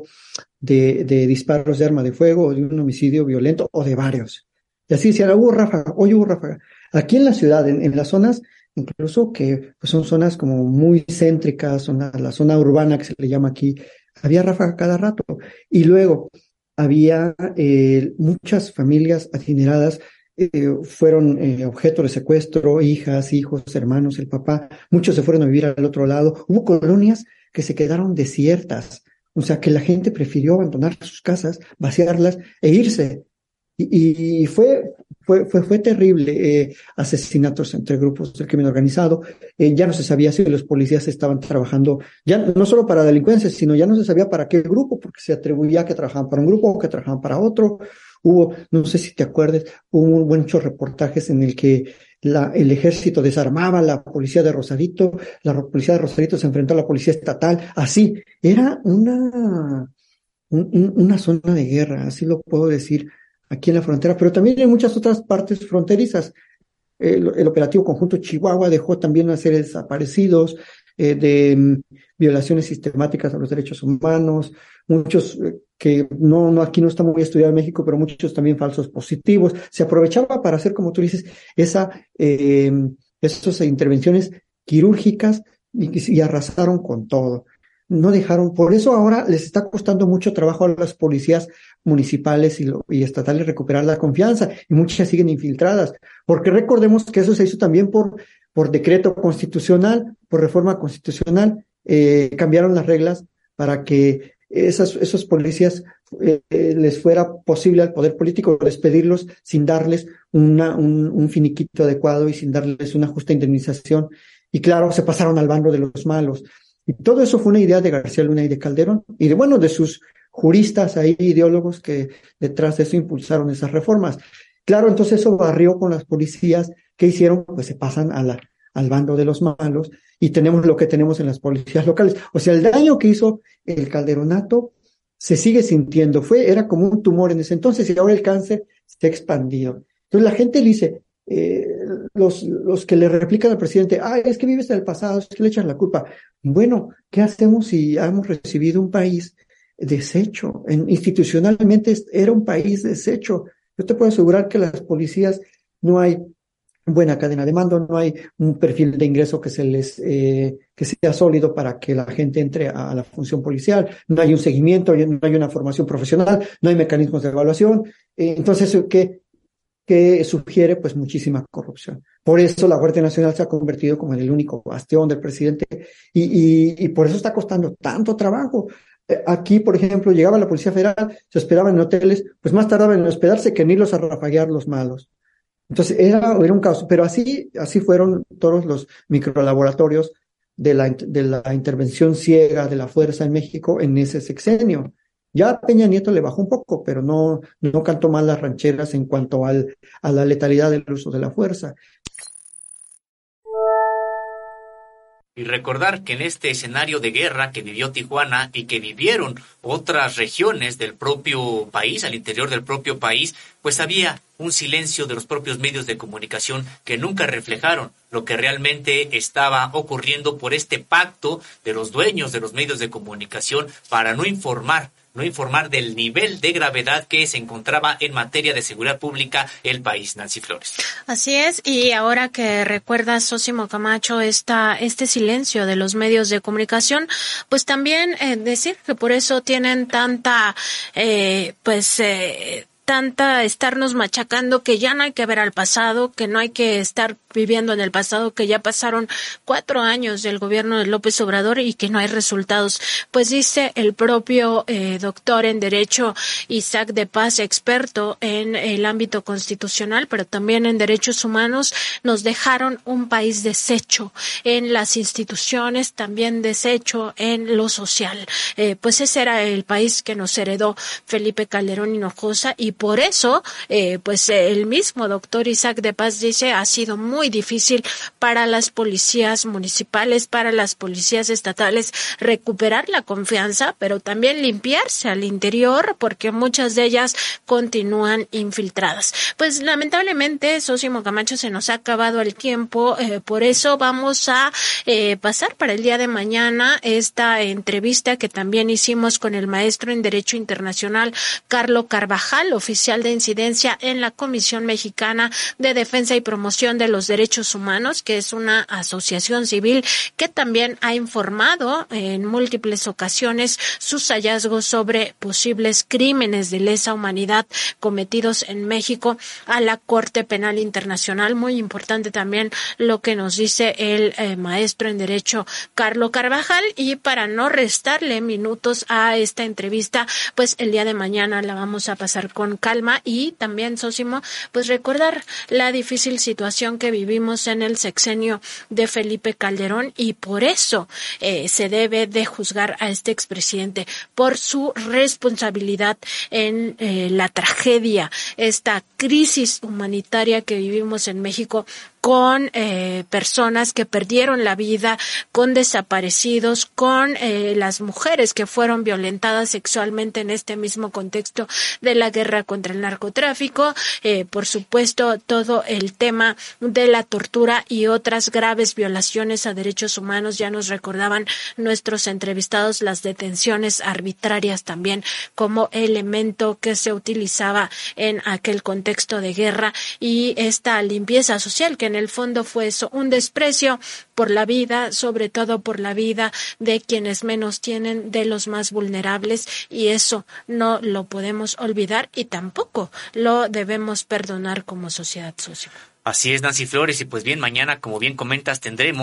de, de disparos de arma de fuego o de un homicidio violento o de varios. Y así decían, hubo ráfaga, hoy hubo ráfaga. Aquí en la ciudad, en, en las zonas incluso que pues son zonas como muy céntricas, zona, la zona urbana que se le llama aquí, había ráfaga cada rato. Y luego había eh, muchas familias adineradas, eh, fueron eh, objeto de secuestro, hijas, hijos, hermanos, el papá, muchos se fueron a vivir al otro lado. Hubo colonias que se quedaron desiertas, o sea que la gente prefirió abandonar sus casas, vaciarlas e irse. Y, y fue, fue, fue, fue terrible, eh, asesinatos entre grupos del crimen organizado. Eh, ya no se sabía si los policías estaban trabajando, ya no solo para delincuencia, sino ya no se sabía para qué grupo, porque se atribuía que trabajaban para un grupo o que trabajaban para otro. Hubo, no sé si te acuerdas, hubo muchos reportajes en el que la, el ejército desarmaba a la policía de Rosarito, la policía de Rosarito se enfrentó a la policía estatal, así. Era una, un, una zona de guerra, así lo puedo decir, aquí en la frontera, pero también en muchas otras partes fronterizas. El, el operativo conjunto Chihuahua dejó también una serie de desaparecidos, eh, de um, violaciones sistemáticas a los derechos humanos, muchos eh, que no, no, aquí no está muy estudiado en México, pero muchos también falsos positivos. Se aprovechaba para hacer, como tú dices, esa, eh, esas intervenciones quirúrgicas y, y arrasaron con todo. No dejaron, por eso ahora les está costando mucho trabajo a las policías municipales y, lo, y estatales recuperar la confianza, y muchas siguen infiltradas, porque recordemos que eso se hizo también por, por decreto constitucional, por reforma constitucional, eh, cambiaron las reglas para que esas, esos policías eh, les fuera posible al poder político despedirlos sin darles una, un, un finiquito adecuado y sin darles una justa indemnización, y claro, se pasaron al bando de los malos. Y todo eso fue una idea de García Luna y de Calderón, y de, bueno, de sus juristas ahí, ideólogos que detrás de eso impulsaron esas reformas. Claro, entonces eso barrió con las policías. ¿Qué hicieron? Pues se pasan a la, al bando de los malos y tenemos lo que tenemos en las policías locales. O sea, el daño que hizo el calderonato se sigue sintiendo. Fue, era como un tumor en ese entonces y ahora el cáncer se ha expandido. Entonces la gente le dice, eh, los, los que le replican al presidente, ah, es que vives en el pasado, es que le echan la culpa. Bueno, ¿qué hacemos si hemos recibido un país deshecho? En, institucionalmente era un país deshecho. Yo te puedo asegurar que las policías no hay buena cadena de mando, no hay un perfil de ingreso que se les eh, que sea sólido para que la gente entre a, a la función policial, no hay un seguimiento, no hay una formación profesional, no hay mecanismos de evaluación. Eh, entonces, ¿qué, qué sugiere? Pues muchísima corrupción. Por eso la Guardia Nacional se ha convertido como en el único bastión del presidente y, y, y por eso está costando tanto trabajo. Aquí, por ejemplo, llegaba la Policía Federal, se hospedaban en hoteles, pues más tardaban en hospedarse que en irlos a rafaguear los malos. Entonces era, era un caos, pero así, así fueron todos los microlaboratorios de la, de la intervención ciega de la fuerza en México en ese sexenio. Ya a Peña Nieto le bajó un poco, pero no, no cantó mal las rancheras en cuanto al, a la letalidad del uso de la fuerza. Y recordar que en este escenario de guerra que vivió Tijuana y que vivieron otras regiones del propio país, al interior del propio país, pues había un silencio de los propios medios de comunicación que nunca reflejaron lo que realmente estaba ocurriendo por este pacto de los dueños de los medios de comunicación para no informar, no informar del nivel de gravedad que se encontraba en materia de seguridad pública el país. Nancy Flores. Así es, y ahora que recuerdas, Sósimo Camacho, esta, este silencio de los medios de comunicación, pues también eh, decir que por eso tienen tanta, eh, pues, eh, tanta estarnos machacando que ya no hay que ver al pasado, que no hay que estar viviendo en el pasado, que ya pasaron cuatro años del gobierno de López Obrador y que no hay resultados. Pues dice el propio eh, doctor en Derecho Isaac de Paz, experto en el ámbito constitucional, pero también en derechos humanos, nos dejaron un país deshecho en las instituciones, también deshecho en lo social. Eh, pues ese era el país que nos heredó Felipe Calderón Hinojosa y por eso, eh, pues el mismo doctor Isaac de Paz dice, ha sido muy difícil para las policías municipales, para las policías estatales recuperar la confianza, pero también limpiarse al interior porque muchas de ellas continúan infiltradas. Pues lamentablemente, Sósimo Camacho, se nos ha acabado el tiempo, eh, por eso vamos a eh, pasar para el día de mañana esta entrevista que también hicimos con el maestro en Derecho Internacional, Carlos Carvajal, oficial de incidencia en la Comisión Mexicana de Defensa y Promoción de los Derechos Humanos, que es una asociación civil que también ha informado en múltiples ocasiones sus hallazgos sobre posibles crímenes de lesa humanidad cometidos en México a la Corte Penal Internacional. Muy importante también lo que nos dice el eh, maestro en Derecho Carlos Carvajal, y para no restarle minutos a esta entrevista, pues el día de mañana la vamos a pasar con calma y también, Sósimo, pues recordar la difícil situación que vivimos en el sexenio de Felipe Calderón y por eso eh, se debe de juzgar a este expresidente por su responsabilidad en eh, la tragedia, esta crisis humanitaria que vivimos en México con eh, personas que perdieron la vida, con desaparecidos, con eh, las mujeres que fueron violentadas sexualmente en este mismo contexto de la guerra contra el narcotráfico, eh, por supuesto todo el tema de la tortura y otras graves violaciones a derechos humanos. Ya nos recordaban nuestros entrevistados las detenciones arbitrarias también como elemento que se utilizaba en aquel contexto de guerra, y esta limpieza social que en el fondo fue eso, un desprecio por la vida, sobre todo por la vida de quienes menos tienen, de los más vulnerables, y eso no lo podemos olvidar y tampoco lo debemos perdonar como sociedad, socio. Así es, Nancy Flores, y pues bien, mañana, como bien comentas, tendremos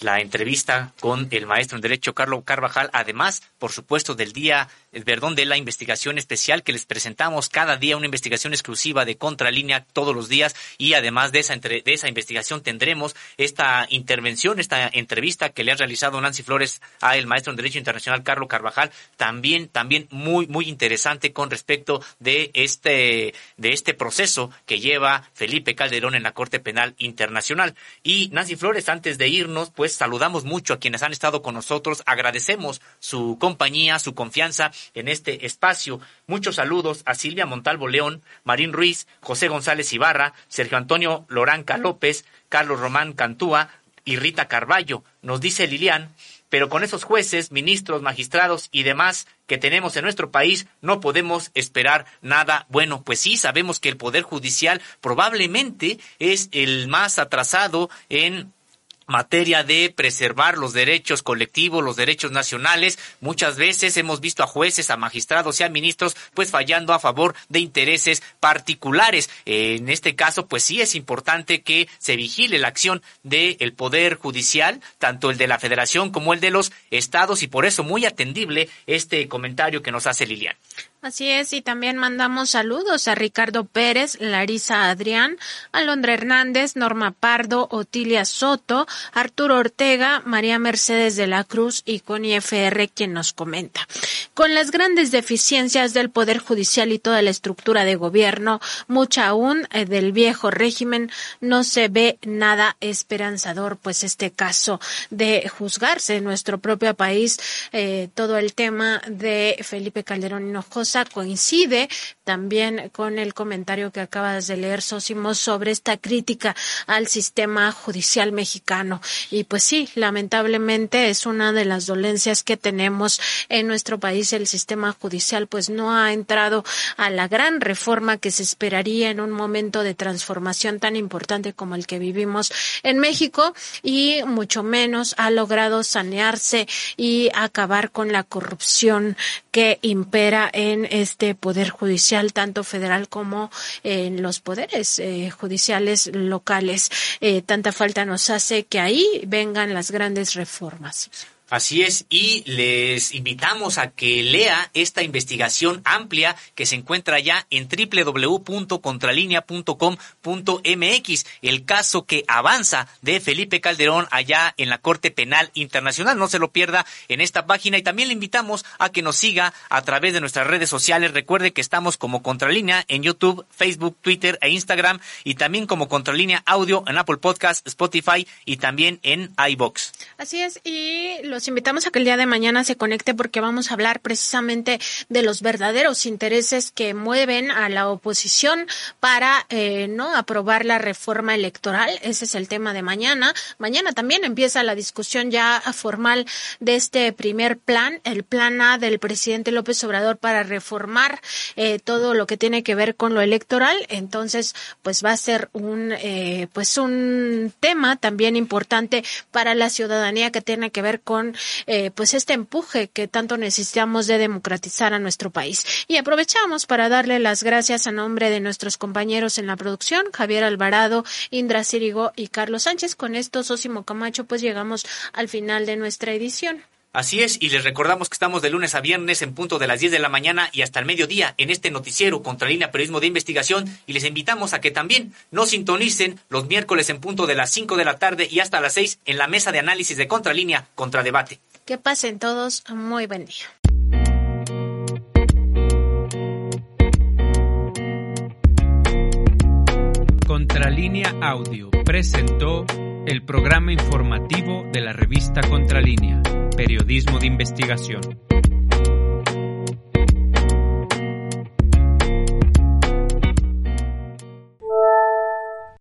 la entrevista con el maestro en Derecho Carlos Carvajal, además, por supuesto, del día, perdón, de la investigación especial que les presentamos cada día, una investigación exclusiva de Contralínea todos los días, y además de esa entre, de esa investigación tendremos esta intervención, esta entrevista que le ha realizado Nancy Flores a el maestro en Derecho Internacional Carlos Carvajal, también también muy muy interesante con respecto de este de este proceso que lleva Felipe Calderón en la Corte Penal Internacional. Y Nancy Flores, antes de irnos, pues saludamos mucho a quienes han estado con nosotros, agradecemos su compañía, su confianza en este espacio. Muchos saludos a Silvia Montalvo León, Marín Ruiz, José González Ibarra, Sergio Antonio Loranca López, Carlos Román Cantúa y Rita Carballo. Nos dice Lilian, pero con esos jueces, ministros, magistrados y demás que tenemos en nuestro país, no podemos esperar nada bueno. Pues sí, sabemos que el Poder Judicial probablemente es el más atrasado en materia de preservar los derechos colectivos, los derechos nacionales. Muchas veces hemos visto a jueces, a magistrados y a ministros pues fallando a favor de intereses particulares. En este caso pues sí es importante que se vigile la acción del Poder Judicial, tanto el de la Federación como el de los estados, y por eso muy atendible este comentario que nos hace Lilian. Así es, y también mandamos saludos a Ricardo Pérez, Larisa Adrián, Alondra Hernández, Norma Pardo, Otilia Soto, Arturo Ortega, María Mercedes de la Cruz y Connie F R, quien nos comenta. Con las grandes deficiencias del Poder Judicial y toda la estructura de gobierno, mucha aún eh, del viejo régimen, no se ve nada esperanzador, pues este caso de juzgarse en nuestro propio país, eh, todo el tema de Felipe Calderón Hinojosa coincide también con el comentario que acabas de leer, Sósimo, sobre esta crítica al sistema judicial mexicano. Y pues sí, lamentablemente es una de las dolencias que tenemos en nuestro país. El sistema judicial pues no ha entrado a la gran reforma que se esperaría en un momento de transformación tan importante como el que vivimos en México, y mucho menos ha logrado sanearse y acabar con la corrupción que impera en este Poder Judicial, tanto federal como en los poderes eh, judiciales locales. Eh, tanta falta nos hace que ahí vengan las grandes reformas. Así es, y les invitamos a que lea esta investigación amplia que se encuentra ya en doble u doble u doble u punto contralinea punto com punto m x, el caso que avanza de Felipe Calderón allá en la Corte Penal Internacional. No se lo pierda en esta página, y también le invitamos a que nos siga a través de nuestras redes sociales. Recuerde que estamos como Contralínea en YouTube, Facebook, Twitter e Instagram, y también como Contralínea Audio en Apple Podcast, Spotify y también en iVoox. Así es, y los invitamos a que el día de mañana se conecte, porque vamos a hablar precisamente de los verdaderos intereses que mueven a la oposición para eh, no aprobar la reforma electoral. Ese es el tema de mañana. Mañana también empieza la discusión ya formal de este primer plan, el plan A del presidente López Obrador para reformar eh, todo lo que tiene que ver con lo electoral. Entonces, pues va a ser un eh, pues un tema también importante para la ciudadanía, que tiene que ver con Eh, pues este empuje que tanto necesitamos de democratizar a nuestro país. Y aprovechamos para darle las gracias a nombre de nuestros compañeros en la producción, Javier Alvarado, Indra Círigo y Carlos Sánchez. Con esto, Sósimo Camacho, pues llegamos al final de nuestra edición. Así es, y les recordamos que estamos de lunes a viernes en punto de las diez de la mañana y hasta el mediodía en este noticiero Contralínea Periodismo de Investigación, y les invitamos a que también nos sintonicen los miércoles en punto de las cinco de la tarde y hasta las seis en la mesa de análisis de Contralínea Contradebate. Que pasen todos muy buen día. Contralínea Audio presentó el programa informativo de la revista Contralínea, Periodismo de Investigación.